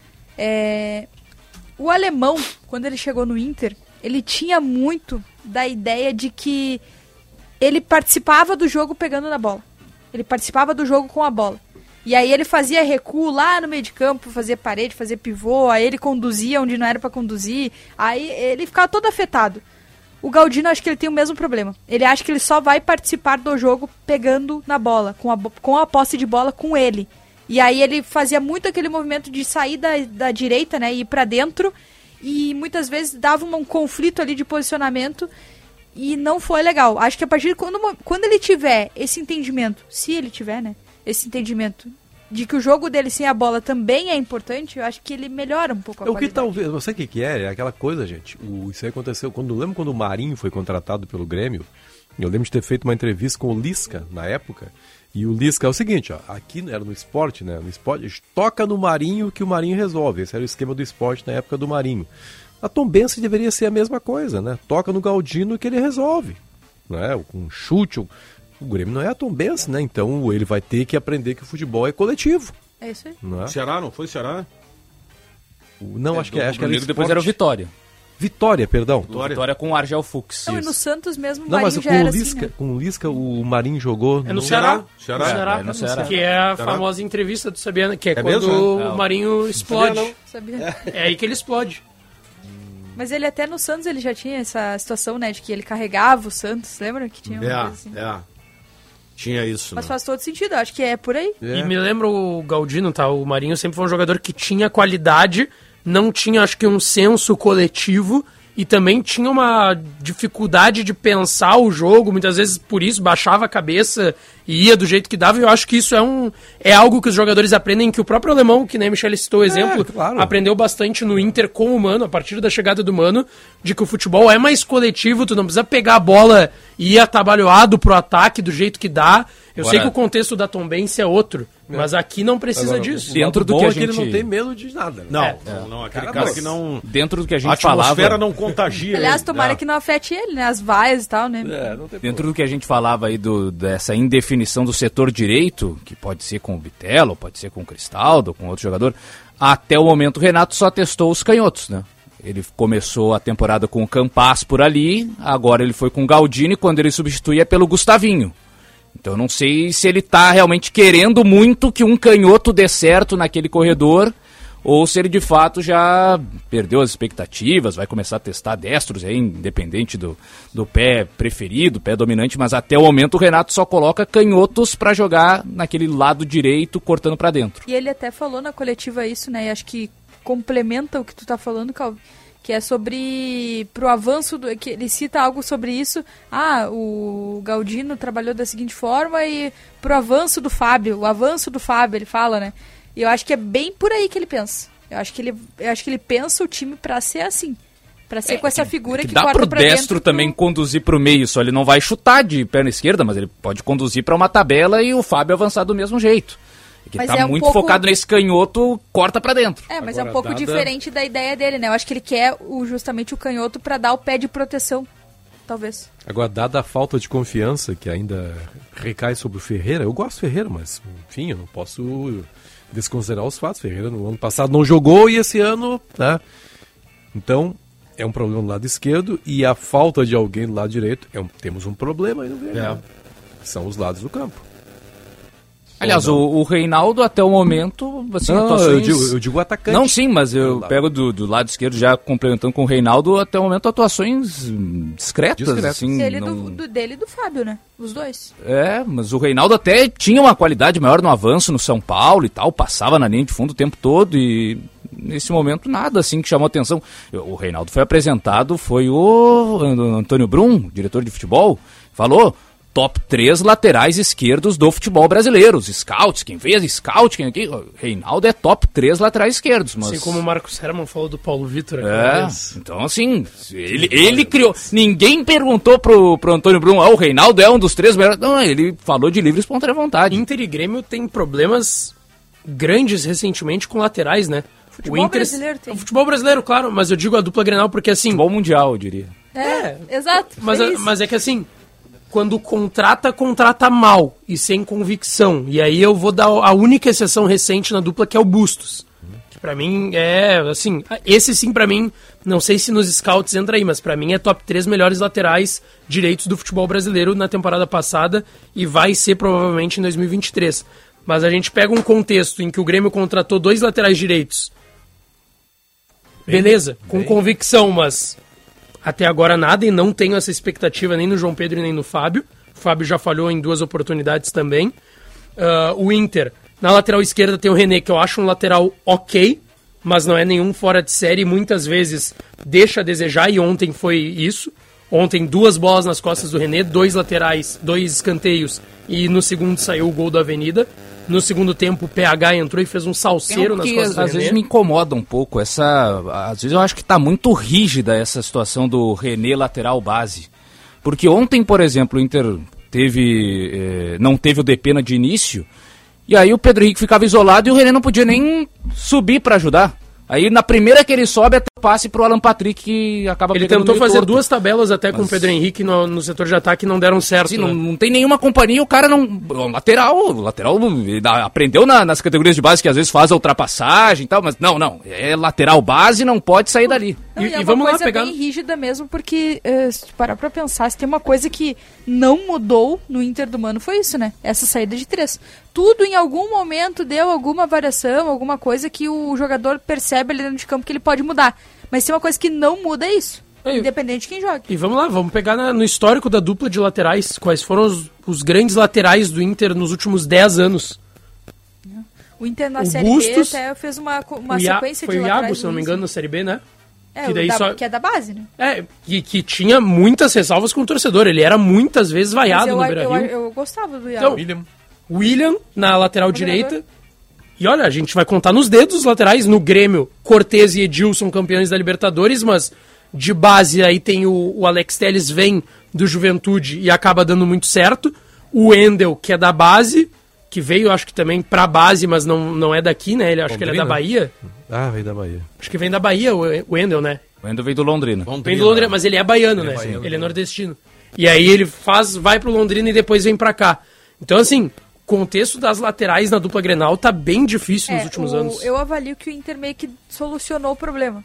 O alemão, quando ele chegou no Inter, ele tinha muito da ideia de que ele participava do jogo pegando na bola. Ele participava do jogo com a bola. E aí ele fazia recuo lá no meio de campo, fazia parede, fazia pivô, aí ele conduzia onde não era pra conduzir, aí ele ficava todo afetado. O Galdino, acho que ele tem o mesmo problema. Ele acha que ele só vai participar do jogo pegando na bola, com a posse de bola com ele. E aí ele fazia muito aquele movimento de sair da direita, né, e ir pra dentro, e muitas vezes dava um conflito ali de posicionamento, e não foi legal. Acho que a partir de quando ele tiver esse entendimento, se ele tiver, né, esse entendimento de que o jogo dele sem a bola também é importante, eu acho que ele melhora um pouco a qualidade. O que talvez, não sei o que é aquela coisa, gente, isso aí aconteceu, lembro quando o Marinho foi contratado pelo Grêmio, eu lembro de ter feito uma entrevista com o Lisca, na época. E o Lisca é o seguinte, aqui era no esporte, né? No esporte, toca no Marinho que o Marinho resolve. Esse era o esquema do esporte na época do Marinho. A Tombense deveria ser a mesma coisa, né? Toca no Galdino que ele resolve. Não é? Com chute. O Grêmio não é a Tombense, né? Então ele vai ter que aprender que o futebol é coletivo. É isso aí. Não é? Ceará, não foi Ceará? Não, acho que era depois era o Vitória. Vitória, perdão. Vitória com o Argel Fux. Não, e no Santos mesmo o Marinho mas já era assim, né? Com o Lisca, o Marinho jogou... É no Ceará. Ceará. No Ceará. Que é a famosa entrevista do Sabiano, que é quando o Marinho explode. Sabia. É aí que ele explode. Mas ele até no Santos ele já tinha essa situação, né, de que ele carregava o Santos, lembra? Que tinha uma coisa assim. Tinha isso. Mas faz todo sentido, acho que é por aí. E me lembra o Galdino, tá? O Marinho sempre foi um jogador que tinha qualidade, não tinha, acho que, um senso coletivo e também tinha uma dificuldade de pensar o jogo, muitas vezes por isso baixava a cabeça e ia do jeito que dava, e eu acho que isso é algo que os jogadores aprendem, que o próprio alemão, que nem a Michele citou o exemplo, aprendeu bastante no Inter com o Mano, a partir da chegada do Mano, de que o futebol é mais coletivo, tu não precisa pegar a bola e ir atabalhoado pro ataque do jeito que dá. Eu sei que o contexto da Tombense é outro, mas aqui não precisa disso. Dentro do que a gente... ele não tem medo de nada. Né? Não, aquele cara que não... Dentro do que a gente falava... A atmosfera não contagia. Aliás, tomara que não afete ele, né? As vaias e tal, né? Dentro do que a gente falava aí dessa indefinição do setor direito, que pode ser com o Bitelo, pode ser com o Cristaldo, com outro jogador, até o momento o Renato só testou os canhotos, né? Ele começou a temporada com o Campas por ali, agora ele foi com o Galdini, quando ele substituía pelo Gustavinho. Então eu não sei se ele tá realmente querendo muito que um canhoto dê certo naquele corredor, ou se ele de fato já perdeu as expectativas, vai começar a testar destros aí, independente do pé preferido, pé dominante, mas até o momento o Renato só coloca canhotos para jogar naquele lado direito, cortando para dentro. E ele até falou na coletiva isso, né, e acho que complementa o que tu tá falando, Calvin, que é sobre, pro avanço, que ele cita algo sobre isso, o Galdino trabalhou da seguinte forma e pro avanço do Fábio, ele fala, né, e eu acho que é bem por aí que ele pensa, eu acho que ele pensa o time pra ser assim, pra ser com essa figura que dá pro destro também conduzir pro meio, só ele não vai chutar de perna esquerda, mas ele pode conduzir pra uma tabela e o Fábio avançar do mesmo jeito. Que mas tá muito focado nesse canhoto, corta pra dentro. Mas agora, é um pouco diferente da ideia dele, né? Eu acho que ele quer justamente o canhoto pra dar o pé de proteção, talvez. Agora, dada a falta de confiança que ainda recai sobre o Ferreira, eu gosto do Ferreira, mas, enfim, eu não posso desconsiderar os fatos. Ferreira no ano passado não jogou e esse ano, né? Então, é um problema do lado esquerdo e a falta de alguém do lado direito, temos um problema aí no Ferreira. São os lados do campo. Aliás, o Reinaldo até o momento... Assim, atuações... eu digo atacante. Não, sim, mas eu pego do lado esquerdo, já complementando com o Reinaldo, até o momento atuações discretas. Assim, dele e do Fábio, né? Os dois. Mas o Reinaldo até tinha uma qualidade maior no avanço no São Paulo e tal, passava na linha de fundo o tempo todo e nesse momento, nada assim que chamou atenção. O Reinaldo foi apresentado, foi o Antônio Brum, diretor de futebol, falou... Top 3 laterais esquerdos do futebol brasileiro. Os scouts, quem fez scout, quem aqui... Reinaldo é top 3 laterais esquerdos. Mas... Assim como o Marcos Herman falou do Paulo Vitor. Então assim, ele criou... Ninguém perguntou pro Antônio Brum, o Reinaldo é um dos 3 melhores... Não, ele falou de livre e espontânea vontade. Inter e Grêmio tem problemas grandes recentemente com laterais, né? Futebol brasileiro tem. O futebol brasileiro, claro, mas eu digo a dupla Grenal porque assim... Futebol mundial, eu diria. Exato. Mas é que assim... Quando contrata mal e sem convicção. E aí eu vou dar a única exceção recente na dupla, que é o Bustos. Que pra mim é, assim... Esse sim, pra mim, não sei se nos scouts entra aí, mas pra mim é top 3 melhores laterais direitos do futebol brasileiro na temporada passada e vai ser provavelmente em 2023. Mas a gente pega um contexto em que o Grêmio contratou 2 laterais direitos. Beleza, com convicção, mas... Até agora nada, e não tenho essa expectativa nem no João Pedro e nem no Fábio. O Fábio já falhou em 2 oportunidades também. O Inter, na lateral esquerda tem o René, que eu acho um lateral ok, mas não é nenhum fora de série. Muitas vezes deixa a desejar, e ontem foi isso. Ontem 2 bolas nas costas do René, 2 laterais, 2 escanteios, e no segundo saiu o gol da Avenida. No segundo tempo, o PH entrou e fez um salseiro nas costas do René. Às vezes me incomoda um pouco às vezes eu acho que está muito rígida essa situação do René lateral base. Porque ontem, por exemplo, o Inter não teve o Depena de início, e aí o Pedro Henrique ficava isolado e o René não podia nem subir para ajudar. Aí na primeira que ele sobe, até o passe pro Alan Patrick, que acaba ele tentou fazer torto. 2 tabelas até com o Pedro Henrique no setor de ataque, não deram certo. Sim, né? não tem nenhuma companhia, o cara não... Lateral aprendeu nas categorias de base que às vezes faz a ultrapassagem e tal, mas não, é lateral base, não pode sair dali. Não, e vamos lá pegar... bem rígida mesmo, porque se parar pra pensar, se tem uma coisa que não mudou no Inter do Mano, foi isso, né? Essa saída de 3. Tudo em algum momento deu alguma variação, alguma coisa que o jogador percebe ali dentro de campo que ele pode mudar. Mas tem uma coisa que não muda, é isso. Independente de quem joga. E vamos lá, vamos pegar no histórico da dupla de laterais. Quais foram os grandes laterais do Inter nos últimos 10 anos? O Inter na Série Bustos, B até fez uma sequência foi de laterais. Foi o Iago, se não me engano, na Série B, né? Que é da base, né? Que tinha muitas ressalvas com o torcedor. Ele era muitas vezes vaiado no Beira-Rio. Eu gostava do Iago. Então, William na lateral direita. E olha, a gente vai contar nos dedos os laterais. No Grêmio, Cortez e Edilson, campeões da Libertadores, mas de base aí tem o Alex Telles, vem do Juventude e acaba dando muito certo. O Wendel, que é da base, que veio, acho que também pra base, mas não é daqui, né? Acho que ele é da Bahia. Vem da Bahia. Acho que vem da Bahia, o Wendel, né? O Wendel veio do Londrina. Vem do Londrina, mas ele é baiano, né? Ele é nordestino. E aí ele vai pro Londrina e depois vem pra cá. Então, assim... O contexto das laterais na dupla Grenal tá bem difícil nos últimos anos. Eu avalio que o Inter meio que solucionou o problema.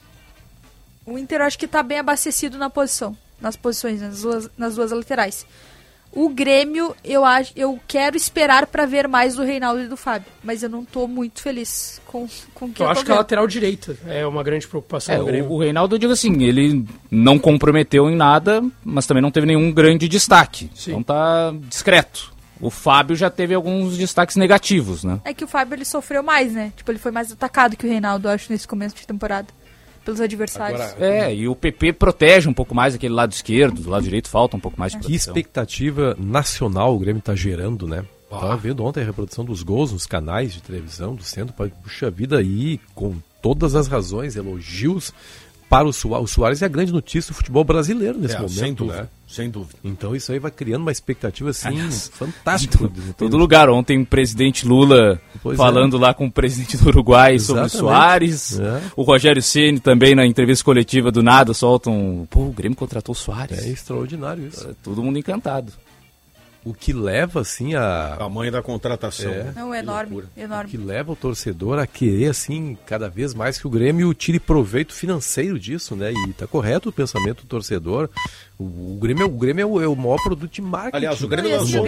O Inter acho que tá bem abastecido nas posições, nas duas laterais. O Grêmio, eu quero esperar para ver mais do Reinaldo e do Fábio, mas eu não tô muito feliz com o que eu acho que a lateral direita é uma grande preocupação do Grêmio. O Reinaldo, eu digo assim, ele não comprometeu em nada, mas também não teve nenhum grande destaque. Sim. Então tá discreto. O Fábio já teve alguns destaques negativos, né? É que o Fábio ele sofreu mais, né? Tipo, ele foi mais atacado que o Reinaldo, eu acho, nesse começo de temporada. Pelos adversários. Agora, e o PP protege um pouco mais aquele lado esquerdo, do lado direito falta um pouco mais de proteção. Que expectativa nacional o Grêmio tá gerando, né? Tava vendo ontem a reprodução dos gols nos canais de televisão do centro. Puxa vida aí, com todas as razões, elogios para o Soares é a grande notícia do futebol brasileiro nesse momento, sem dúvida, né? Sem dúvida. Então isso aí vai criando uma expectativa assim fantástica. Em todo lugar. Ontem o presidente Lula falando lá com o presidente do Uruguai sobre o Soares. O Rogério Ceni também na entrevista coletiva do nada solta o Grêmio contratou o Soares. É extraordinário isso. Todo mundo encantado. O que leva, assim, a... tamanho da contratação. Não, enorme. O que leva o torcedor a querer, assim, cada vez mais que o Grêmio tire proveito financeiro disso, né? E tá correto o pensamento do torcedor. O Grêmio é o maior produto de marketing. Aliás, o Grêmio lançou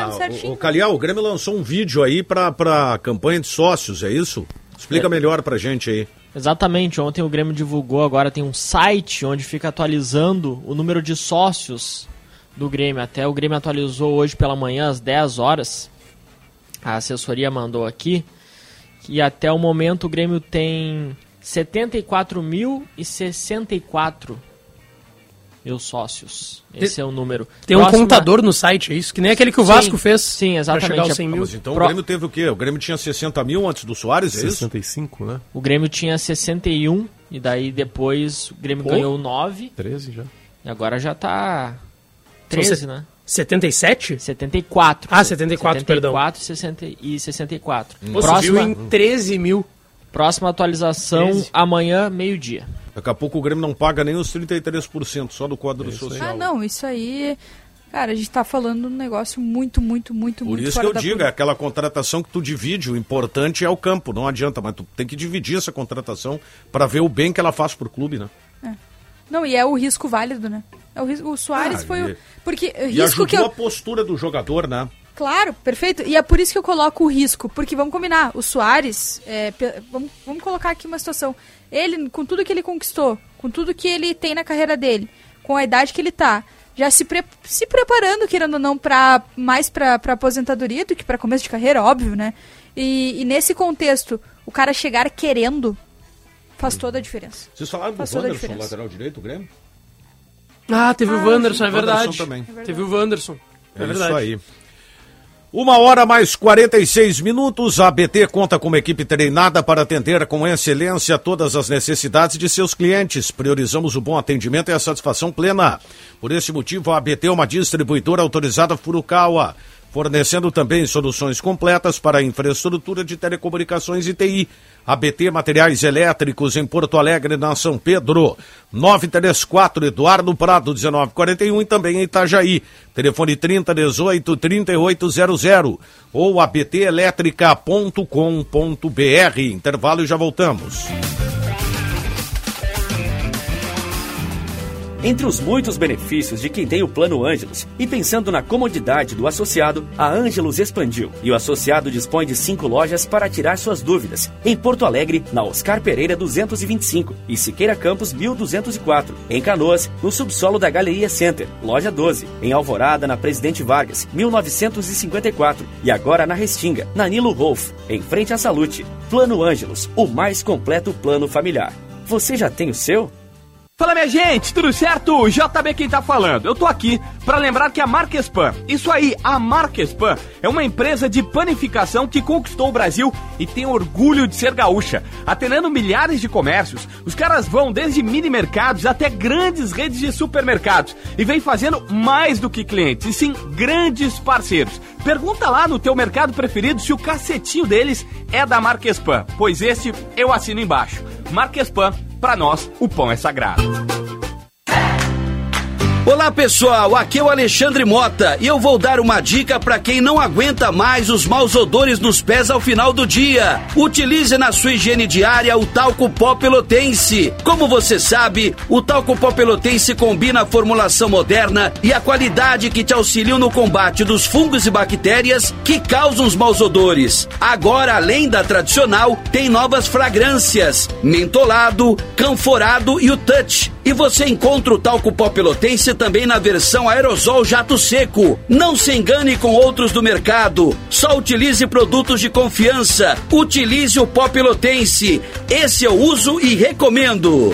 o Calial, o Grêmio lançou um vídeo aí pra campanha de sócios, é isso? Explica melhor pra gente aí. Exatamente, ontem o Grêmio divulgou, agora tem um site onde fica atualizando o número de sócios do Grêmio. Até o Grêmio atualizou hoje pela manhã, às 10 horas. A assessoria mandou aqui. E até o momento o Grêmio tem 74.064 mil sócios. Esse é o número. Tem um contador no site, é isso? Que nem aquele que o Vasco fez. Sim, exatamente. Chegar aos 100 mil. Mas então o Grêmio teve o quê? O Grêmio tinha 60 mil antes do Soares, é 65, isso? né? O Grêmio tinha 61, e daí depois o Grêmio ganhou 9. 13 já. E agora já tá 13, né? 77? 74. Ah, 74, perdão. 74 e 64. Próxima, subiu em 13 mil. Próxima atualização 13. Amanhã, meio-dia. Daqui a pouco o Grêmio não paga nem os 33%, só do quadro social. Ah, não, isso aí... Cara, a gente tá falando de um negócio muito Por isso que eu digo, é aquela contratação que tu divide, o importante é o campo, não adianta, mas tu tem que dividir essa contratação para ver o bem que ela faz pro clube, né? É. Não, e é o risco válido, né? É o Soares foi o... Porque E risco ajudou que a postura do jogador, né? Claro, perfeito. E é por isso que eu coloco o risco. Porque vamos combinar, o Soares, vamos colocar aqui uma situação. Ele, com tudo que ele conquistou, com tudo que ele tem na carreira dele, com a idade que ele tá, já se preparando, querendo ou não, mais pra aposentadoria do que pra começo de carreira, óbvio, né? E nesse contexto, o cara chegar querendo faz toda a diferença. Vocês falaram do Wanderson, lateral direito do Grêmio? Ah, teve o Wanderson, é verdade. Wanderson também. Teve o Wanderson, é verdade. Isso aí. 1h mais 46 minutos, a ABT conta com uma equipe treinada para atender com excelência todas as necessidades de seus clientes. Priorizamos o bom atendimento e a satisfação plena. Por esse motivo, a ABT é uma distribuidora autorizada Furukawa, fornecendo também soluções completas para a infraestrutura de telecomunicações e TI. ABT Materiais Elétricos em Porto Alegre, na São Pedro, 934 Eduardo Prado 1941 e também em Itajaí, telefone 3018-3800 ou abtelétrica.com.br. Intervalo e já voltamos. Entre os muitos benefícios de quem tem o Plano Ângelos e pensando na comodidade do associado, a Ângelos expandiu e o associado dispõe de 5 lojas para tirar suas dúvidas. Em Porto Alegre, na Oscar Pereira 225 e Siqueira Campos 1204. Em Canoas, no subsolo da Galeria Center, loja 12. Em Alvorada, na Presidente Vargas, 1954. E agora na Restinga, na Nilo Rolf, em frente à Salute. Plano Ângelos, o mais completo plano familiar. Você já tem o seu? Fala, minha gente, tudo certo? JB quem tá falando. Eu tô aqui pra lembrar que a Marquespan, isso aí, a Marquespan, é uma empresa de panificação que conquistou o Brasil e tem orgulho de ser gaúcha. Atendendo milhares de comércios, os caras vão desde mini mercados até grandes redes de supermercados e vem fazendo mais do que clientes, e sim grandes parceiros. Pergunta lá no teu mercado preferido se o cacetinho deles é da Marquespan, pois esse eu assino embaixo. Marquespan, pra nós, o pão é sagrado. Olá pessoal, aqui é o Alexandre Mota e eu vou dar uma dica para quem não aguenta mais os maus odores nos pés ao final do dia. Utilize na sua higiene diária o talco pó pelotense. Como você sabe, o talco pó pelotense combina a formulação moderna e a qualidade que te auxiliam no combate dos fungos e bactérias que causam os maus odores. Agora, além da tradicional, tem novas fragrâncias: mentolado, canforado e o touch. E você encontra o talco pó pelotense também na versão aerosol jato seco. Não se engane com outros do mercado. Só utilize produtos de confiança. Utilize o pó pelotense. Esse eu uso e recomendo.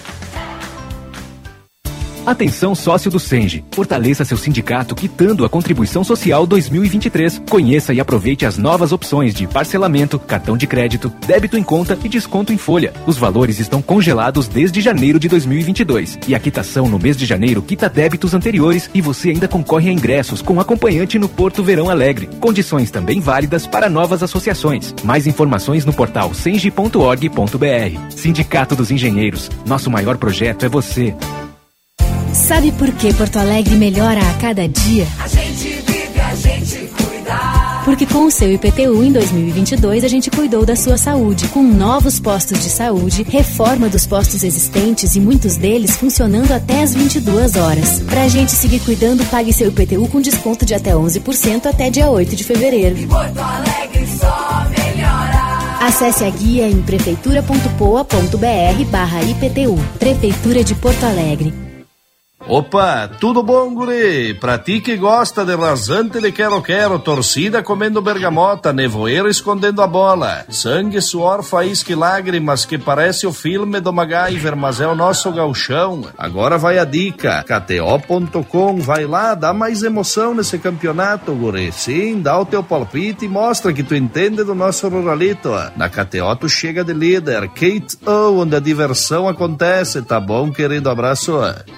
Atenção, sócio do Senge. Fortaleça seu sindicato quitando a contribuição social 2023. Conheça e aproveite as novas opções de parcelamento, cartão de crédito, débito em conta e desconto em folha. Os valores estão congelados desde janeiro de 2022. E a quitação no mês de janeiro quita débitos anteriores e você ainda concorre a ingressos com acompanhante no Porto Verão Alegre. Condições também válidas para novas associações. Mais informações no portal senge.org.br. Sindicato dos Engenheiros. Nosso maior projeto é você. Sabe por que Porto Alegre melhora a cada dia? A gente vive, a gente cuida. Porque com o seu IPTU em 2022 a gente cuidou da sua saúde, com novos postos de saúde, reforma dos postos existentes e muitos deles funcionando até às 22 horas. Pra gente seguir cuidando, pague seu IPTU com desconto de até 11% até dia 8 de fevereiro. E Porto Alegre só melhora. Acesse a guia em prefeitura.poa.br/IPTU. Prefeitura de Porto Alegre. Opa, tudo bom, guri? Pra ti que gosta de rasante de quero-quero, torcida comendo bergamota, nevoeiro escondendo a bola, sangue, suor, faísca e lágrimas que parece o filme do MacGyver, mas é o nosso gauchão. Agora vai a dica, KTO.com, vai lá, dá mais emoção nesse campeonato, guri. Sim, dá o teu palpite e mostra que tu entende do nosso ruralito. Na KTO tu chega de líder, KTO, onde a diversão acontece, tá bom, querido? Abraço.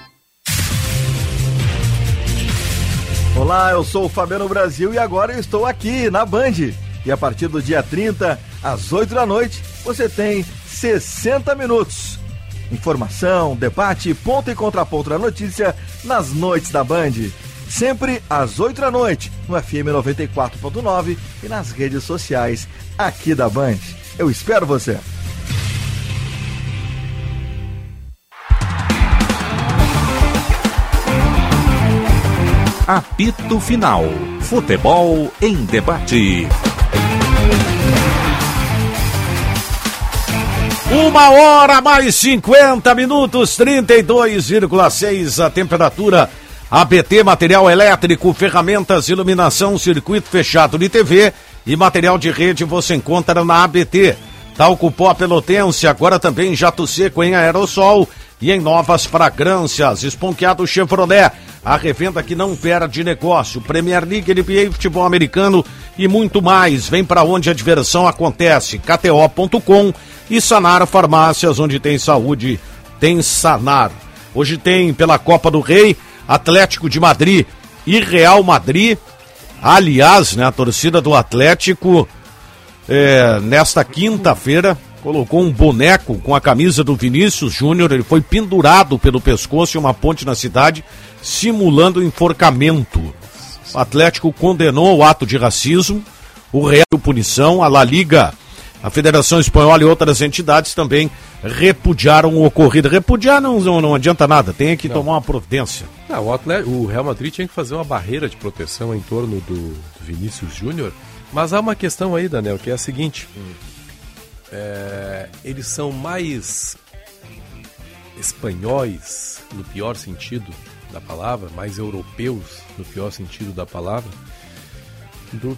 Olá, eu sou o Fabiano Brasil e agora eu estou aqui na Band. E a partir do dia 30, às 8 da noite, você tem 60 minutos. Informação, debate, ponto e contraponto da notícia nas noites da Band. Sempre às 8 da noite, no FM 94.9 e nas redes sociais aqui da Band. Eu espero você. Apito Final. Futebol em debate. 1h mais 50 minutos, 32,6 a temperatura. ABT, material elétrico, ferramentas, iluminação, circuito fechado de TV e material de rede você encontra na ABT. Talco Pó Pelotense, agora também jato seco em aerossol e em novas fragrâncias. Esponqueado Chevrolet, a revenda que não perde negócio. Premier League, NBA, futebol americano e muito mais. Vem pra onde a diversão acontece. KTO.com e Sanar Farmácias, onde tem saúde, tem Sanar. Hoje tem pela Copa do Rei, Atlético de Madrid e Real Madrid. Aliás, né, a torcida do Atlético, nesta quinta-feira, colocou um boneco com a camisa do Vinícius Júnior. Ele foi pendurado pelo pescoço em uma ponte na cidade, simulando enforcamento. O Atlético condenou o ato de racismo, o Real punição, a La Liga, a Federação Espanhola e outras entidades também repudiaram o ocorrido. Repudiar não adianta nada, tem que tomar uma providência. O Real Madrid tinha que fazer uma barreira de proteção em torno do Vinícius Júnior, mas há uma questão aí, Daniel, que é a seguinte: eles são mais espanhóis, no pior sentido da palavra, mais europeus, no pior sentido da palavra, do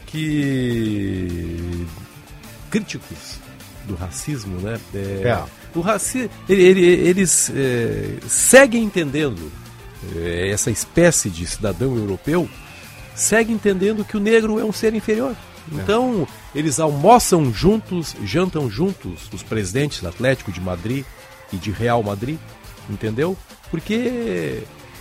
que críticos do racismo, né? O racismo, eles seguem entendendo, essa espécie de cidadão europeu segue entendendo que o negro é um ser inferior. Então, eles almoçam juntos, jantam juntos, os presidentes do Atlético de Madrid e de Real Madrid, entendeu? Porque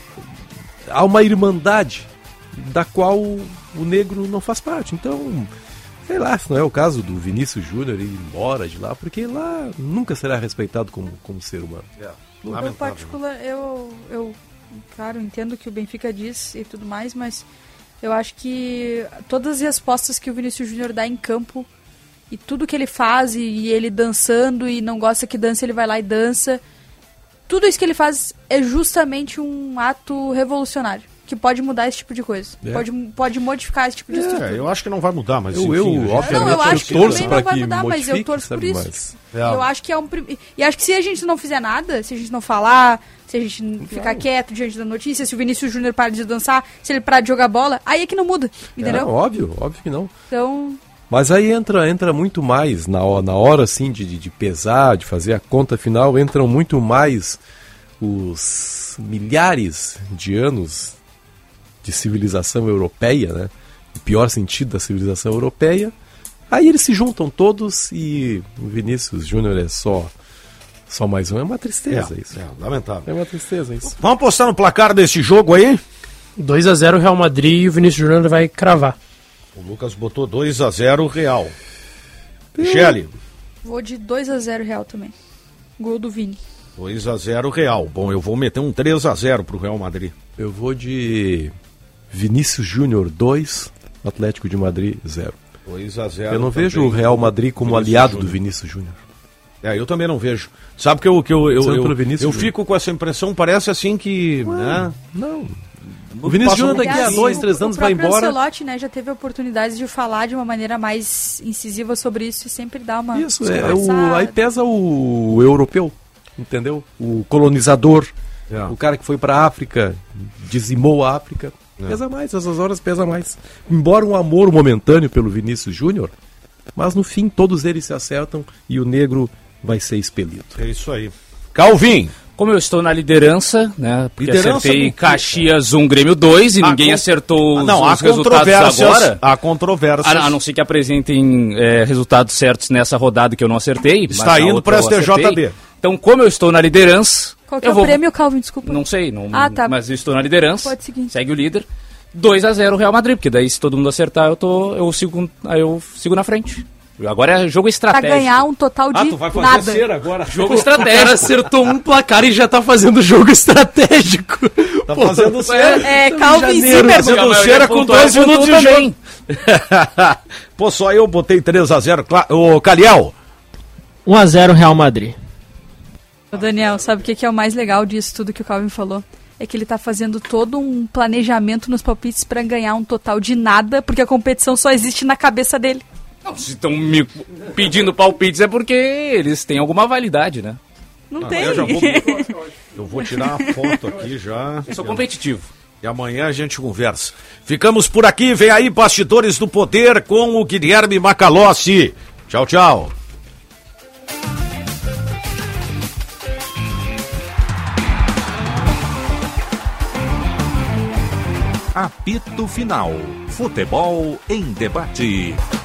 há uma irmandade da qual o negro não faz parte. Então, sei lá, se não é o caso do Vinícius Júnior ir embora de lá, porque lá nunca será respeitado como ser humano. No particular, eu claro, entendo o que o Benfica diz e tudo mais, mas eu acho que todas as respostas que o Vinícius Júnior dá em campo e tudo que ele faz, e ele dançando e não gosta que dança, ele vai lá e dança, tudo isso que ele faz é justamente um ato revolucionário, que pode mudar esse tipo de coisa. Pode modificar esse tipo de estrutura. Eu acho que não vai mudar, mas obviamente eu torço para que mudar, mas eu torço por isso. Eu acho que e acho que se a gente não fizer nada, se a gente não falar, se a gente ficar quieto diante da notícia, se o Vinícius Júnior parar de dançar, se ele parar de jogar bola, aí é que não muda, entendeu? Óbvio que não. Então... Mas aí entra muito mais, na hora assim, de pesar, de fazer a conta final, entram muito mais os milhares de anos de civilização europeia, né? O pior sentido da civilização europeia. Aí eles se juntam todos e o Vinícius Júnior é só mais um. É uma tristeza isso. Lamentável. É uma tristeza isso. Vamos apostar no placar desse jogo aí? 2-0 Real Madrid e o Vinícius Júnior vai cravar. O Lucas botou 2-0 Real. Michele? Vou de 2-0 Real também. Gol do Vini. 2-0 Real. Bom, eu vou meter um 3-0 pro Real Madrid. Eu vou de Vinícius Júnior 2, Atlético de Madrid 0. 2-0. Eu não vejo o Real Madrid como aliado do Vinícius Júnior. Eu também não vejo. Sabe que eu fico com essa impressão, parece assim que... Não. O Vinícius Júnior daqui a 2-3 anos vai embora. O Ancelotti, né, já teve a oportunidade de falar de uma maneira mais incisiva sobre isso e sempre dá uma... Isso, aí pesa o europeu, entendeu? O colonizador. O cara que foi pra África, dizimou a África, pesa mais, essas horas pesa mais. Embora um amor momentâneo pelo Vinícius Júnior, mas no fim todos eles se acertam e o negro vai ser expelido. É isso aí. Calvin! Como eu estou na liderança, né? Porque acertei Caxias 1, Grêmio 2 e ninguém acertou os resultados agora. Há controvérsias. A não ser que apresentem resultados certos nessa rodada que eu não acertei. Está indo para a STJB. Então, como eu estou na liderança... Qual que é o prêmio, Calvin? Desculpa. Não sei, tá. Mas eu estou na liderança. Pode seguir. Segue o líder. 2-0 Real Madrid, porque daí se todo mundo acertar, eu sigo na frente. Agora é jogo estratégico. Pra ganhar um total de tu vai fazer nada. cera agora. Jogo estratégico. O cara acertou um placar e já tá fazendo jogo estratégico. Tá fazendo cera. Calvin Zimmermann. Fazendo cera com 2 minutos de jogo. Pô, só eu botei 3-0. Ô, Caliel. 1-0 Real Madrid. Ô, Daniel, sabe o que é o mais legal disso tudo que o Calvin falou? É que ele tá fazendo todo um planejamento nos palpites pra ganhar um total de nada, porque a competição só existe na cabeça dele. Não, se estão me pedindo palpites é porque eles têm alguma validade, né? Não tem. Eu vou tirar uma foto aqui já. Eu sou competitivo. E amanhã a gente conversa. Ficamos por aqui, vem aí Bastidores do Poder com o Guilherme Macalossi. Tchau, tchau. Apito Final. Futebol em debate.